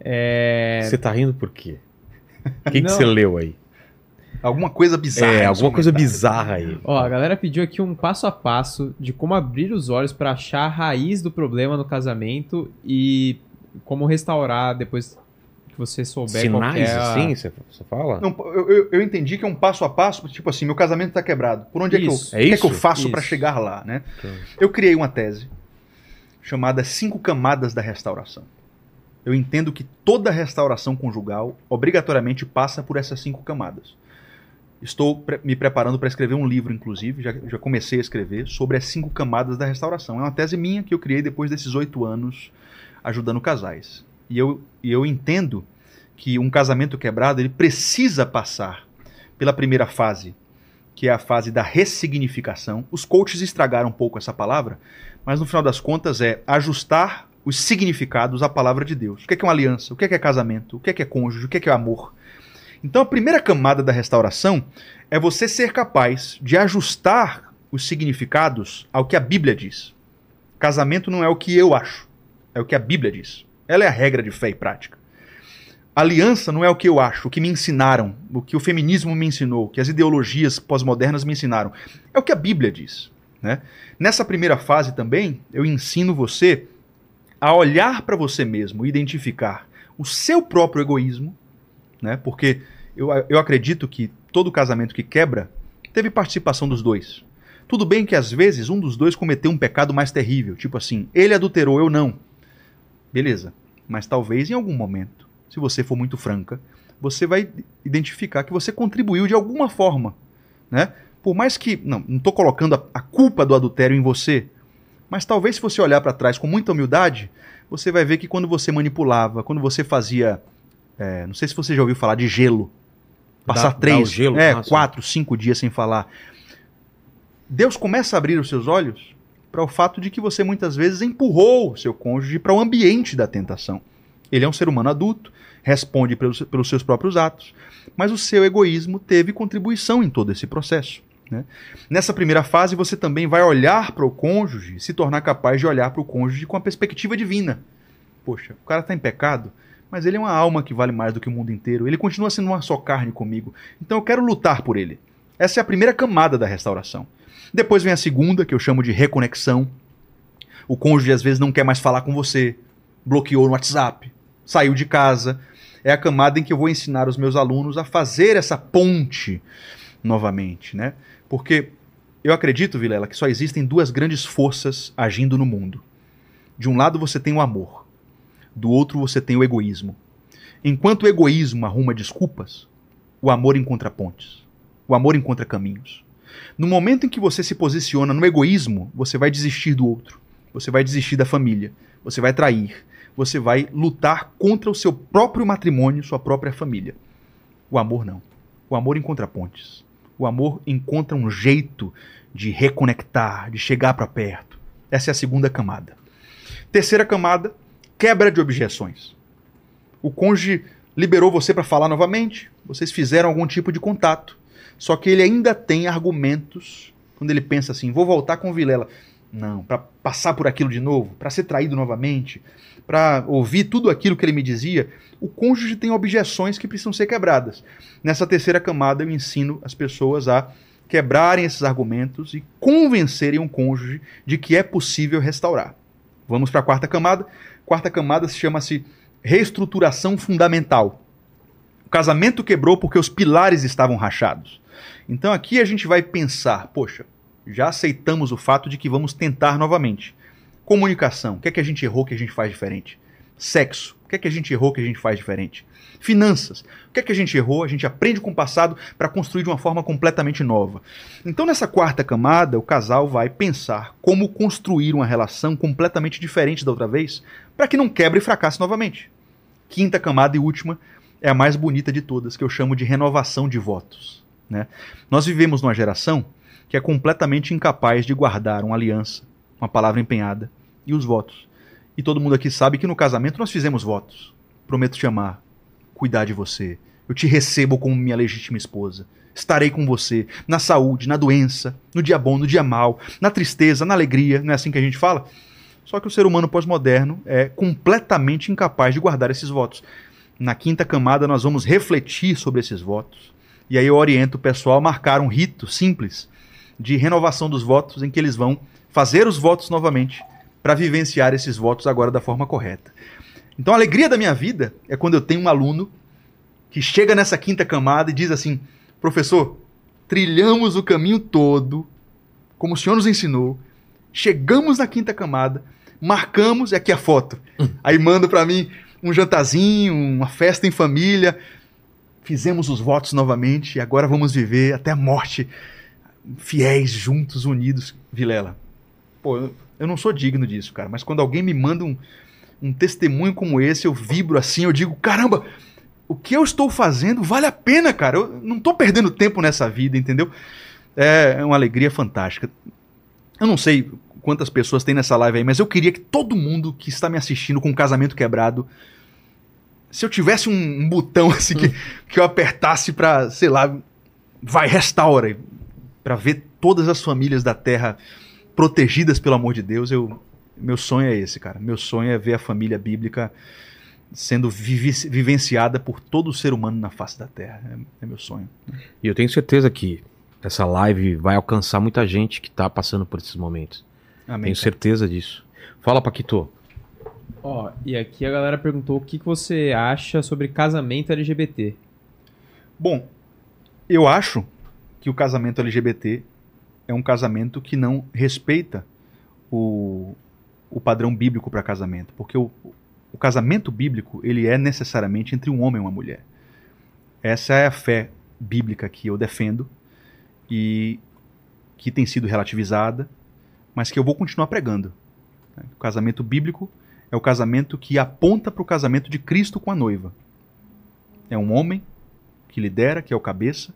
Você tá rindo por quê? O que Não. você leu aí? Alguma coisa bizarra. Alguma coisa bizarra aí. Ó, a galera pediu aqui um passo a passo de como abrir os olhos pra achar a raiz do problema no casamento e como restaurar depois que você souber Sinais, qual assim, você fala? Não, eu entendi que é um passo a passo, tipo assim, meu casamento está quebrado. Por onde Isso. é que eu faço Isso. para chegar lá, né? Então. Eu criei uma tese chamada 5 camadas da restauração. Eu entendo que toda restauração conjugal obrigatoriamente passa por essas 5 camadas. Estou me preparando para escrever um livro, inclusive, já comecei a escrever, sobre as 5 camadas da restauração. É uma tese minha que eu criei depois desses 8 anos ajudando casais. E eu entendo que um casamento quebrado ele precisa passar pela primeira fase, que é a fase da ressignificação. Os coaches estragaram um pouco essa palavra, mas no final das contas é ajustar os significados à palavra de Deus. O que é uma aliança? O que é casamento? O que é cônjuge? O que é amor? Então a primeira camada da restauração é você ser capaz de ajustar os significados ao que a Bíblia diz. Casamento não é o que eu acho, é o que a Bíblia diz. Ela é a regra de fé e prática. Aliança não é o que eu acho, o que me ensinaram, o que o feminismo me ensinou, o que as ideologias pós-modernas me ensinaram. É o que a Bíblia diz, né? Nessa primeira fase também, eu ensino você a olhar para você mesmo e identificar o seu próprio egoísmo, né? Porque eu acredito que todo casamento que quebra teve participação dos dois. Tudo bem que às vezes um dos dois cometeu um pecado mais terrível, tipo assim, ele adulterou, eu não. Beleza, mas talvez em algum momento, se você for muito franca, você vai identificar que você contribuiu de alguma forma, né? Por mais que, não estou colocando a culpa do adultério em você, mas talvez se você olhar para trás com muita humildade, você vai ver que quando você manipulava, quando você fazia, não sei se você já ouviu falar de gelo, passar 4, 5 dias sem falar, Deus começa a abrir os seus olhos para o fato de que você muitas vezes empurrou o seu cônjuge para o ambiente da tentação. Ele é um ser humano adulto, responde pelos seus próprios atos, mas o seu egoísmo teve contribuição em todo esse processo, né? Nessa primeira fase, você também vai olhar para o cônjuge, se tornar capaz de olhar para o cônjuge com a perspectiva divina. Poxa, o cara está em pecado, mas ele é uma alma que vale mais do que o mundo inteiro. Ele continua sendo uma só carne comigo, então eu quero lutar por ele. Essa é a primeira camada da restauração. Depois vem a segunda, que eu chamo de reconexão. O cônjuge às vezes não quer mais falar com você, bloqueou no WhatsApp, saiu de casa. É a camada em que eu vou ensinar os meus alunos a fazer essa ponte novamente, né? Porque Eu acredito, Vilela, que só existem duas grandes forças agindo no mundo. De um lado você tem o amor, do outro você tem o egoísmo. Enquanto o egoísmo arruma desculpas, o amor encontra pontes. O amor encontra caminhos. No momento em que você se posiciona no egoísmo, você vai desistir do outro. Você vai desistir da família. Você vai trair. Você vai lutar contra o seu próprio matrimônio, sua própria família. O amor não. O amor encontra pontes. O amor encontra um jeito de reconectar, de chegar para perto. Essa é a segunda camada. Terceira camada, quebra de objeções. O cônjuge liberou você para falar novamente, vocês fizeram algum tipo de contato, só que ele ainda tem argumentos, quando ele pensa assim, vou voltar com o Vilela. Não, para passar por aquilo de novo, para ser traído novamente, para ouvir tudo aquilo que ele me dizia, o cônjuge tem objeções que precisam ser quebradas. Nessa terceira camada eu ensino as pessoas a quebrarem esses argumentos e convencerem um cônjuge de que é possível restaurar. Vamos para a quarta camada. Quarta camada chama-se reestruturação fundamental. O casamento quebrou porque os pilares estavam rachados. Então aqui a gente vai pensar, poxa, já aceitamos o fato de que vamos tentar novamente. Comunicação, o que é que a gente errou que a gente faz diferente? Sexo, o que é que a gente errou que a gente faz diferente? Finanças, o que é que a gente errou, a gente aprende com o passado para construir de uma forma completamente nova. Então nessa quarta camada, o casal vai pensar como construir uma relação completamente diferente da outra vez, para que não quebre e fracasse novamente. Quinta camada e última é a mais bonita de todas, que eu chamo de renovação de votos, né? Nós vivemos numa geração que é completamente incapaz de guardar uma aliança, uma palavra empenhada e os votos. E todo mundo aqui sabe que no casamento nós fizemos votos. Prometo te amar, cuidar de você, eu te recebo como minha legítima esposa, estarei com você na saúde, na doença, no dia bom, no dia mau, na tristeza, na alegria, não é assim que a gente fala? Só que o ser humano pós-moderno é completamente incapaz de guardar esses votos. Na quinta camada nós vamos refletir sobre esses votos, e aí eu oriento o pessoal a marcar um rito simples de renovação dos votos, em que eles vão fazer os votos novamente, para vivenciar esses votos agora da forma correta. Então a alegria da minha vida é quando eu tenho um aluno que chega nessa quinta camada e diz assim, professor, trilhamos o caminho todo, como o senhor nos ensinou, chegamos na quinta camada, marcamos, e aqui a foto. Aí manda para mim um jantarzinho, uma festa em família, fizemos os votos novamente e agora vamos viver até a morte, fiéis, juntos, unidos. Vilela, pô, eu não sou digno disso, cara, mas quando alguém me manda um testemunho como esse, eu vibro assim, eu digo, caramba, o que eu estou fazendo vale a pena, cara, eu não estou perdendo tempo nessa vida, entendeu? É uma alegria fantástica. Eu não sei quantas pessoas tem nessa live aí, mas eu queria que todo mundo que está me assistindo com um casamento quebrado, se eu tivesse um botão assim que eu apertasse pra, sei lá, vai, restaura, pra ver todas as famílias da Terra protegidas pelo amor de Deus, meu sonho é esse, cara. Meu sonho é ver a família bíblica sendo vivenciada por todo ser humano na face da Terra. É meu sonho. E eu tenho certeza que essa live vai alcançar muita gente que está passando por esses momentos. Amém, tenho cara. certeza disso. Fala, Paquito. Ó, e aqui a galera perguntou o que você acha sobre casamento LGBT. Bom, eu acho que o casamento LGBT é um casamento que não respeita o padrão bíblico para casamento, porque o casamento bíblico ele é necessariamente entre um homem e uma mulher. Essa é a fé bíblica que eu defendo e que tem sido relativizada, mas que eu vou continuar pregando. O casamento bíblico é o casamento que aponta para o casamento de Cristo com a noiva. É um homem que lidera, que é o cabeça,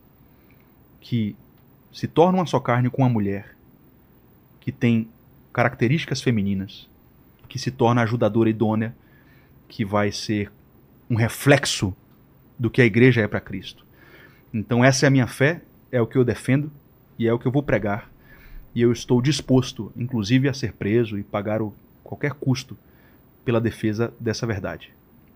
que se torna uma só carne com uma mulher, que tem características femininas, que se torna ajudadora idônea, que vai ser um reflexo do que a igreja é para Cristo. Então essa é a minha fé, é o que eu defendo e é o que eu vou pregar. E eu estou disposto, inclusive, a ser preso e pagar qualquer custo pela defesa dessa verdade.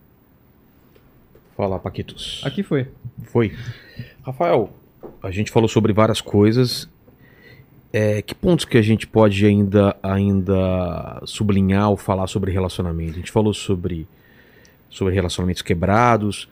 Fala, Paquitos. Aqui foi. Foi. Rafael, a gente falou sobre várias coisas. Que pontos que a gente pode ainda sublinhar ou falar sobre relacionamento? A gente falou sobre relacionamentos quebrados,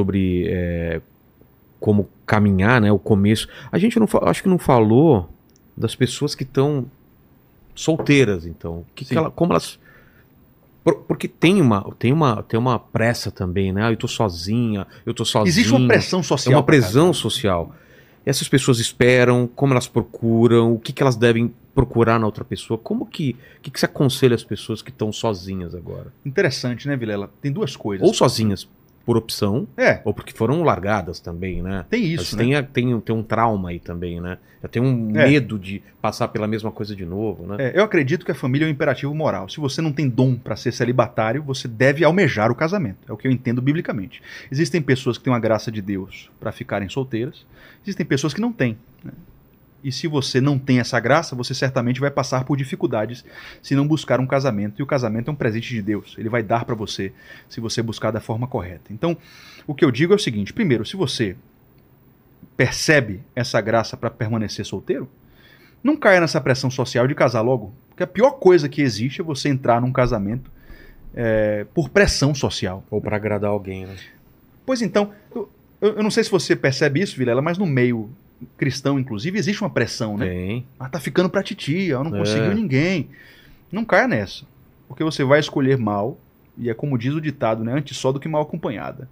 sobre como caminhar, né, o começo. A gente acho que não falou das pessoas que estão solteiras, então. Sim. Como elas... Porque tem uma pressa também, né? Eu tô sozinha, eu tô sozinho. Existe uma pressão É social. uma pressão social. Essas pessoas esperam, como elas procuram, o que elas devem procurar na outra pessoa. Como que você aconselha as pessoas que estão sozinhas agora? Interessante, né, Vilela? Tem duas coisas. Ou sozinhas por opção, É, ou porque foram largadas também, né? tem isso, Mas né? tem um trauma aí também, né? Já tem um É. medo de passar pela mesma coisa de novo, né? Eu acredito que a família é um imperativo moral. Se você não tem dom para ser celibatário, você deve almejar o casamento. É o que eu entendo biblicamente. Existem pessoas que têm uma graça de Deus para ficarem solteiras. Existem pessoas que não têm, né? E se você não tem essa graça, você certamente vai passar por dificuldades se não buscar um casamento. E o casamento é um presente de Deus. Ele vai dar para você se você buscar da forma correta. Então, o que eu digo é o seguinte. Primeiro, se você percebe essa graça para permanecer solteiro, não caia nessa pressão social de casar logo. Porque a pior coisa que existe é você entrar num casamento por pressão social. Ou para agradar alguém, né? Pois então, eu não sei se você percebe isso, Vilela, mas no meio cristão, inclusive, existe uma pressão, né? Tem. Ah, tá ficando pra titia, não É. conseguiu ninguém. Não caia nessa. Porque você vai escolher mal, e é como diz o ditado, né? Antes só do que mal acompanhada.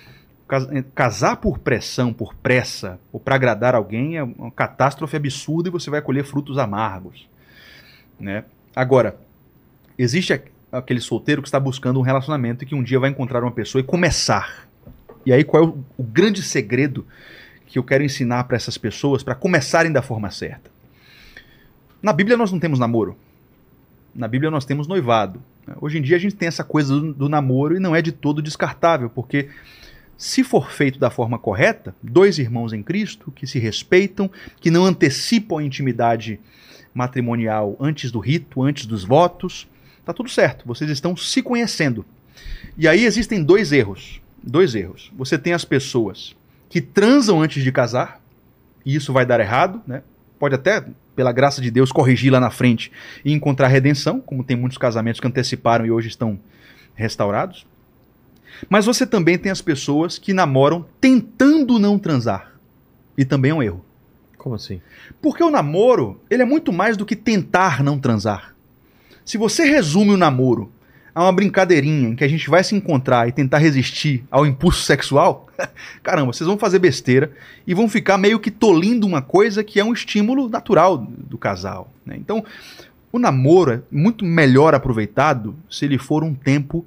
Casar por pressão, por pressa, ou para agradar alguém é uma catástrofe absurda e você vai colher frutos amargos, né? Agora, existe aquele solteiro que está buscando um relacionamento e que um dia vai encontrar uma pessoa e começar. E aí qual é o grande segredo que eu quero ensinar para essas pessoas para começarem da forma certa? Na Bíblia nós não temos namoro. Na Bíblia nós temos noivado. Hoje em dia a gente tem essa coisa do namoro e não é de todo descartável, porque se for feito da forma correta, dois irmãos em Cristo que se respeitam, que não antecipam a intimidade matrimonial antes do rito, antes dos votos, tá tudo certo. Vocês estão se conhecendo. E aí existem dois erros. Você tem as pessoas que transam antes de casar, e isso vai dar errado, né? Pode até, pela graça de Deus, corrigir lá na frente e encontrar redenção, como tem muitos casamentos que anteciparam e hoje estão restaurados. Mas você também tem as pessoas que namoram tentando não transar, e também é um erro. Como assim? Porque o namoro, ele é muito mais do que tentar não transar. Se você resume o namoro a uma brincadeirinha em que a gente vai se encontrar e tentar resistir ao impulso sexual, caramba, vocês vão fazer besteira e vão ficar meio que tolindo uma coisa que é um estímulo natural do casal, né? Então, o namoro é muito melhor aproveitado se ele for um tempo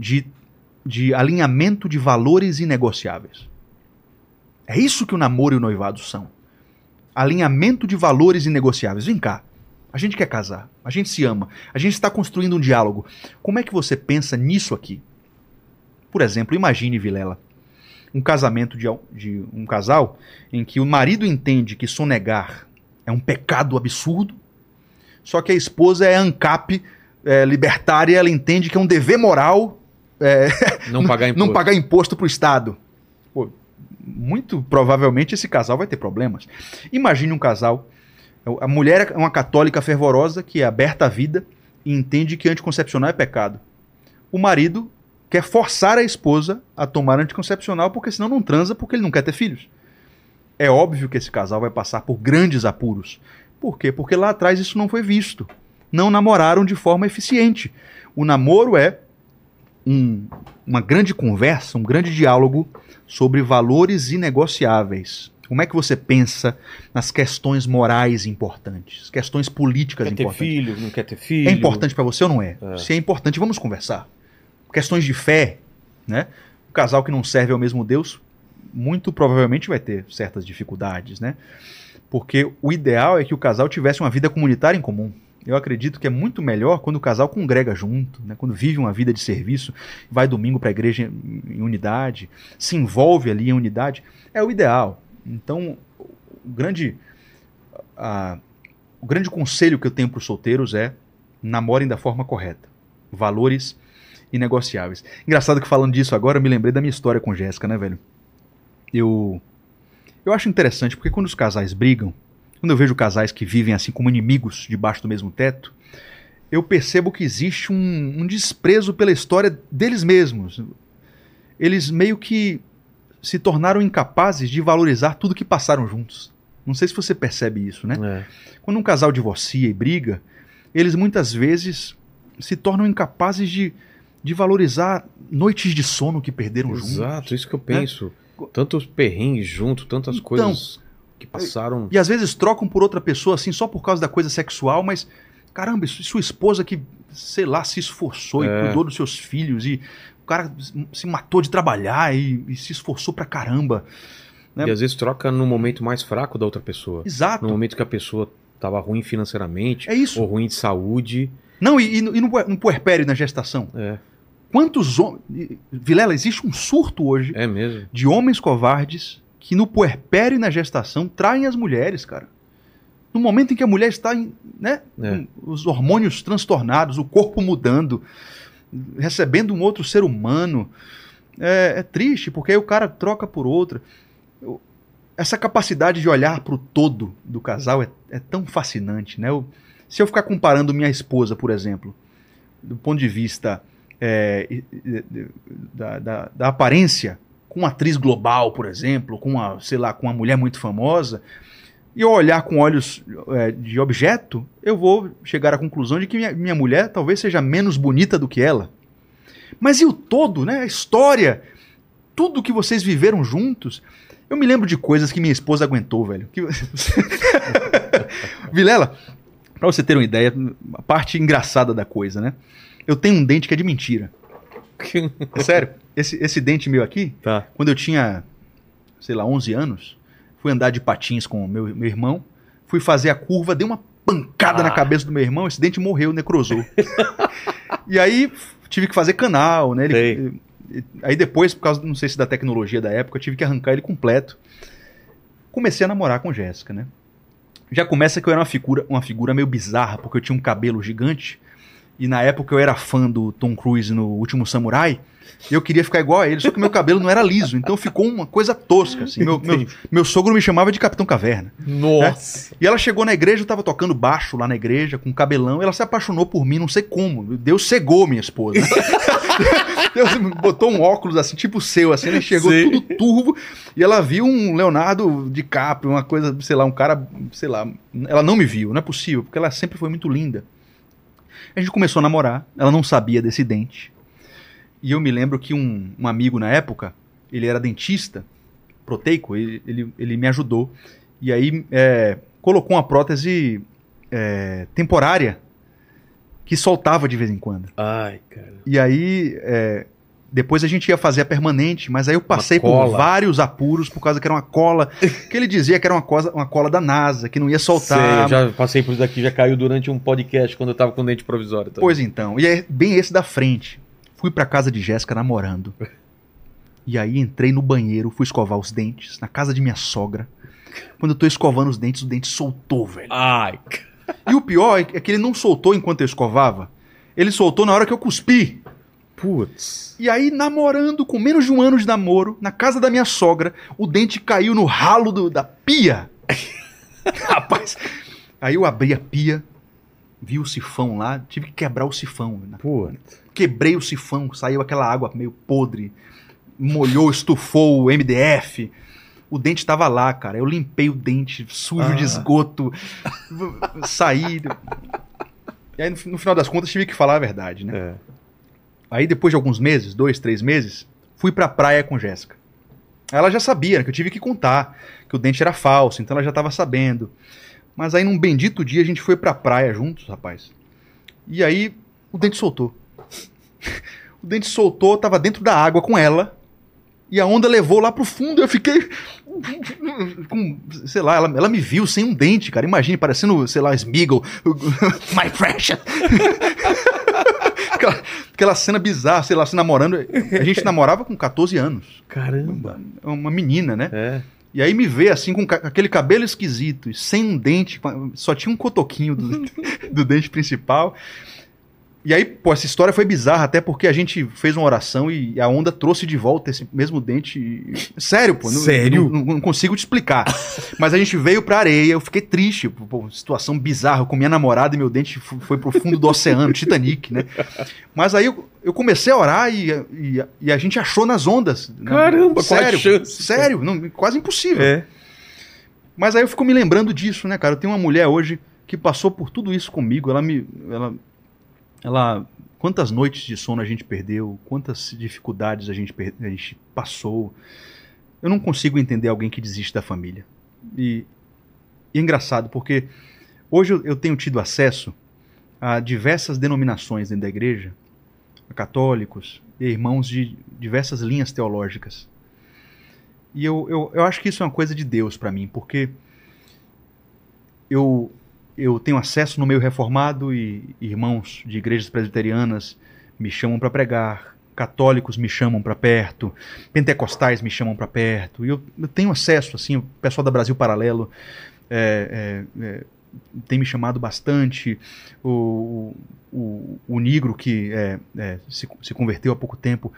de alinhamento de valores inegociáveis. É isso que o namoro e o noivado são. Alinhamento de valores inegociáveis. Vem cá. A gente quer casar, a gente se ama, a gente está construindo um diálogo. Como é que você pensa nisso aqui? Por exemplo, imagine, Vilela, um casamento de um casal em que o marido entende que sonegar é um pecado absurdo, só que a esposa é ANCAP, libertária, ela entende que é um dever moral Não pagar imposto. não pagar imposto para o Estado. Pô, muito provavelmente esse casal vai ter problemas. Imagine um casal. A mulher é uma católica fervorosa que é aberta à vida e entende que anticoncepcional é pecado. O marido quer forçar a esposa a tomar anticoncepcional porque senão não transa porque ele não quer ter filhos. É óbvio que esse casal vai passar por grandes apuros. Por quê? Porque lá atrás isso não foi visto. Não namoraram de forma eficiente. O namoro é uma grande conversa, um grande diálogo sobre valores inegociáveis. Como é que você pensa nas questões morais importantes, questões políticas Quer ter importantes? filho, não quer ter filho. É importante para você ou não é? É. Se é importante, vamos conversar. Questões de fé, né? O casal que não serve ao mesmo Deus, muito provavelmente vai ter certas dificuldades, né? Porque o ideal é que o casal tivesse uma vida comunitária em comum. Eu acredito que é muito melhor quando o casal congrega junto, né? Quando vive uma vida de serviço, vai domingo para a igreja em unidade, se envolve ali em unidade, é o ideal. Então, o grande conselho que eu tenho para os solteiros é namorem da forma correta. Valores inegociáveis. Engraçado que falando disso agora, eu me lembrei da minha história com Jéssica, né, velho? Eu acho interessante porque quando os casais brigam, quando eu vejo casais que vivem assim como inimigos debaixo do mesmo teto, eu percebo que existe um desprezo pela história deles mesmos. Eles meio que se tornaram incapazes de valorizar tudo que passaram juntos. Não sei se você percebe isso, né? É. Quando um casal divorcia e briga, eles muitas vezes se tornam incapazes de valorizar noites de sono que perderam juntos. Exato, isso que eu penso. Tantos perrengues junto, tantas coisas que passaram. E às vezes trocam por outra pessoa assim só por causa da coisa sexual, mas caramba, sua esposa que, sei lá, se esforçou e cuidou dos seus filhos e o cara se matou de trabalhar e se esforçou pra caramba. Né? E às vezes troca no momento mais fraco da outra pessoa. Exato. No momento que a pessoa tava ruim financeiramente, É isso. ou ruim de saúde. Não, e no puerpério, na gestação. É, Quantos homens... Vilela, existe um surto hoje é mesmo. de homens covardes que no puerpério e na gestação traem as mulheres, cara. No momento em que a mulher está, né, com os hormônios transtornados, o corpo mudando, recebendo um outro ser humano. É triste, porque aí o cara troca por outra. Essa capacidade de olhar para o todo do casal é tão fascinante, né? Se eu ficar comparando minha esposa, por exemplo, do ponto de vista da aparência, com uma atriz global, por exemplo, com uma mulher muito famosa, e eu olhar com olhos de objeto, eu vou chegar à conclusão de que minha mulher talvez seja menos bonita do que ela. Mas e o todo, né? A história, tudo que vocês viveram juntos. Eu me lembro de coisas que minha esposa aguentou, velho. Vilela, pra você ter uma ideia, a parte engraçada da coisa, né? Eu tenho um dente que é de mentira. É sério. Esse dente meu aqui, quando eu tinha, sei lá, 11 anos, fui andar de patins com o meu irmão, fui fazer a curva, dei uma pancada na cabeça do meu irmão, esse dente morreu, necrosou. E aí tive que fazer canal, né? Aí depois, por causa, não sei se da tecnologia da época, eu tive que arrancar ele completo. Comecei a namorar com Jéssica, né? Já começa que eu era uma figura meio bizarra, porque eu tinha um cabelo gigante, e na época eu era fã do Tom Cruise no Último Samurai, e eu queria ficar igual a ele, só que meu cabelo não era liso, então ficou uma coisa tosca, assim. Meu sogro me chamava de Capitão Caverna. Nossa! Né? E ela chegou na igreja, eu tava tocando baixo lá na igreja, com cabelão, e ela se apaixonou por mim, não sei como. Deus cegou minha esposa. Deus botou um óculos assim, tipo o seu, assim, ele chegou tudo turvo, e ela viu um Leonardo DiCaprio, uma coisa, sei lá, um cara, sei lá, ela não me viu, não é possível, porque ela sempre foi muito linda. A gente começou a namorar, ela não sabia desse dente, e eu me lembro que um amigo na época, ele era dentista, proteico, ele me ajudou, e aí colocou uma prótese temporária, que soltava de vez em quando. Ai, cara. E aí, depois a gente ia fazer a permanente, mas aí eu passei por vários apuros por causa que era uma cola, que ele dizia que era uma cola da NASA, que não ia soltar. Sei, eu já passei por isso daqui, já caiu durante um podcast quando eu tava com dente provisório. Também. Pois então, e é bem esse da frente. Fui pra casa de Jéssica namorando. E aí entrei no banheiro, fui escovar os dentes, na casa de minha sogra. Quando eu tô escovando os dentes, o dente soltou, velho. Ai, cara. E o pior é que ele não soltou enquanto eu escovava. Ele soltou na hora que eu cuspi. Putz. E aí, namorando, com menos de um ano de namoro, na casa da minha sogra, o dente caiu no ralo da pia. Rapaz. Aí eu abri a pia, vi o sifão lá, tive que quebrar o sifão. Putz. Quebrei o sifão, saiu aquela água meio podre, molhou, estufou o MDF. O dente tava lá, cara. Eu limpei o dente, sujo de esgoto, saí. E aí, no final das contas, tive que falar a verdade, né? Aí, depois de alguns meses, 2, 3 meses, fui pra praia com Jéssica. Ela já sabia, né, que eu tive que contar, que o dente era falso, então ela já tava sabendo. Mas aí, num bendito dia, a gente foi pra praia juntos, rapaz. E aí, o dente soltou. O dente soltou, tava dentro da água com ela. E a onda levou lá pro fundo, eu fiquei com, sei lá, ela me viu sem um dente, cara. Imagine, parecendo, sei lá, Smeagol. My precious. Aquela cena bizarra, sei lá, se namorando. A gente namorava com 14 anos. Caramba. Uma menina, né? E aí me vê assim, com aquele cabelo esquisito, e sem um dente, só tinha um cotoquinho do dente principal. E aí, pô, essa história foi bizarra, até porque a gente fez uma oração e a onda trouxe de volta esse mesmo dente. Sério, pô. Sério? Não consigo te explicar. Mas a gente veio pra areia, eu fiquei triste, pô, situação bizarra. Eu com minha namorada e meu dente foi pro fundo do oceano, Titanic, né? Mas aí eu comecei a orar e a gente achou nas ondas. Caramba, sério, qual a chance? Sério, quase impossível. Mas aí eu fico me lembrando disso, né, cara? Eu tenho uma mulher hoje que passou por tudo isso comigo. Ela quantas noites de sono a gente perdeu, quantas dificuldades a gente passou. Eu não consigo entender alguém que desiste da família. E é engraçado, porque hoje eu tenho tido acesso a diversas denominações dentro da igreja, a católicos e irmãos de diversas linhas teológicas. E eu acho que isso é uma coisa de Deus para mim, porque eu tenho acesso no meio reformado e irmãos de igrejas presbiterianas me chamam para pregar, católicos me chamam para perto, pentecostais me chamam para perto, e eu tenho acesso, assim, o pessoal da Brasil Paralelo tem me chamado bastante, o Nigro, que se converteu há pouco tempo,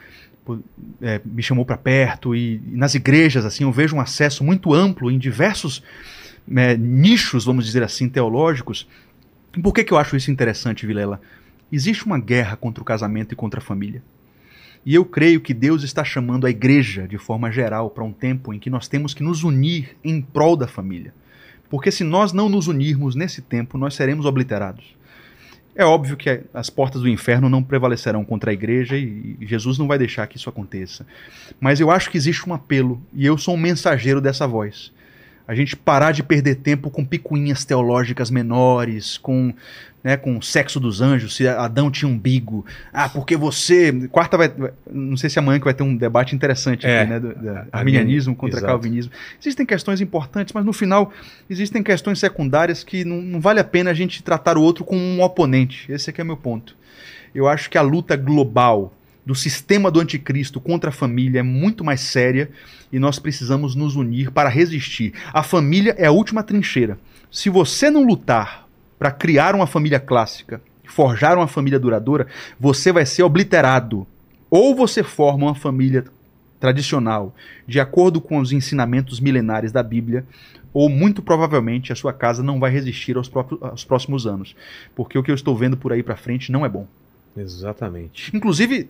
me chamou para perto, e nas igrejas, assim, eu vejo um acesso muito amplo em diversos nichos, vamos dizer assim, teológicos. Por que eu acho isso interessante, Vilela? Existe uma guerra contra o casamento e contra a família. E eu creio que Deus está chamando a igreja, de forma geral, para um tempo em que nós temos que nos unir em prol da família. Porque se nós não nos unirmos nesse tempo, nós seremos obliterados. É óbvio que as portas do inferno não prevalecerão contra a igreja e Jesus não vai deixar que isso aconteça. Mas eu acho que existe um apelo, e eu sou um mensageiro dessa voz. A gente parar de perder tempo com picuinhas teológicas menores, com o sexo dos anjos, se Adão tinha umbigo. Porque você... Não sei se amanhã que vai ter um debate interessante aqui, né? Do arminianismo contra calvinismo. Existem questões importantes, mas no final existem questões secundárias que não vale a pena a gente tratar o outro como um oponente. Esse aqui é o meu ponto. Eu acho que a luta global do sistema do anticristo contra a família é muito mais séria e nós precisamos nos unir para resistir. A família é a última trincheira. Se você não lutar para criar uma família clássica, forjar uma família duradoura, você vai ser obliterado. Ou você forma uma família tradicional, de acordo com os ensinamentos milenares da Bíblia, ou muito provavelmente a sua casa não vai resistir aos próximos anos. Porque o que eu estou vendo por aí para frente não é bom. Exatamente. Inclusive,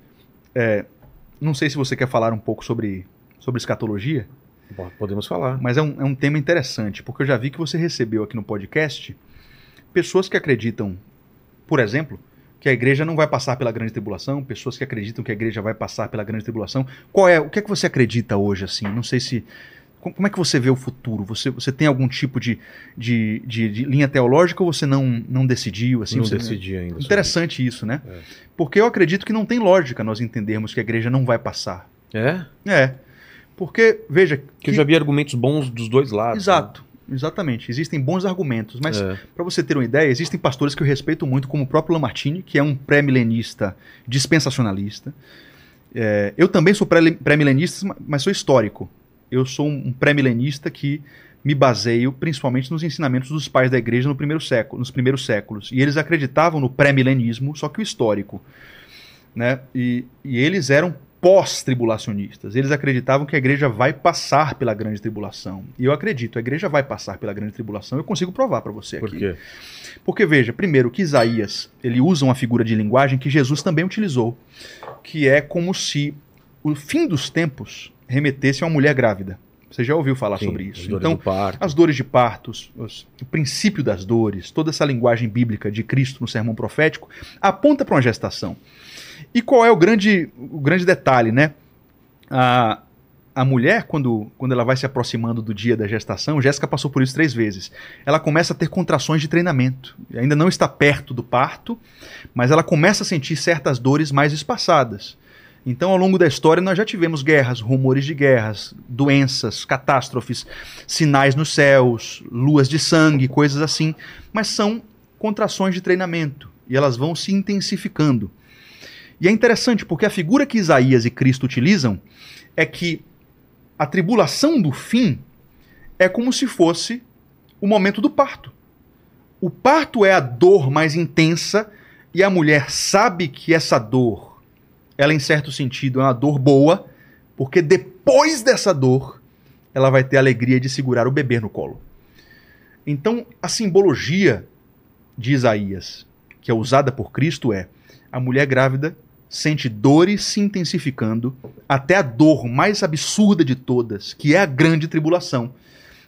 não sei se você quer falar um pouco sobre escatologia. Podemos falar. Mas é um tema interessante, porque eu já vi que você recebeu aqui no podcast pessoas que acreditam, por exemplo, que a igreja não vai passar pela grande tribulação, pessoas que acreditam que a igreja vai passar pela grande tribulação. O que é que você acredita hoje, assim? Não sei se... Como é que você vê o futuro? Você tem algum tipo de linha teológica ou você não decidiu? Assim, não decidi ainda. Interessante isso, né? Porque eu acredito que não tem lógica nós entendermos que a igreja não vai passar. Porque, veja... Que eu já vi argumentos bons dos dois lados. Exato. Né? Exatamente. Existem bons argumentos. Mas, para você ter uma ideia, existem pastores que eu respeito muito, como o próprio Lamartine, que é um pré-milenista dispensacionalista. Eu também sou pré-milenista, mas sou histórico. Eu sou um pré-milenista que me baseio principalmente nos ensinamentos dos pais da igreja nos primeiros séculos. E eles acreditavam no pré-milenismo, só que o histórico. Né? E eles eram pós-tribulacionistas. Eles acreditavam que a igreja vai passar pela grande tribulação. E eu acredito, a igreja vai passar pela grande tribulação. Eu consigo provar para você aqui. Por quê? Porque, veja, primeiro que Isaías, ele usa uma figura de linguagem que Jesus também utilizou, que é como se o fim dos tempos remetesse a uma mulher grávida. Você já ouviu falar sobre isso? Então, as dores de parto, o princípio das dores, toda essa linguagem bíblica de Cristo no sermão profético, aponta para uma gestação. E qual é o grande detalhe, né? A mulher, quando ela vai se aproximando do dia da gestação, Jéssica passou por isso 3 vezes, ela começa a ter contrações de treinamento. Ainda não está perto do parto, mas ela começa a sentir certas dores mais espaçadas. Então, ao longo da história, nós já tivemos guerras, rumores de guerras, doenças, catástrofes, sinais nos céus, luas de sangue, coisas assim. Mas são contrações de treinamento e elas vão se intensificando. E é interessante porque a figura que Isaías e Cristo utilizam é que a tribulação do fim é como se fosse o momento do parto. O parto é a dor mais intensa e a mulher sabe que essa dor, ela em certo sentido é uma dor boa, porque depois dessa dor ela vai ter a alegria de segurar o bebê no colo. Então a simbologia de Isaías, que é usada por Cristo, é a mulher grávida sente dores se intensificando até a dor mais absurda de todas, que é a grande tribulação.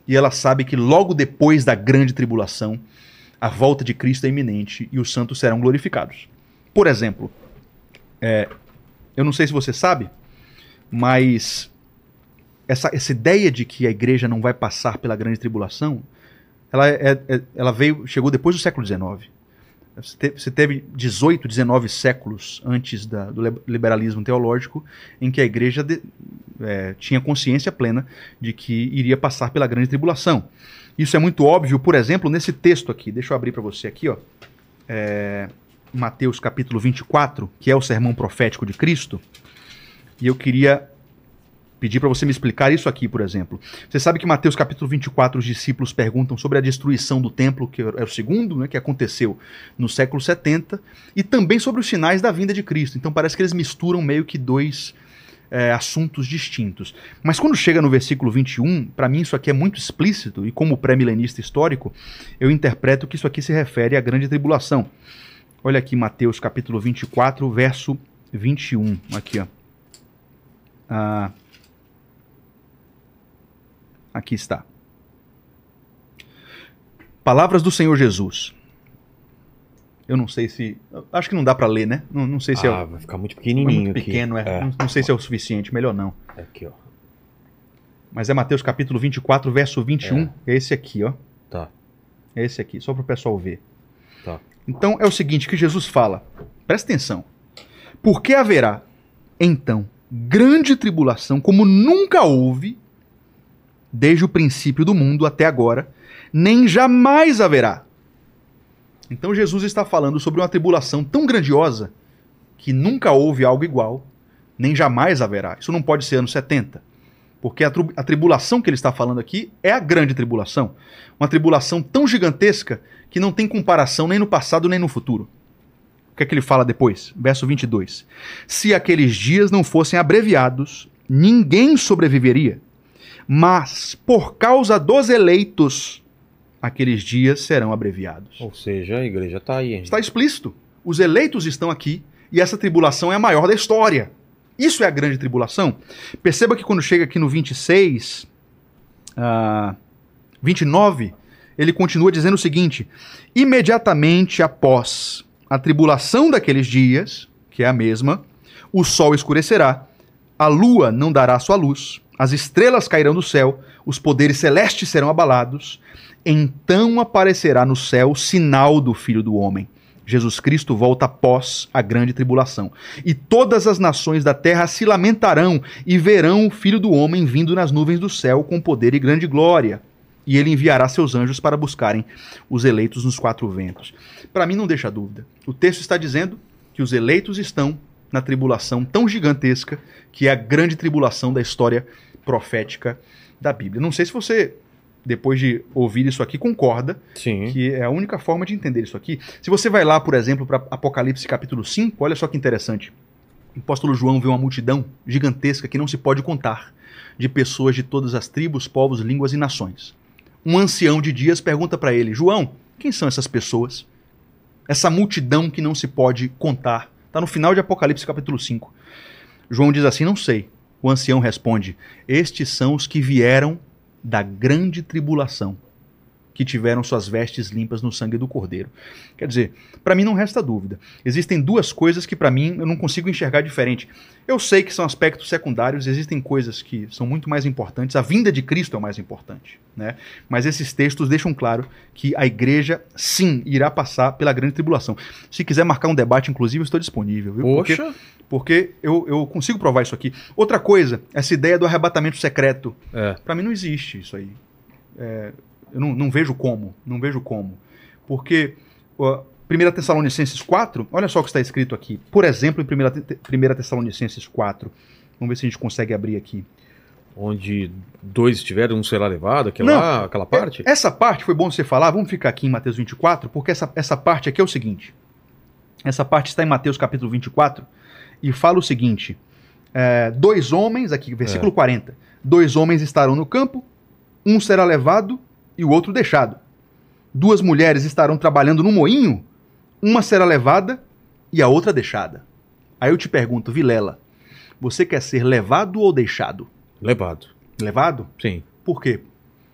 e ela sabe que logo depois da grande tribulação, a volta de Cristo é iminente e os santos serão glorificados. Por exemplo, eu não sei se você sabe, mas essa ideia de que a igreja não vai passar pela grande tribulação, ela chegou depois do século XIX. Você teve 18, 19 séculos antes do liberalismo teológico em que a igreja tinha consciência plena de que iria passar pela grande tribulação. Isso é muito óbvio, por exemplo, nesse texto aqui. Deixa eu abrir para você aqui, ó. Mateus capítulo 24, que é o sermão profético de Cristo. E eu queria pedir para você me explicar isso aqui, por exemplo. Você sabe que em Mateus capítulo 24 os discípulos perguntam sobre a destruição do templo, que é o segundo, né, que aconteceu no século 70, e também sobre os sinais da vinda de Cristo. Então parece que eles misturam meio que dois assuntos distintos. Mas quando chega no versículo 21, para mim isso aqui é muito explícito, e como pré-milenista histórico, eu interpreto que isso aqui se refere à grande tribulação. Olha aqui Mateus capítulo 24, verso 21, aqui ó. Aqui está. Palavras do Senhor Jesus. Eu não sei se... Acho que não dá para ler, né? Não sei se vai ficar muito pequenininho muito pequeno, aqui. Não sei se é o suficiente, melhor não. Aqui, ó. Mas é Mateus capítulo 24, verso 21. É esse aqui, ó. Tá. É esse aqui, só para o pessoal ver. Tá. Então é o seguinte que Jesus fala. Presta atenção. Porque haverá, então, grande tribulação, como nunca houve, desde o princípio do mundo até agora, nem jamais haverá. Então Jesus está falando sobre uma tribulação tão grandiosa que nunca houve algo igual, nem jamais haverá. Isso não pode ser anos 70. Porque a tribulação que ele está falando aqui é a grande tribulação. Uma tribulação tão gigantesca que não tem comparação nem no passado nem no futuro. O que é que ele fala depois? Verso 22. Se aqueles dias não fossem abreviados, ninguém sobreviveria. Mas, por causa dos eleitos, aqueles dias serão abreviados. Ou seja, a igreja está aí. Está explícito. Os eleitos estão aqui e essa tribulação é a maior da história. Isso é a grande tribulação. Perceba que quando chega aqui no 26, 29, ele continua dizendo o seguinte: imediatamente após a tribulação daqueles dias, que é a mesma, o sol escurecerá, a lua não dará sua luz, as estrelas cairão do céu, os poderes celestes serão abalados, então aparecerá no céu o sinal do Filho do Homem. Jesus Cristo volta após a grande tribulação. E todas as nações da terra se lamentarão e verão o Filho do Homem vindo nas nuvens do céu com poder e grande glória. E ele enviará seus anjos para buscarem os eleitos nos quatro ventos. Para mim não deixa dúvida. O texto está dizendo que os eleitos estão na tribulação tão gigantesca que é a grande tribulação da história profética da Bíblia. Não sei se você, depois de ouvir isso aqui, concorda. Sim. Que é a única forma de entender isso aqui. Se você vai lá, por exemplo, para Apocalipse capítulo 5, olha só que interessante. O apóstolo João vê uma multidão gigantesca que não se pode contar, de pessoas de todas as tribos, povos, línguas e nações. Um ancião de dias pergunta para ele: João, quem são essas pessoas? Essa multidão que não se pode contar. Está no final de Apocalipse capítulo 5. João diz assim: não sei. O ancião responde: estes são os que vieram da grande tribulação, que tiveram suas vestes limpas no sangue do Cordeiro. Quer dizer, para mim não resta dúvida. Existem duas coisas que para mim eu não consigo enxergar diferente. Eu sei que são aspectos secundários, existem coisas que são muito mais importantes. A vinda de Cristo é o mais importante, né? Mas esses textos deixam claro que a igreja, sim, irá passar pela grande tribulação. Se quiser marcar um debate, inclusive, eu estou disponível. Viu? Poxa! Porque eu consigo provar isso aqui. Outra coisa, essa ideia do arrebatamento secreto. Para mim não existe isso aí. Eu não vejo como. Não vejo como. Porque 1 Tessalonicenses 4, olha só o que está escrito aqui. Por exemplo, em 1 Tessalonicenses 4. Vamos ver se a gente consegue abrir aqui. Onde dois estiverem, um será levado, aquela parte? Essa parte foi bom você falar. Vamos ficar aqui em Mateus 24, porque essa parte aqui é o seguinte. Essa parte está em Mateus capítulo 24 e fala o seguinte. 2 homens, aqui versículo 40. 2 homens estarão no campo, um será levado e o outro deixado. 2 mulheres estarão trabalhando no moinho, uma será levada e a outra deixada. Aí eu te pergunto, Vilela, você quer ser levado ou deixado? Levado. Levado? Sim. Por quê?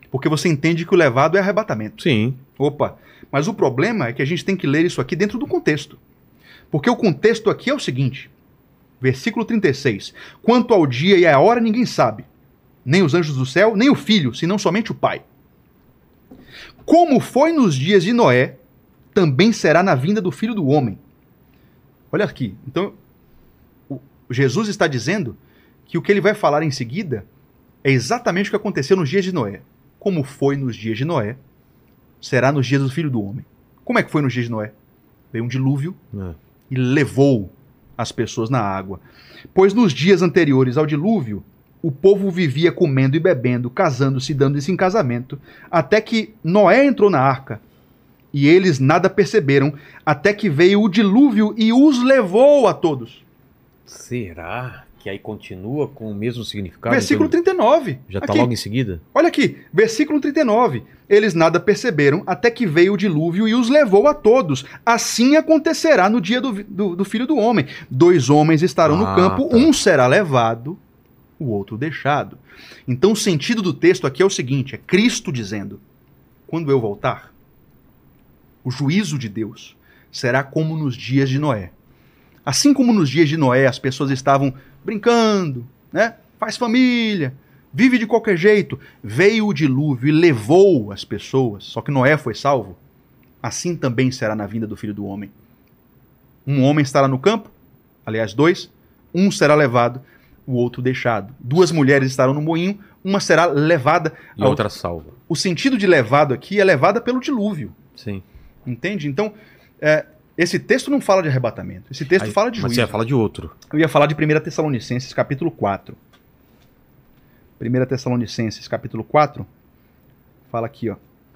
Porque você entende que o levado é arrebatamento. Sim. Opa, mas o problema é que a gente tem que ler isso aqui dentro do contexto. Porque o contexto aqui é o seguinte, versículo 36. Quanto ao dia e à hora ninguém sabe, nem os anjos do céu, nem o Filho, senão somente o Pai. Como foi nos dias de Noé, também será na vinda do Filho do Homem. Olha aqui, então Jesus está dizendo que o que ele vai falar em seguida é exatamente o que aconteceu nos dias de Noé. Como foi nos dias de Noé, será nos dias do Filho do Homem. Como é que foi nos dias de Noé? Veio um dilúvio e levou as pessoas na água. Pois nos dias anteriores ao dilúvio, o povo vivia comendo e bebendo, casando-se e dando-se em casamento, até que Noé entrou na arca. E eles nada perceberam, até que veio o dilúvio e os levou a todos. Será que aí continua com o mesmo significado? Versículo 39. Já está aqui. logo em seguida? Olha aqui, versículo 39. Eles nada perceberam, até que veio o dilúvio e os levou a todos. Assim acontecerá no dia do Filho do Homem. 2 homens estarão no campo, tá. Um será levado, o outro deixado. Então o sentido do texto aqui é o seguinte, é Cristo dizendo, quando eu voltar, o juízo de Deus será como nos dias de Noé. Assim como nos dias de Noé as pessoas estavam brincando, né? Faz família, vive de qualquer jeito. Veio o dilúvio e levou as pessoas, só que Noé foi salvo. Assim também será na vinda do Filho do Homem. Um homem estará no campo, aliás 2, um será levado, o outro deixado. 2 mulheres estarão no moinho, uma será levada. E a outra salva. O sentido de levado aqui é levada pelo dilúvio. Sim. Entende? Então, esse texto não fala de arrebatamento. Esse texto fala de juízo. Mas você ia falar de outro. Eu ia falar de 1 Tessalonicenses, capítulo 4. 1 Tessalonicenses, capítulo 4. Fala aqui, ó.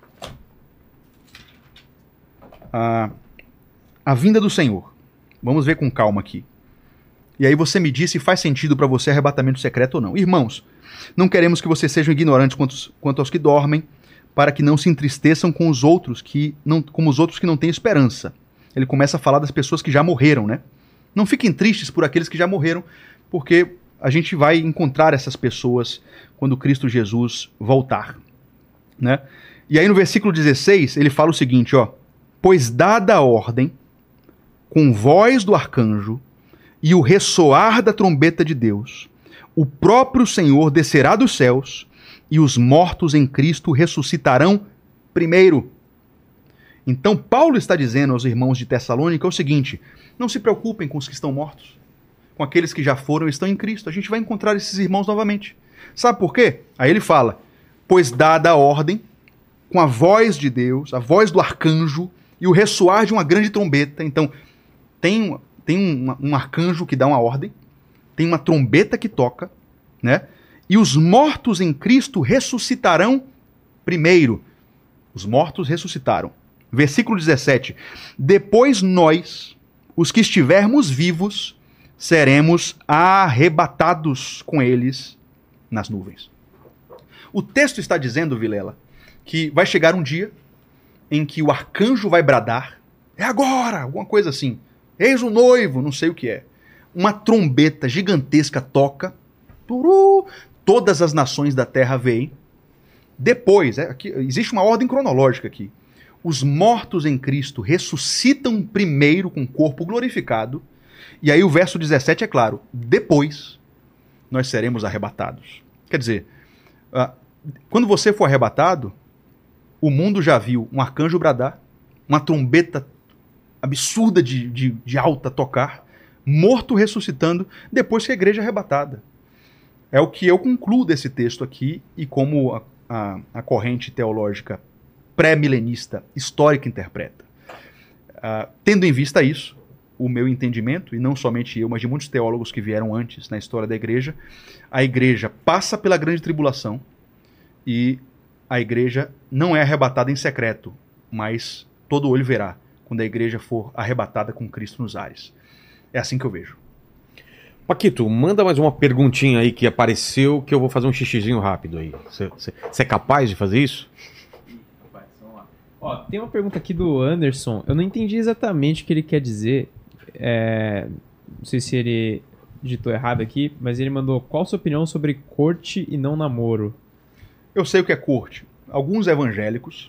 A vinda do Senhor. Vamos ver com calma aqui. E aí você me diz se faz sentido para você arrebatamento secreto ou não. Irmãos, não queremos que vocês sejam ignorantes quanto aos que dormem, para que não se entristeçam com os outros como os outros que não têm esperança. Ele começa a falar das pessoas que já morreram, né? Não fiquem tristes por aqueles que já morreram, porque a gente vai encontrar essas pessoas quando Cristo Jesus voltar, né? E aí no versículo 16, ele fala o seguinte, ó: pois dada a ordem, com voz do arcanjo e o ressoar da trombeta de Deus, o próprio Senhor descerá dos céus e os mortos em Cristo ressuscitarão primeiro. Então Paulo está dizendo aos irmãos de Tessalônica o seguinte: não se preocupem com os que estão mortos, com aqueles que já foram e estão em Cristo. A gente vai encontrar esses irmãos novamente. Sabe por quê? Aí ele fala: pois dada a ordem, com a voz de Deus, a voz do arcanjo e o ressoar de uma grande trombeta. Então tem um arcanjo que dá uma ordem, tem uma trombeta que toca, né? E os mortos em Cristo ressuscitarão primeiro. Os mortos ressuscitaram. Versículo 17. Depois nós, os que estivermos vivos, seremos arrebatados com eles nas nuvens. O texto está dizendo, Vilela, que vai chegar um dia em que o arcanjo vai bradar. É agora! Alguma coisa assim. Eis o noivo, não sei o que é. Uma trombeta gigantesca toca. Todas as nações da terra veem. Depois, aqui, existe uma ordem cronológica aqui. Os mortos em Cristo ressuscitam primeiro com o corpo glorificado. E aí o verso 17 é claro. Depois, nós seremos arrebatados. Quer dizer, quando você for arrebatado, o mundo já viu um arcanjo bradar, uma trombeta absurda de alta tocar, morto ressuscitando, depois que a igreja é arrebatada. É o que eu concluo desse texto aqui, e como a corrente teológica pré-milenista histórica interpreta. Tendo em vista isso, o meu entendimento, e não somente eu, mas de muitos teólogos que vieram antes na história da igreja, a igreja passa pela grande tribulação e a igreja não é arrebatada em secreto, mas todo olho verá quando a igreja for arrebatada com Cristo nos ares. É assim que eu vejo. Paquito, manda mais uma perguntinha aí que apareceu, que eu vou fazer um xixizinho rápido aí. Você é capaz de fazer isso? Vamos lá. Ó, tem uma pergunta aqui do Anderson. Eu não entendi exatamente o que ele quer dizer. Não sei se ele digitou errado aqui, mas ele mandou: qual a sua opinião sobre corte e não namoro? Eu sei o que é corte. alguns evangélicos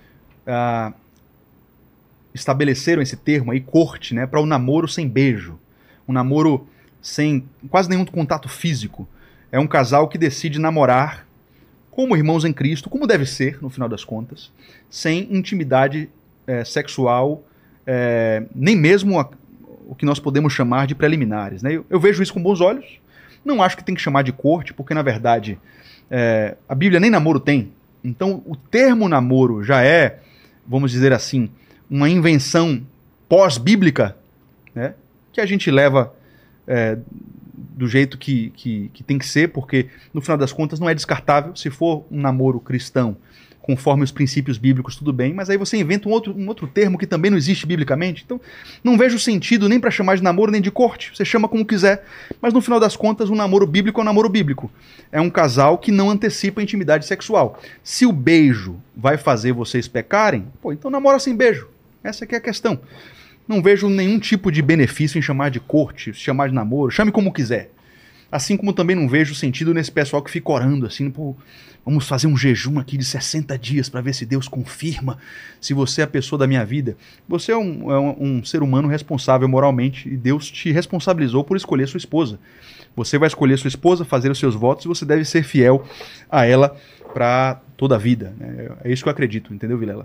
estabeleceram esse termo aí, corte, né, para o namoro sem beijo. Um namoro sem quase nenhum contato físico. É um casal que decide namorar como irmãos em Cristo, como deve ser, no final das contas, sem intimidade sexual, nem mesmo o que nós podemos chamar de preliminares, né? Eu vejo isso com bons olhos. Não acho que tem que chamar de corte, porque, na verdade, a Bíblia nem namoro tem. Então, o termo namoro já é, vamos dizer assim, uma invenção pós-bíblica, né? Que a gente leva do jeito que tem que ser, porque, no final das contas, não é descartável. Se for um namoro cristão, conforme os princípios bíblicos, tudo bem, mas aí você inventa um outro termo que também não existe biblicamente. Então, não vejo sentido nem para chamar de namoro nem de corte. Você chama como quiser, mas no final das contas, um namoro bíblico é um namoro bíblico. É um casal que não antecipa a intimidade sexual. Se o beijo vai fazer vocês pecarem, então namora sem beijo. Essa aqui é a questão. Não vejo nenhum tipo de benefício em chamar de corte, chamar de namoro, chame como quiser. Assim como também não vejo sentido nesse pessoal que fica orando assim, pô, vamos fazer um jejum aqui de 60 dias para ver se Deus confirma se você é a pessoa da minha vida. Você é um ser humano responsável moralmente e Deus te responsabilizou por escolher sua esposa. Você vai escolher sua esposa, fazer os seus votos e você deve ser fiel a ela para toda a vida. É isso que eu acredito, entendeu, Vilela?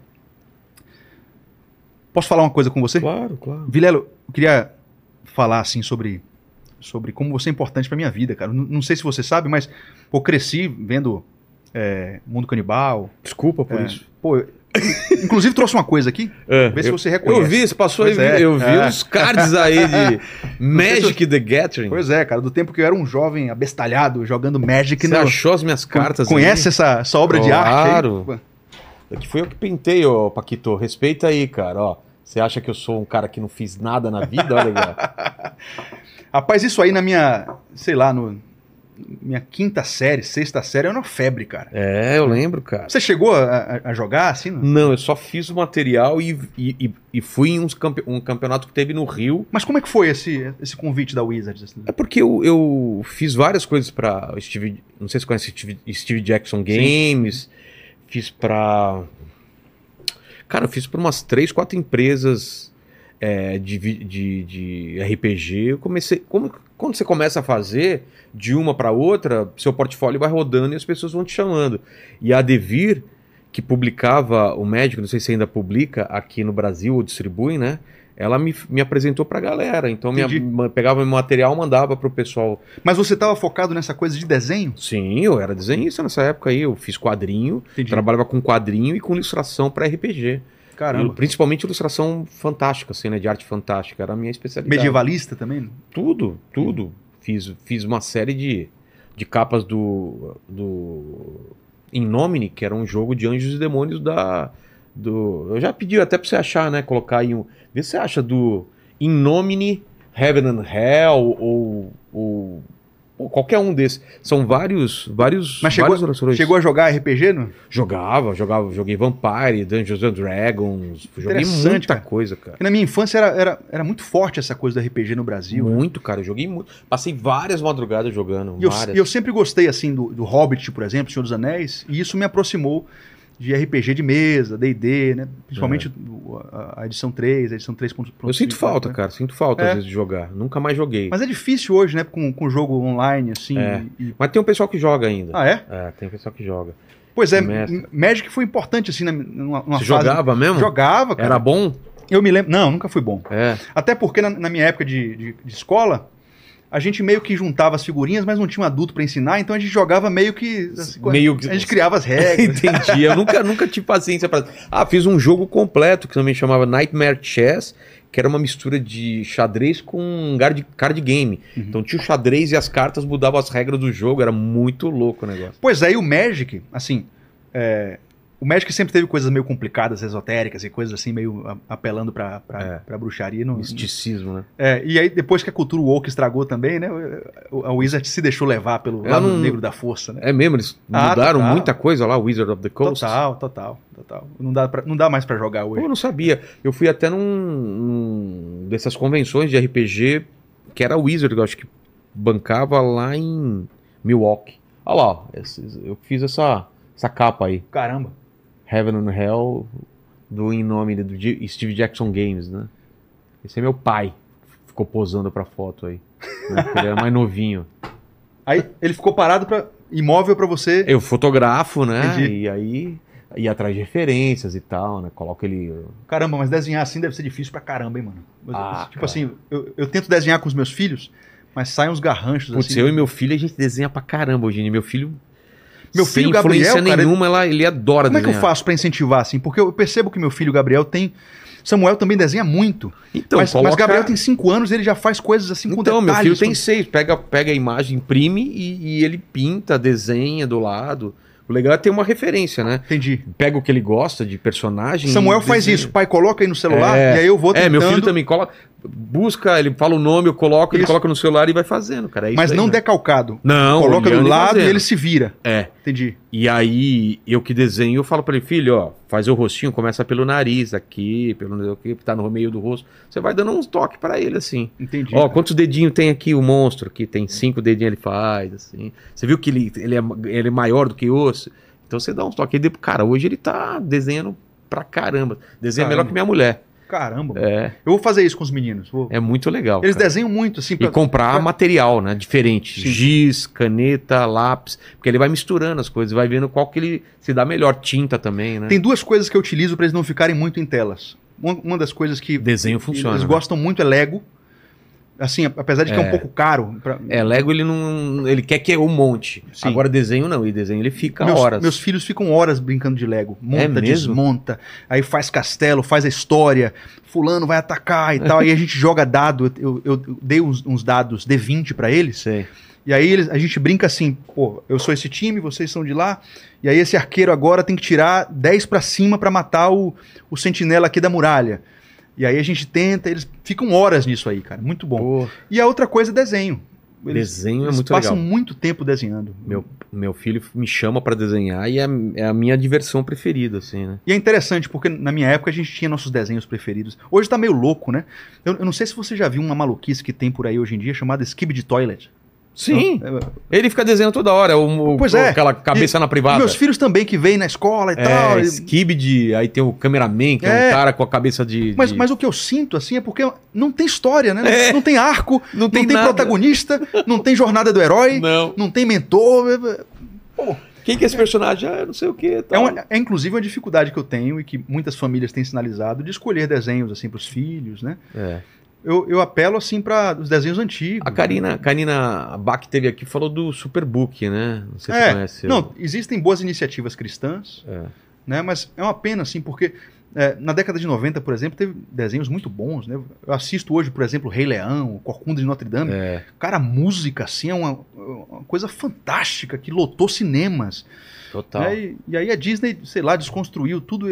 Posso falar uma coisa com você? Claro, claro. Vilela, eu queria falar assim sobre como você é importante pra minha vida, cara. Não sei se você sabe, mas eu cresci vendo Mundo Canibal. Desculpa por isso. Pô, inclusive trouxe uma coisa aqui, vê se você reconhece. Eu vi, você passou aí, eu vi uns cards aí de Magic the Gathering. Pois é, cara, do tempo que eu era um jovem abestalhado jogando Magic. Você achou as minhas cartas Conhece essa obra de arte aí? Claro. Que foi eu que pintei, ó, Paquito. Respeita aí, cara, ó. Você acha que eu sou um cara que não fiz nada na vida? Olha aí. Rapaz, isso aí na minha, sei lá, minha quinta série, sexta série, era uma febre, cara. Eu lembro, cara. Você chegou a jogar assim? Não, eu só fiz o material e fui em um campeonato que teve no Rio. Mas como é que foi esse convite da Wizards? Assim? É porque eu fiz várias coisas pra não sei se você conhece Steve Jackson Games. Sim. Fiz pra... Cara, eu fiz pra umas 3, 4 empresas de RPG. Eu comecei... Quando você começa a fazer de uma pra outra, seu portfólio vai rodando e as pessoas vão te chamando. E a Devir, que publicava o Magic, não sei se ainda publica aqui no Brasil ou distribui, né? Ela me apresentou pra galera. Então pegava meu material, mandava pro pessoal. Mas você estava focado nessa coisa de desenho? Sim, eu era desenhista nessa época aí. Eu fiz quadrinho, trabalhava com quadrinho e com ilustração pra RPG. Caramba. Principalmente ilustração fantástica, assim, né? De arte fantástica. Era a minha especialidade. Medievalista também? Tudo. Fiz uma série de capas do In Nomine, que era um jogo de anjos e demônios eu já pedi até pra você achar, né? Colocar aí vê se você acha do In Nomine, Heaven and Hell ou qualquer um desses. São vários. Mas chegou a jogar RPG, não? Joguei Vampire, Dungeons and Dragons. Joguei muita coisa, cara. Na minha infância era muito forte essa coisa do RPG no Brasil. Muito, cara. Eu joguei muito. Passei várias madrugadas jogando. E eu sempre gostei, assim, do Hobbit, por exemplo, Senhor dos Anéis, e isso me aproximou de RPG de mesa, D&D, né? Principalmente a edição 3, a edição 3.5. Eu sinto falta, né? Cara. Sinto falta, às vezes, de jogar. Nunca mais joguei. Mas é difícil hoje, né? Com jogo online, assim. Mas tem um pessoal que joga ainda. Ah, é? Tem um pessoal que joga. Pois é, Magic foi importante, assim, numa Você fase... jogava mesmo? Jogava, cara. Era bom? Eu me lembro... Não, nunca fui bom. Até porque na minha época de escola... A gente meio que juntava as figurinhas, mas não tinha um adulto pra ensinar, então a gente jogava meio que... A gente criava as regras. Entendi. Eu nunca tive paciência pra... fiz um jogo completo, que também chamava Nightmare Chess, que era uma mistura de xadrez com card game. Então tinha o xadrez e as cartas mudavam as regras do jogo, era muito louco o negócio. Pois é, e o Magic, assim... O Magic sempre teve coisas meio complicadas, esotéricas e coisas assim, meio apelando pra bruxaria. Misticismo, né? E aí, depois que a cultura woke estragou também, né? A Wizard se deixou levar pelo lado negro da força, né? É mesmo, eles mudaram muita coisa lá, Wizard of the Coast. Total. Não dá mais pra jogar hoje. Eu não sabia. Eu fui até num dessas convenções de RPG, que era a Wizard, eu acho que bancava lá em Milwaukee. Olha lá, eu fiz essa capa aí. Caramba. Heaven and Hell em nome do Steve Jackson Games, né? Esse é meu pai. Ficou posando pra foto aí. Né? Ele era mais novinho. Aí ele ficou parado imóvel pra você. Eu fotografo, né? Entendi. E aí ia atrás de referências e tal, né? Coloco ele... Caramba, mas desenhar assim deve ser difícil pra caramba, hein, mano? Tipo cara. assim, eu tento desenhar com os meus filhos, mas saem uns garranchos Putz, assim. eu e meu filho, a gente desenha pra caramba hoje, né? Meu filho sem Gabriel, influência cara, nenhuma, ele adora Como é desenhar. que eu faço pra incentivar assim? Porque eu percebo que meu filho Gabriel tem... Samuel também desenha muito. Então, mas Gabriel tem 5 anos e ele já faz coisas assim com Então, detalhes. meu filho tem 6. Pega a imagem, imprime e ele pinta, desenha do lado. O legal é ter uma referência, né? Entendi. Pega o que ele gosta de personagem. Samuel e faz desenha. isso. Pai, coloca aí no celular e aí eu vou tentando... meu filho também coloca. Busca, ele fala o nome, eu coloco, ele Isso. coloca no celular e vai fazendo, cara. É isso Mas aí, não né? decalcado. Não, Coloca do olhando e lado e fazendo. ele se vira. É. Entendi. E aí, eu que desenho, eu falo pra ele, filho, ó, faz o rostinho, começa pelo nariz aqui, pelo que tá no meio do rosto. Você vai dando uns toques pra ele, assim. Entendi. Ó, quantos dedinhos tem aqui o monstro? Aqui tem 5 dedinhos, ele faz, assim. Você viu que ele é maior do que osso? Então você dá uns toques. Cara, hoje ele tá desenhando pra caramba. Desenha melhor que minha mulher. Caramba. É. Eu vou fazer isso com os meninos. É muito legal. Eles cara. desenham muito, assim. E comprar material, né? Diferente. Sim. Giz, caneta, lápis. Porque ele vai misturando as coisas, vai vendo qual que ele se dá melhor. Tinta também, né? Tem 2 coisas que eu utilizo para eles não ficarem muito em telas. Uma das coisas que Desenho funciona. eles né? gostam muito é Lego. Assim, apesar de que é um pouco caro. Lego ele quer que é um monte. Sim. Agora desenho não. E desenho ele fica horas. Meus filhos ficam horas brincando de Lego. Monta, mesmo? desmonta. Aí faz castelo, faz a história. Fulano vai atacar e tal. Aí a gente joga dado. Eu dei uns dados D20 para eles. Sei. E aí a gente brinca assim, pô, eu sou esse time, vocês são de lá, e aí esse arqueiro agora tem que tirar 10 pra cima pra matar o sentinela aqui da muralha. E aí a gente tenta, eles ficam horas nisso aí, cara, muito bom. Pô, E a outra coisa é desenho. desenho é Eles muito passam legal. muito tempo desenhando. Meu filho me chama pra desenhar e é a minha diversão preferida, assim, né? E é interessante, porque na minha época a gente tinha nossos desenhos preferidos. Hoje tá meio louco, né? Eu não sei se você já viu uma maluquice que tem por aí hoje em dia chamada Skibidi Toilet. Sim. Ele fica desenhando toda hora. Pois é. Aquela cabeça na privada. Meus filhos também que vêm na escola e tal. Skibidi, aí tem o cameraman, que é um cara com a cabeça de... Mas o que eu sinto, assim, é porque não tem história, né? Não tem arco, não tem nada. protagonista, não tem jornada do herói, Não. tem mentor. Pô, Quem que é esse personagem? Ah, não sei o que. é inclusive uma dificuldade que eu tenho e que muitas famílias têm sinalizado de escolher desenhos, assim, pros filhos, né? Eu apelo, assim, para os desenhos antigos. A Karina Bach teve aqui e falou do Superbook, né? Não sei se você conhece. Não, existem boas iniciativas cristãs, né? Mas é uma pena, assim, porque na década de 90, por exemplo, teve desenhos muito bons, né? Eu assisto hoje, por exemplo, Rei Leão, Corcunda de Notre Dame. Cara, a música, assim, é uma coisa fantástica que lotou cinemas. Total. Né? E aí a Disney, sei lá, desconstruiu tudo,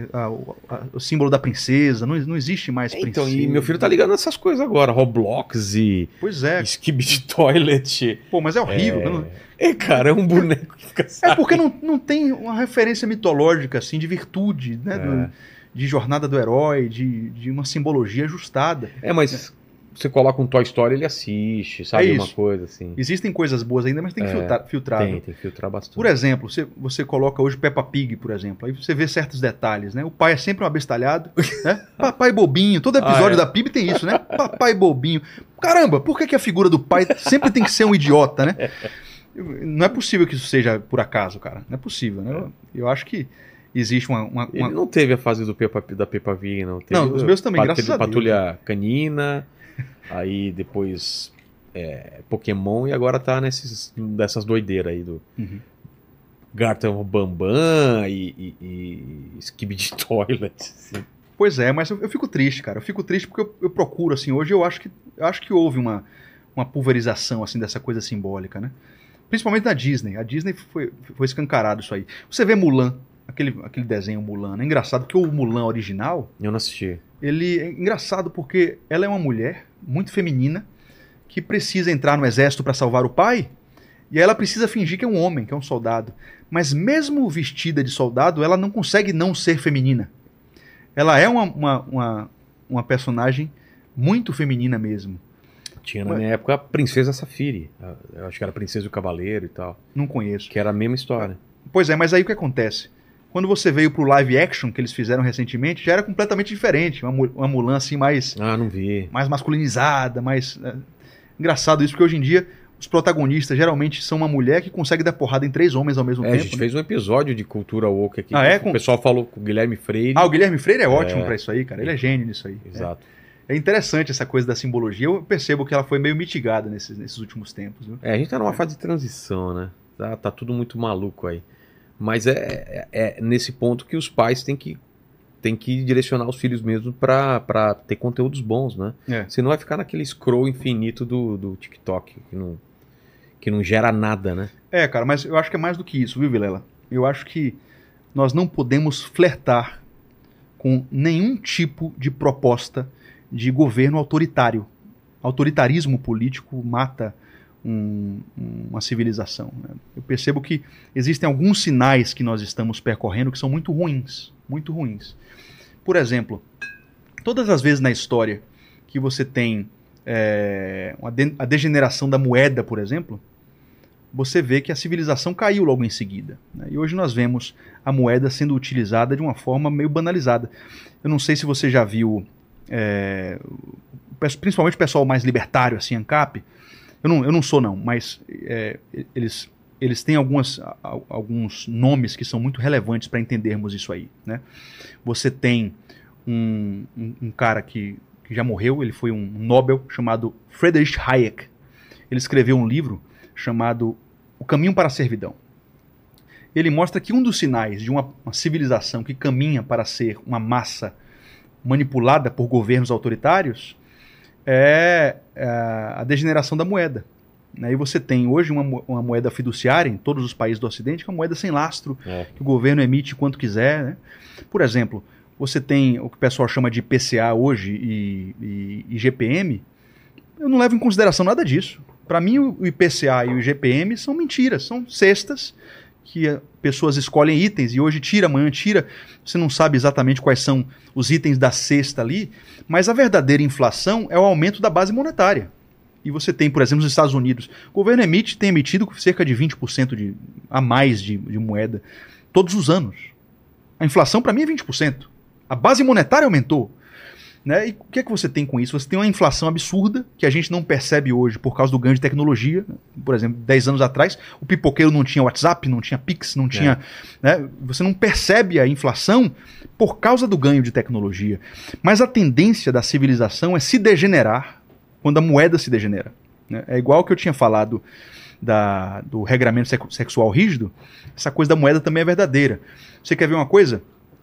o símbolo da princesa, não existe mais princesa. Então, e meu filho tá ligando nessas coisas agora, Roblox e Pois é. Skibidi Toilet. Pô, mas é horrível. Cara, é um boneco que fica... É porque não tem uma referência mitológica, assim, de virtude, né? De jornada do herói, de uma simbologia ajustada. Mas você coloca um Toy Story, ele assiste, sabe? É Uma isso. coisa assim. Existem coisas boas ainda, mas tem que filtrar. Tem que filtrar bastante. Por exemplo, você coloca hoje Peppa Pig, por exemplo, aí você vê certos detalhes, né? O pai é sempre um abestalhado, né? Papai bobinho, todo episódio da PIB tem isso, né? Papai bobinho. Caramba, por que a figura do pai sempre tem que ser um idiota, né? Não é possível que isso seja por acaso, cara. Não é possível, né? Eu acho que existe uma... Ele não teve a fase da Peppa Pig, não. Não, os meus também, graças a Deus. Patrulha Canina, aí depois Pokémon, e agora tá dessas doideiras aí do Garten Bambam e Skibidi Toilet. Assim. Pois é, mas eu fico triste, cara. Eu fico triste porque eu procuro, assim, hoje eu acho que houve uma pulverização, assim, dessa coisa simbólica, né? Principalmente na Disney. A Disney foi escancarado isso aí. Você vê Mulan, aquele desenho Mulan, né? É engraçado porque o Mulan original... Eu não assisti. Ele é engraçado porque ela é uma mulher muito feminina que precisa entrar no exército para salvar o pai, e aí ela precisa fingir que é um homem, que é um soldado. Mas mesmo vestida de soldado, ela não consegue não ser feminina. Ela é uma personagem muito feminina mesmo. Tinha na minha época a Princesa Safiri. Eu acho que era a Princesa e o Cavaleiro e tal. Não conheço. Que era a mesma história. Pois é, mas aí o que acontece? Quando você veio pro live action que eles fizeram recentemente, já era completamente diferente. Uma Mulan assim mais... não vi. Mais masculinizada, mais... Engraçado isso, porque hoje em dia os protagonistas geralmente são uma mulher que consegue dar porrada em 3 homens ao mesmo tempo. A gente fez um episódio de cultura woke aqui. O pessoal falou com o Guilherme Freire. O Guilherme Freire é ótimo pra isso aí, cara. Ele é gênio nisso aí. Exato. É interessante essa coisa da simbologia. Eu percebo que ela foi meio mitigada nesses últimos tempos. Viu? A gente tá numa fase de transição, né? Tá tudo muito maluco aí. Mas é nesse ponto que os pais têm que direcionar os filhos mesmo pra ter conteúdos bons, né? Senão vai ficar naquele scroll infinito do TikTok, que não gera nada, né? Cara, mas eu acho que é mais do que isso, viu, Vilela? Eu acho que nós não podemos flertar com nenhum tipo de proposta de governo autoritário. Autoritarismo político mata uma civilização. Né? Eu percebo que existem alguns sinais que nós estamos percorrendo que são muito ruins. Muito ruins. Por exemplo, todas as vezes na história que você tem a degeneração da moeda, por exemplo, você vê que a civilização caiu logo em seguida. Né? E hoje nós vemos a moeda sendo utilizada de uma forma meio banalizada. Eu não sei se você já viu, principalmente o pessoal mais libertário, assim, ANCAP. Eu não sou não, mas eles têm alguns nomes que são muito relevantes para entendermos isso aí. Né? Você tem um cara que já morreu, ele foi um Nobel, chamado Friedrich Hayek. Ele escreveu um livro chamado O Caminho para a Servidão. Ele mostra que um dos sinais de uma civilização que caminha para ser uma massa manipulada por governos autoritários é a degeneração da moeda. Né? E você tem hoje uma moeda fiduciária em todos os países do Ocidente, que é uma moeda sem lastro, que o governo emite quanto quiser. Né? Por exemplo, você tem o que o pessoal chama de IPCA hoje e IGPM. Eu não levo em consideração nada disso. Para mim, o IPCA e o IGPM são mentiras, são cestas que pessoas escolhem itens e hoje tira, amanhã tira. Você não sabe exatamente quais são os itens da cesta ali, mas a verdadeira inflação é o aumento da base monetária. E você tem, por exemplo, nos Estados Unidos, o governo tem emitido cerca de 20% a mais de moeda todos os anos. A inflação, para mim, é 20%. A base monetária aumentou. Né? E o que é que você tem com isso? Você tem uma inflação absurda que a gente não percebe hoje por causa do ganho de tecnologia. Por exemplo, 10 anos atrás, o pipoqueiro não tinha WhatsApp, não tinha Pix, não tinha... Né? Você não percebe a inflação por causa do ganho de tecnologia. Mas a tendência da civilização é se degenerar quando a moeda se degenera. Né? É igual que eu tinha falado do regramento sexual rígido, essa coisa da moeda também é verdadeira. Você quer ver uma coisa?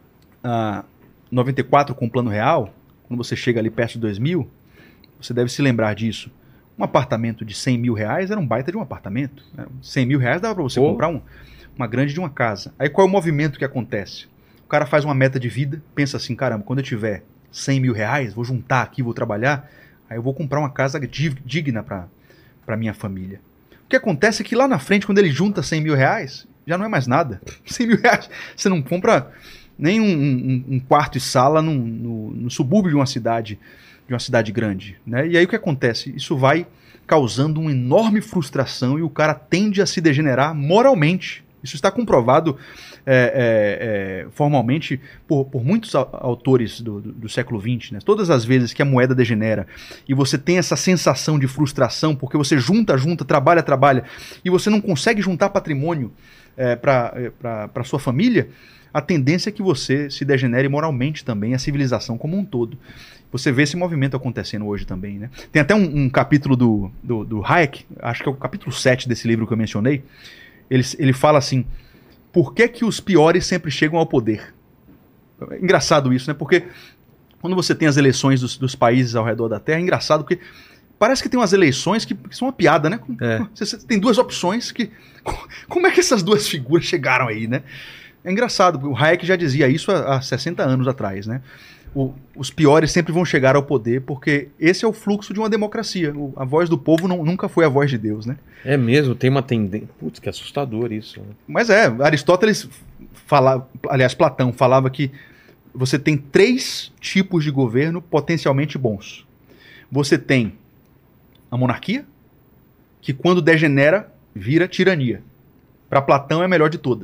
94 com o Plano Real, quando você chega ali perto de 2000, você deve se lembrar disso. Um apartamento de 100 mil reais era um baita de um apartamento. Né? 100 mil reais dava para você comprar uma grande de uma casa. Aí qual é o movimento que acontece? O cara faz uma meta de vida, pensa assim, caramba, quando eu tiver 100 mil reais, vou juntar aqui, vou trabalhar, aí eu vou comprar uma casa digna para minha família. O que acontece é que lá na frente, quando ele junta 100 mil reais, já não é mais nada. 100 mil reais, você não compra nem um quarto e sala no subúrbio de uma cidade grande. Né? E aí o que acontece? Isso vai causando uma enorme frustração e o cara tende a se degenerar moralmente. Isso está comprovado formalmente por muitos autores do século XX. Né? Todas as vezes que a moeda degenera e você tem essa sensação de frustração porque você junta, trabalha e você não consegue juntar patrimônio para sua família, a tendência é que você se degenere moralmente também, a civilização como um todo. Você vê esse movimento acontecendo hoje também. Né? Tem até um capítulo do Hayek, acho que é o capítulo 7 desse livro que eu mencionei, ele fala assim, por que os piores sempre chegam ao poder? É engraçado isso, né? Porque quando você tem as eleições dos países ao redor da Terra, é engraçado porque parece que tem umas eleições que são uma piada, né? Você tem duas opções que... Como é que essas duas figuras chegaram aí, né? É engraçado, o Hayek já dizia isso há 60 anos atrás, né? Os piores sempre vão chegar ao poder, porque esse é o fluxo de uma democracia. A voz do povo nunca foi a voz de Deus, né? É mesmo, tem uma tendência... Putz, que assustador isso. Né? Mas Aristóteles falava... Aliás, Platão falava que você tem 3 tipos de governo potencialmente bons. Você tem a monarquia, que quando degenera, vira tirania. Para Platão é a melhor de todas.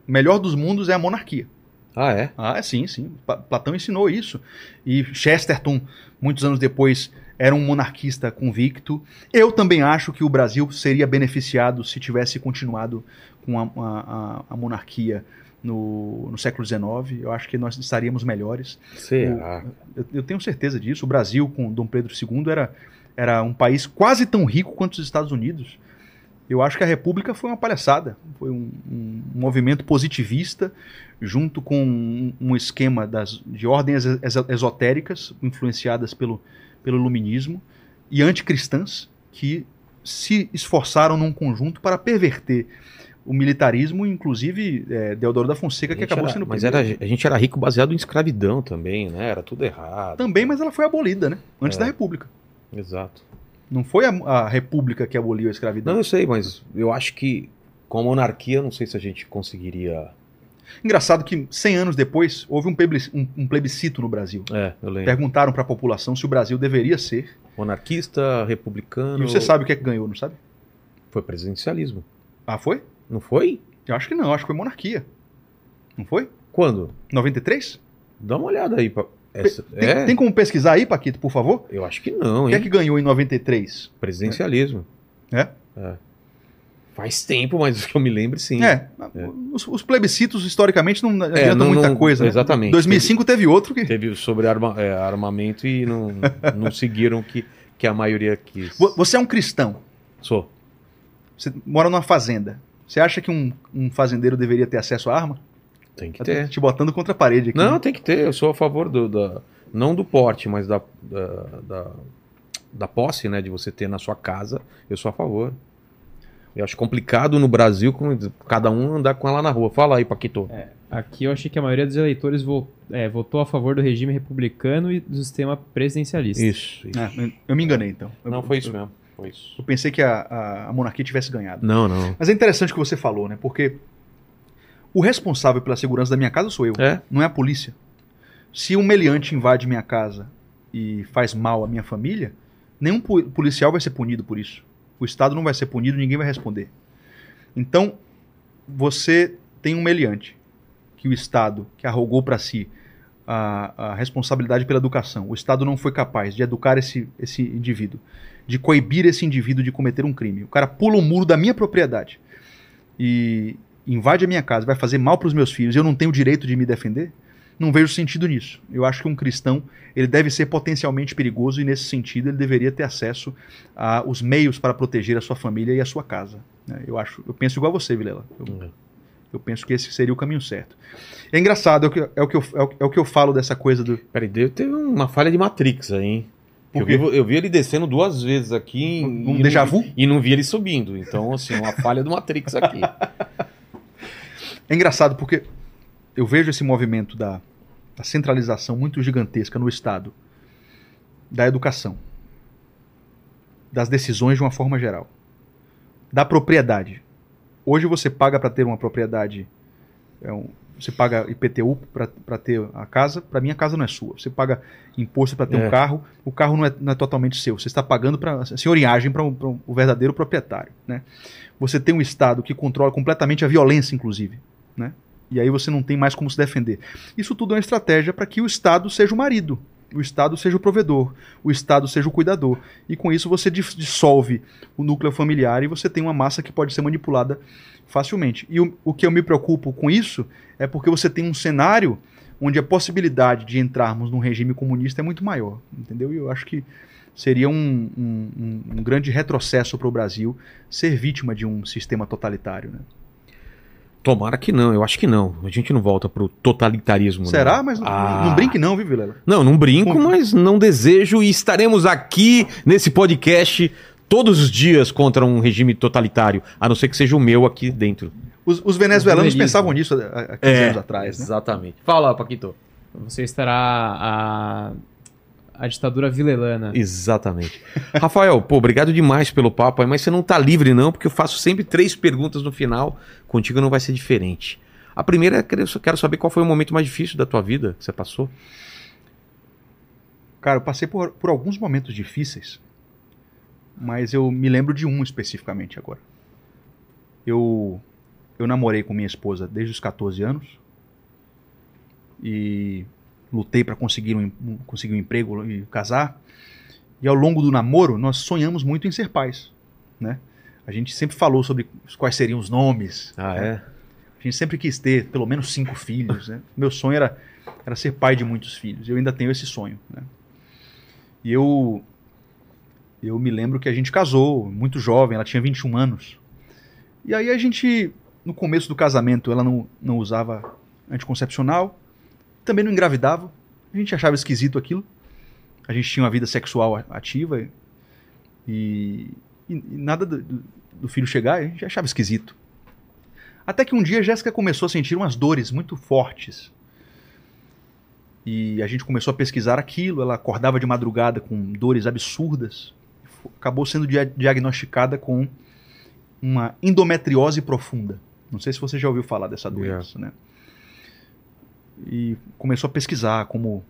O melhor dos mundos é a monarquia. Ah, é? Sim. Platão ensinou isso. E Chesterton, muitos anos depois, era um monarquista convicto. Eu também acho que o Brasil seria beneficiado se tivesse continuado com a monarquia no século XIX. Eu acho que nós estaríamos melhores. Será? Eu tenho certeza disso. O Brasil, com Dom Pedro II, era um país quase tão rico quanto os Estados Unidos. Eu acho que a República foi uma palhaçada. Foi um movimento positivista, junto com um esquema de ordens esotéricas, influenciadas pelo iluminismo, e anticristãs, que se esforçaram num conjunto para perverter o militarismo, inclusive Deodoro da Fonseca, que acabou sendo... Mas a gente era rico baseado em escravidão também, né? Era tudo errado. Também, mas ela foi abolida, né? Antes da República. Exato. Não foi a República que aboliu a escravidão. Não, eu sei, mas eu acho que com a monarquia, não sei se a gente conseguiria... Engraçado que 100 anos depois, houve um plebiscito no Brasil. Eu lembro. Perguntaram para a população se o Brasil deveria ser... monarquista, republicano... E você sabe o que é que ganhou, não sabe? Foi presidencialismo. Ah, foi? Não foi? Eu acho que não, acho que foi monarquia. Não foi? Quando? 93? Dá uma olhada aí. Tem como pesquisar aí, Paquito, por favor? Eu acho que não, O que é que ganhou em 93? Presidencialismo. É? Faz tempo, mas que eu me lembro, sim. Os plebiscitos, historicamente, não adiantam muita coisa. Exatamente. Em 2005 teve outro que... Teve sobre armamento e não seguiram o que a maioria quis. Você é um cristão. Sou. Você mora numa fazenda. Você acha que um fazendeiro deveria ter acesso à arma? Tem que ter. Te botando contra a parede aqui. Não, tem que ter. Eu sou a favor não do porte, mas da posse, né? De você ter na sua casa. Eu sou a favor. Eu acho complicado no Brasil cada um andar com ela na rua. Fala aí, Paquito. Aqui eu achei que a maioria dos eleitores votou a favor do regime republicano e do sistema presidencialista. Isso. Eu me enganei, então. Não, foi isso mesmo. Foi isso. Eu pensei que a monarquia tivesse ganhado. Não. Mas é interessante o que você falou, né? Porque o responsável pela segurança da minha casa sou eu, não é a polícia. Se um meliante invade minha casa e faz mal à minha família, nenhum policial vai ser punido por isso. O Estado não vai ser punido, ninguém vai responder. Então, você tem um meliante que o Estado, que arrogou para si a responsabilidade pela educação, o Estado não foi capaz de educar esse indivíduo, de coibir esse indivíduo de cometer um crime. O cara pula o muro da minha propriedade e invade a minha casa, vai fazer mal para os meus filhos, eu não tenho o direito de me defender? Não vejo sentido nisso. Eu acho que um cristão ele deve ser potencialmente perigoso e, nesse sentido, ele deveria ter acesso aos meios para proteger a sua família e a sua casa. Eu penso igual a você, Vilela. Eu penso que esse seria o caminho certo. É engraçado, é o que eu falo dessa coisa do... Peraí, teve uma falha de Matrix aí, hein? Eu vi ele descendo 2 vezes aqui. Um déjà vu? E não vi ele subindo. Então, assim, uma falha do Matrix aqui. É engraçado porque eu vejo esse movimento da centralização muito gigantesca no Estado, da educação, das decisões de uma forma geral, da propriedade. Hoje você paga para ter uma propriedade, você paga IPTU para ter a casa, para mim a casa não é sua. Você paga imposto para ter um carro, o carro não é totalmente seu. Você está pagando para senhoriagem para o verdadeiro proprietário. Né? Você tem um Estado que controla completamente a violência, inclusive. Né? E aí você não tem mais como se defender. Isso tudo é uma estratégia para que o Estado seja o marido, o Estado seja o provedor, o Estado seja o cuidador. E com isso você dissolve o núcleo familiar e você tem uma massa que pode ser manipulada facilmente. E o que eu me preocupo com isso é porque você tem um cenário onde a possibilidade de entrarmos num regime comunista é muito maior. Entendeu? E eu acho que seria um grande retrocesso para o Brasil ser vítima de um sistema totalitário, né? Tomara que não, eu acho que não. A gente não volta pro totalitarismo. Será? Não. Mas não brinque não, viu, Vilela? Não brinco, mas não desejo. E estaremos aqui nesse podcast todos os dias contra um regime totalitário, a não ser que seja o meu aqui dentro. Os venezuelanos pensavam nisso há 15 anos atrás. Né? Exatamente. Fala, Paquito. Você estará a ditadura vilelana. Exatamente. Rafael, obrigado demais pelo papo aí, mas você não tá livre não, porque eu faço sempre 3 perguntas no final, contigo não vai ser diferente. A primeira é que eu quero saber qual foi o momento mais difícil da tua vida que você passou. Cara, eu passei por alguns momentos difíceis, mas eu me lembro de um especificamente agora. Eu eu namorei com minha esposa desde os 14 anos e lutei para conseguir um emprego e casar. E ao longo do namoro, nós sonhamos muito em ser pais, né? A gente sempre falou sobre quais seriam os nomes. Ah, né? é? A gente sempre quis ter pelo menos 5 filhos, né? Meu sonho era ser pai de muitos filhos. Eu ainda tenho esse sonho, né? E eu me lembro que a gente casou muito jovem, ela tinha 21 anos. E aí a gente, no começo do casamento, ela não usava anticoncepcional, também não engravidava. A gente achava esquisito aquilo. A gente tinha uma vida sexual ativa e nada do filho chegar, a gente achava esquisito. Até que um dia a Jéssica começou a sentir umas dores muito fortes. E a gente começou a pesquisar aquilo, ela acordava de madrugada com dores absurdas. Acabou sendo diagnosticada com uma endometriose profunda. Não sei se você já ouviu falar dessa doença, né? E começou a pesquisar como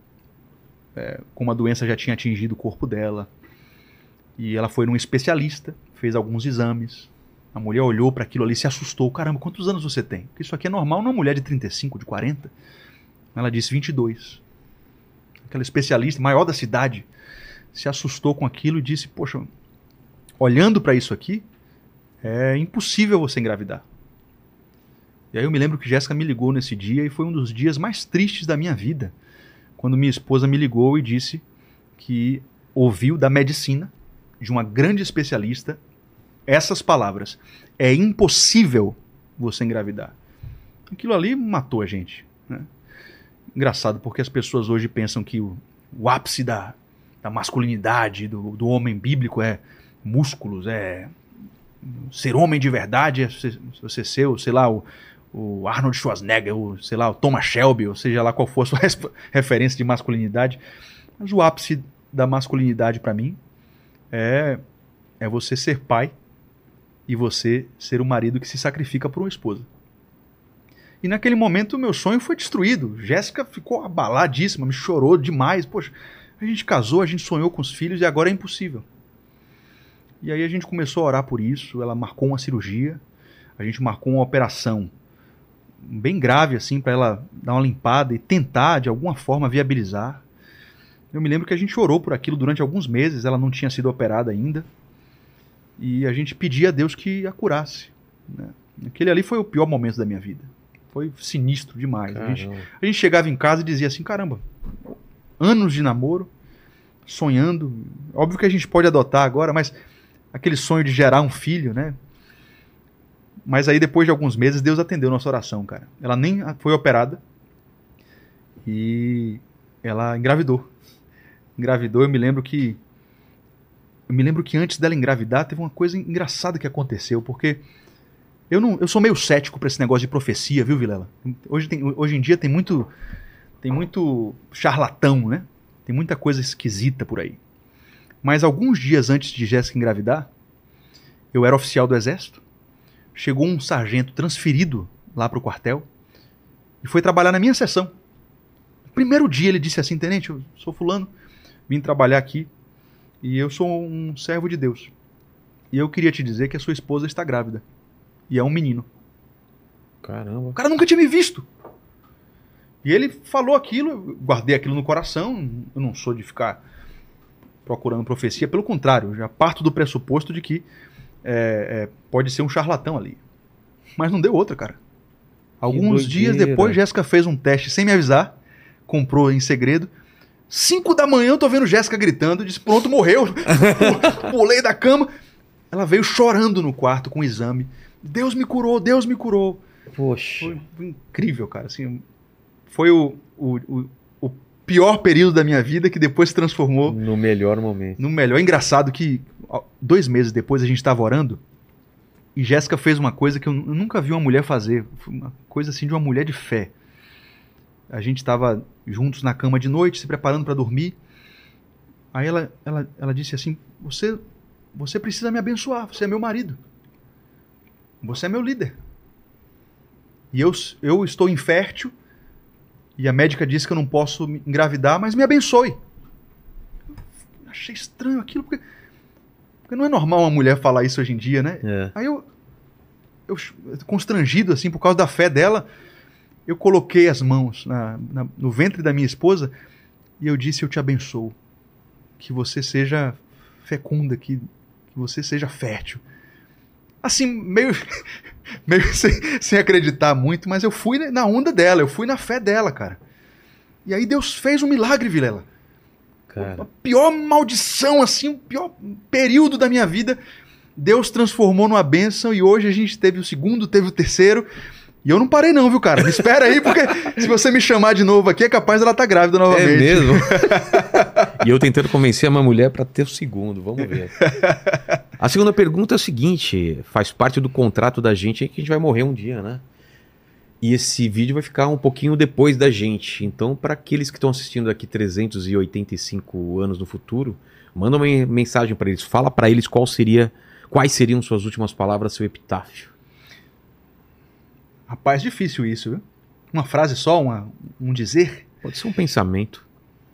a doença já tinha atingido o corpo dela. E ela foi num especialista, fez alguns exames. A mulher olhou para aquilo ali e se assustou. Caramba, quantos anos você tem? Porque isso aqui é normal numa mulher de 35, de 40. Ela disse 22. Aquela especialista, maior da cidade, se assustou com aquilo e disse, poxa, olhando para isso aqui, é impossível você engravidar. E aí eu me lembro que Jéssica me ligou nesse dia e foi um dos dias mais tristes da minha vida, quando minha esposa me ligou e disse que ouviu da medicina, de uma grande especialista, essas palavras: é impossível você engravidar. Aquilo ali matou a gente, né? Engraçado, porque as pessoas hoje pensam que o ápice da masculinidade, do homem bíblico é músculos, é ser homem de verdade, é você ser, sei lá, o Arnold Schwarzenegger, sei lá, o Thomas Shelby, ou seja lá qual for a sua referência de masculinidade. Mas o ápice da masculinidade para mim é você ser pai e você ser o marido que se sacrifica por uma esposa. E naquele momento o meu sonho foi destruído. Jéssica ficou abaladíssima, me chorou demais. Poxa, a gente casou, a gente sonhou com os filhos e agora é impossível. E aí a gente começou a orar por isso, ela marcou uma cirurgia, a gente marcou uma operação bem grave assim para ela dar uma limpada e tentar de alguma forma viabilizar. Eu me lembro que a gente orou por aquilo durante alguns meses, ela não tinha sido operada ainda. E a gente pedia a Deus que a curasse, né? Aquele ali foi o pior momento da minha vida. Foi sinistro demais. A gente chegava em casa e dizia assim, caramba, anos de namoro, sonhando. Óbvio que a gente pode adotar agora, mas aquele sonho de gerar um filho, né? Mas aí depois de alguns meses Deus atendeu nossa oração, cara. Ela nem foi operada e ela engravidou. Eu me lembro que antes dela engravidar teve uma coisa engraçada que aconteceu, porque eu sou meio cético para esse negócio de profecia, viu, Vilela? Hoje em dia tem muito charlatão, né? Tem muita coisa esquisita por aí. Mas alguns dias antes de Jéssica engravidar, eu era oficial do Exército, chegou um sargento transferido lá para o quartel e foi trabalhar na minha seção. No primeiro dia ele disse assim, tenente, eu sou fulano, vim trabalhar aqui e eu sou um servo de Deus. E eu queria te dizer que a sua esposa está grávida. E é um menino. Caramba. O cara nunca tinha me visto. E ele falou aquilo, eu guardei aquilo no coração, eu não sou de ficar procurando profecia, pelo contrário, eu já parto do pressuposto de que pode ser um charlatão ali. Mas não deu outra, cara. Alguns dias depois, Jéssica fez um teste sem me avisar, comprou em segredo. 5 da manhã eu tô vendo Jéssica gritando, disse, pronto, morreu. Pulei da cama. Ela veio chorando no quarto com o exame. Deus me curou, Deus me curou. Poxa. Foi incrível, cara. Assim, foi o pior período da minha vida que depois se transformou no melhor momento. No melhor. É engraçado que 2 meses depois a gente estava orando e Jéssica fez uma coisa que eu nunca vi uma mulher fazer. Foi uma coisa assim de uma mulher de fé. A gente estava juntos na cama de noite, se preparando para dormir. Aí ela disse assim, você precisa me abençoar, você é meu marido. Você é meu líder. E eu estou infértil e a médica disse que eu não posso engravidar, mas me abençoe. Achei estranho aquilo, porque não é normal uma mulher falar isso hoje em dia, né? É. Aí eu constrangido assim por causa da fé dela, eu coloquei as mãos no ventre da minha esposa e eu disse: eu te abençoo, que você seja fecunda, que você seja fértil. Assim, meio sem acreditar muito, mas eu fui na onda dela, eu fui na fé dela, cara. E aí Deus fez um milagre, Vilela. Cara. A pior maldição, assim, o pior período da minha vida, Deus transformou numa bênção e hoje a gente teve o segundo, teve o terceiro. E eu não parei não, viu, cara? Me espera aí, porque se você me chamar de novo aqui, é capaz dela estar grávida novamente. É mesmo? E eu tentando convencer a minha mulher para ter o segundo, vamos ver. A segunda pergunta é o seguinte, faz parte do contrato da gente aí que a gente vai morrer um dia, né? E esse vídeo vai ficar um pouquinho depois da gente. Então, para aqueles que estão assistindo daqui 385 anos no futuro, manda uma mensagem para eles. Fala para eles quais seriam suas últimas palavras, seu epitáfio. Rapaz, difícil isso, viu? Uma frase só, um dizer? Pode ser um pensamento.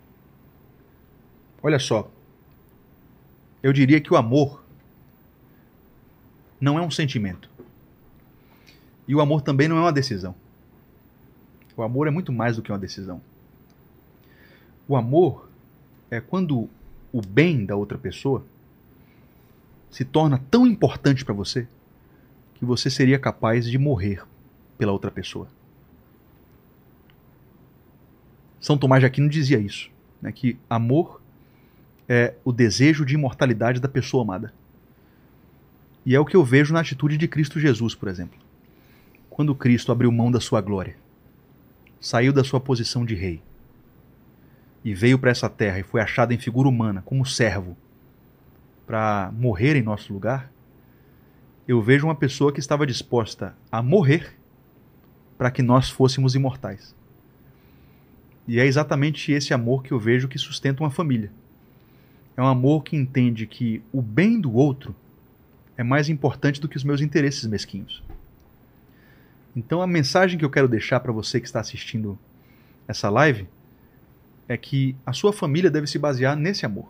Olha só. Eu diria que o amor não é um sentimento. E o amor também não é uma decisão. O amor é muito mais do que uma decisão. O amor é quando o bem da outra pessoa se torna tão importante para você que você seria capaz de morrer pela outra pessoa. São Tomás de Aquino dizia isso, né, que amor é o desejo de imortalidade da pessoa amada. E é o que eu vejo na atitude de Cristo Jesus, por exemplo. Quando Cristo abriu mão da sua glória, saiu da sua posição de rei e veio para essa terra e foi achado em figura humana como servo para morrer em nosso lugar, eu vejo uma pessoa que estava disposta a morrer para que nós fôssemos imortais. E é exatamente esse amor que eu vejo que sustenta uma família. É um amor que entende que o bem do outro é mais importante do que os meus interesses mesquinhos. Então a mensagem que eu quero deixar para você que está assistindo essa live é que a sua família deve se basear nesse amor.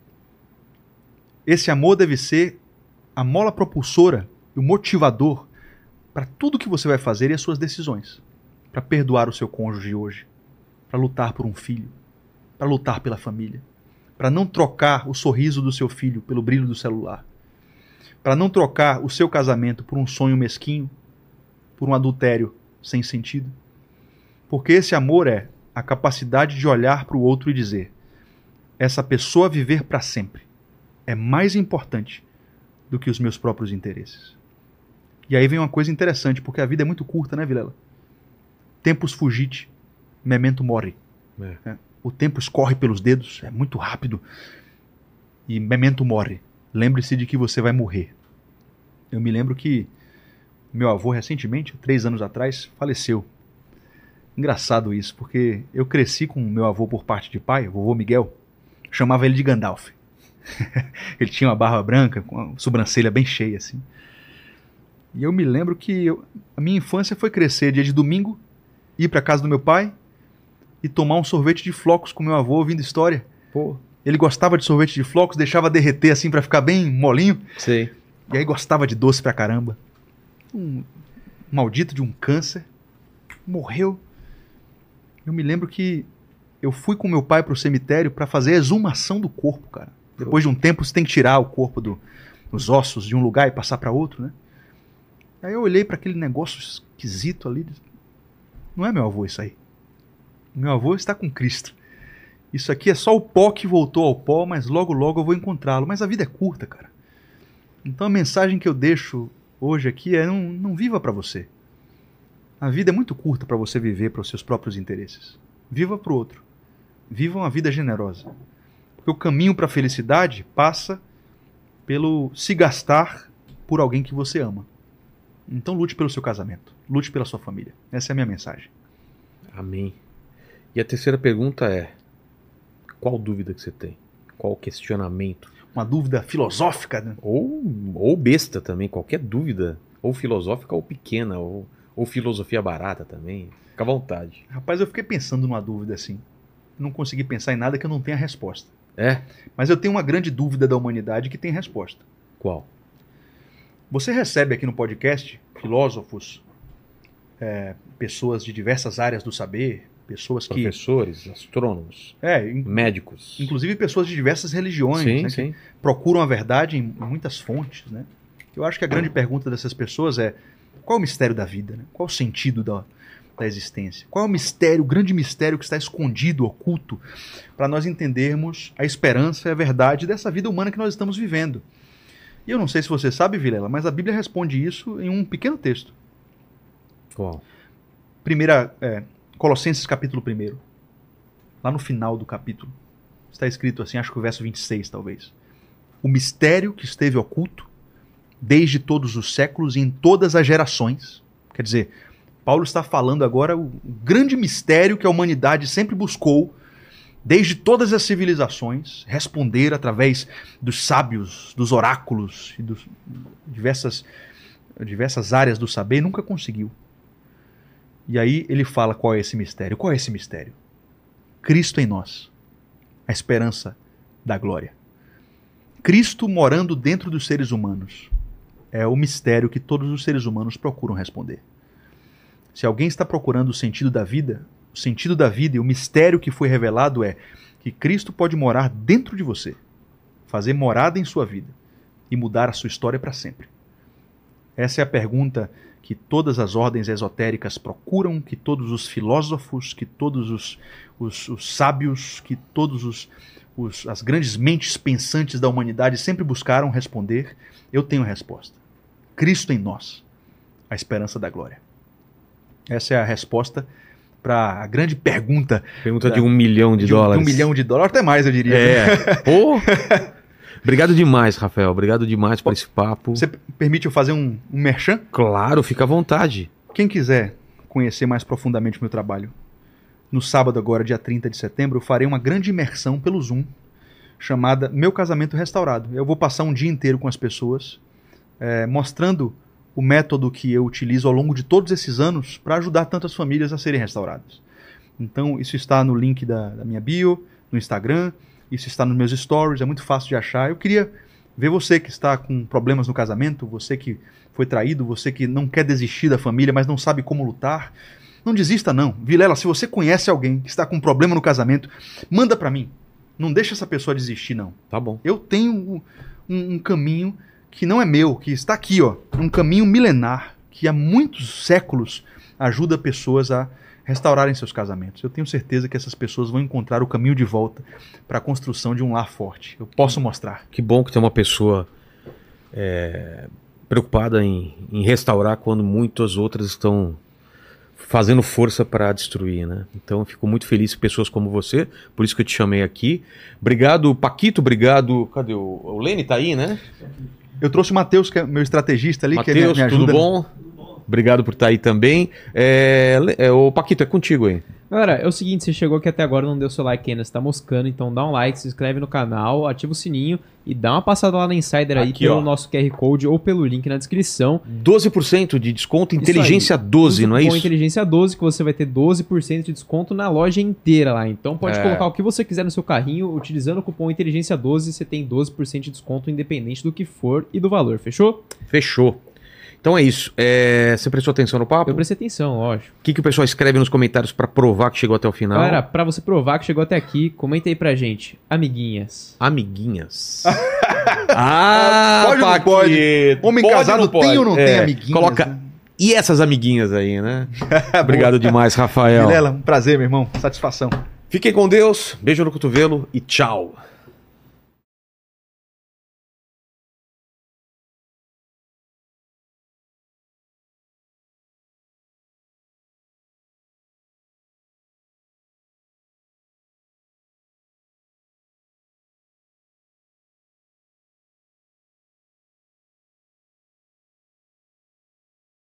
Esse amor deve ser a mola propulsora e o motivador para tudo que você vai fazer e as suas decisões. Para perdoar o seu cônjuge hoje, para lutar por um filho, para lutar pela família, para não trocar o sorriso do seu filho pelo brilho do celular, para não trocar o seu casamento por um sonho mesquinho, por um adultério sem sentido. Porque esse amor é a capacidade de olhar para o outro e dizer: essa pessoa viver para sempre é mais importante do que os meus próprios interesses. E aí vem uma coisa interessante, porque a vida é muito curta, né, Vilela? Tempus fugit, memento mori. O tempo escorre pelos dedos, é muito rápido. E memento mori. Lembre-se de que você vai morrer. Eu me lembro que meu avô, recentemente, 3 anos atrás, faleceu. Engraçado isso, porque eu cresci com meu avô por parte de pai, o vovô Miguel, chamava ele de Gandalf. Ele tinha uma barba branca, com a sobrancelha bem cheia, assim. E eu me lembro que a minha infância foi crescer dia de domingo, ir para casa do meu pai e tomar um sorvete de flocos com meu avô ouvindo história. Pô. Ele gostava de sorvete de flocos, deixava derreter assim para ficar bem molinho. Sei. E aí gostava de doce pra caramba. Um maldito de um câncer. Morreu. Eu me lembro que eu fui com meu pai pro cemitério para fazer a exumação do corpo, cara. Depois de um tempo você tem que tirar o corpo dos ossos de um lugar e passar para outro, né? Aí eu olhei para aquele negócio esquisito ali. Não é meu avô isso aí. Meu avô está com Cristo. Isso aqui é só o pó que voltou ao pó, mas logo logo eu vou encontrá-lo. Mas a vida é curta, cara. Então a mensagem que eu deixo hoje aqui é: não viva para você. A vida é muito curta para você viver para os seus próprios interesses. Viva para o outro. Viva uma vida generosa. Porque o caminho para a felicidade passa pelo se gastar por alguém que você ama. Então lute pelo seu casamento. Lute pela sua família. Essa é a minha mensagem. Amém. E a terceira pergunta é: qual dúvida que você tem? Qual questionamento? Uma dúvida filosófica, né? Ou besta também, qualquer dúvida. Ou filosófica ou pequena, ou filosofia barata também. Fica à vontade. Rapaz, eu fiquei pensando numa dúvida assim. Não consegui pensar em nada que eu não tenha resposta. É? Mas eu tenho uma grande dúvida da humanidade que tem resposta. Qual? Você recebe aqui no podcast filósofos, pessoas de diversas áreas do saber, pessoas que... Professores, astrônomos, médicos. Inclusive pessoas de diversas religiões, Sim, né, sim. que procuram a verdade em muitas fontes, né? Eu acho que a grande pergunta dessas pessoas é: qual é o mistério da vida? Né? Qual é o sentido da existência? Qual é o mistério, o grande mistério que está escondido, oculto, para nós entendermos a esperança e a verdade dessa vida humana que nós estamos vivendo? E eu não sei se você sabe, Vilela, mas a Bíblia responde isso em um pequeno texto. Qual? Colossenses capítulo 1. Lá no final do capítulo. Está escrito assim, acho que o verso 26 talvez. O mistério que esteve oculto desde todos os séculos e em todas as gerações. Quer dizer, Paulo está falando agora o grande mistério que a humanidade sempre buscou, desde todas as civilizações, responder através dos sábios, dos oráculos e dos diversas áreas do saber, e nunca conseguiu. E aí ele fala qual é esse mistério. Qual é esse mistério? Cristo em nós, a esperança da glória. Cristo morando dentro dos seres humanos é o mistério que todos os seres humanos procuram responder. Se alguém está procurando o sentido da vida e o mistério que foi revelado é que Cristo pode morar dentro de você, fazer morada em sua vida e mudar a sua história para sempre. Essa é a pergunta que todas as ordens esotéricas procuram, que todos os filósofos, que todos os sábios, que todos as grandes mentes pensantes da humanidade sempre buscaram responder. Eu tenho a resposta. Cristo em nós, a esperança da glória. Essa é a resposta para a grande pergunta. Pergunta de $1 milhão. De $1 milhão, até mais eu diria. Obrigado demais, Rafael. Obrigado demais por esse papo. Você permite eu fazer um merchan? Claro, fica à vontade. Quem quiser conhecer mais profundamente o meu trabalho, no sábado agora, dia 30 de setembro, eu farei uma grande imersão pelo Zoom, chamada Meu Casamento Restaurado. Eu vou passar um dia inteiro com as pessoas, mostrando o método que eu utilizo ao longo de todos esses anos para ajudar tantas famílias a serem restauradas. Então, isso está no link da minha bio, no Instagram, isso está nos meus stories, é muito fácil de achar. Eu queria ver você que está com problemas no casamento, você que foi traído, você que não quer desistir da família, mas não sabe como lutar. Não desista não. Vilela, se você conhece alguém que está com um problema no casamento, manda para mim. Não deixa essa pessoa desistir, não. Tá bom. Eu tenho um caminho que não é meu, que está aqui, ó, um caminho milenar, que há muitos séculos ajuda pessoas a restaurarem seus casamentos. Eu tenho certeza que essas pessoas vão encontrar o caminho de volta para a construção de um lar forte. Eu posso mostrar. Que bom que tem uma pessoa preocupada em restaurar quando muitas outras estão fazendo força para destruir, né? Então eu fico muito feliz com pessoas como você, por isso que eu te chamei aqui. Obrigado, Paquito, obrigado. Cadê o Lene? Tá aí, né? Eu trouxe o Matheus, que é meu estrategista ali, Mateus, que me ajuda. Tudo bom? Obrigado por estar aí também. O Paquito, é contigo aí. Galera, é o seguinte, você chegou aqui até agora, não deu seu like ainda, você tá moscando, então dá um like, se inscreve no canal, ativa o sininho e dá uma passada lá na Insider aí Aqui, pelo ó. nosso QR Code ou pelo link na descrição. 12% de desconto, Inteligência 12, não é Com isso? Inteligência 12, que você vai ter 12% de desconto na loja inteira lá. Então pode É. colocar o que você quiser no seu carrinho, utilizando o cupom Inteligência 12, você tem 12% de desconto independente do que for e do valor, fechou? Fechou. Então é isso. Você prestou atenção no papo? Eu prestei atenção, lógico. O que o pessoal escreve nos comentários para provar que chegou até o final? Galera, pra você provar que chegou até aqui, comenta aí pra gente. Amiguinhas. Amiguinhas. Pode ou não pode? Homem Pode casado ou não pode? tem ou não tem amiguinhas? Coloca. Né? E essas amiguinhas aí, né? Obrigado demais, Rafael. Vilela, um prazer, meu irmão. Satisfação. Fiquem com Deus, beijo no cotovelo e tchau.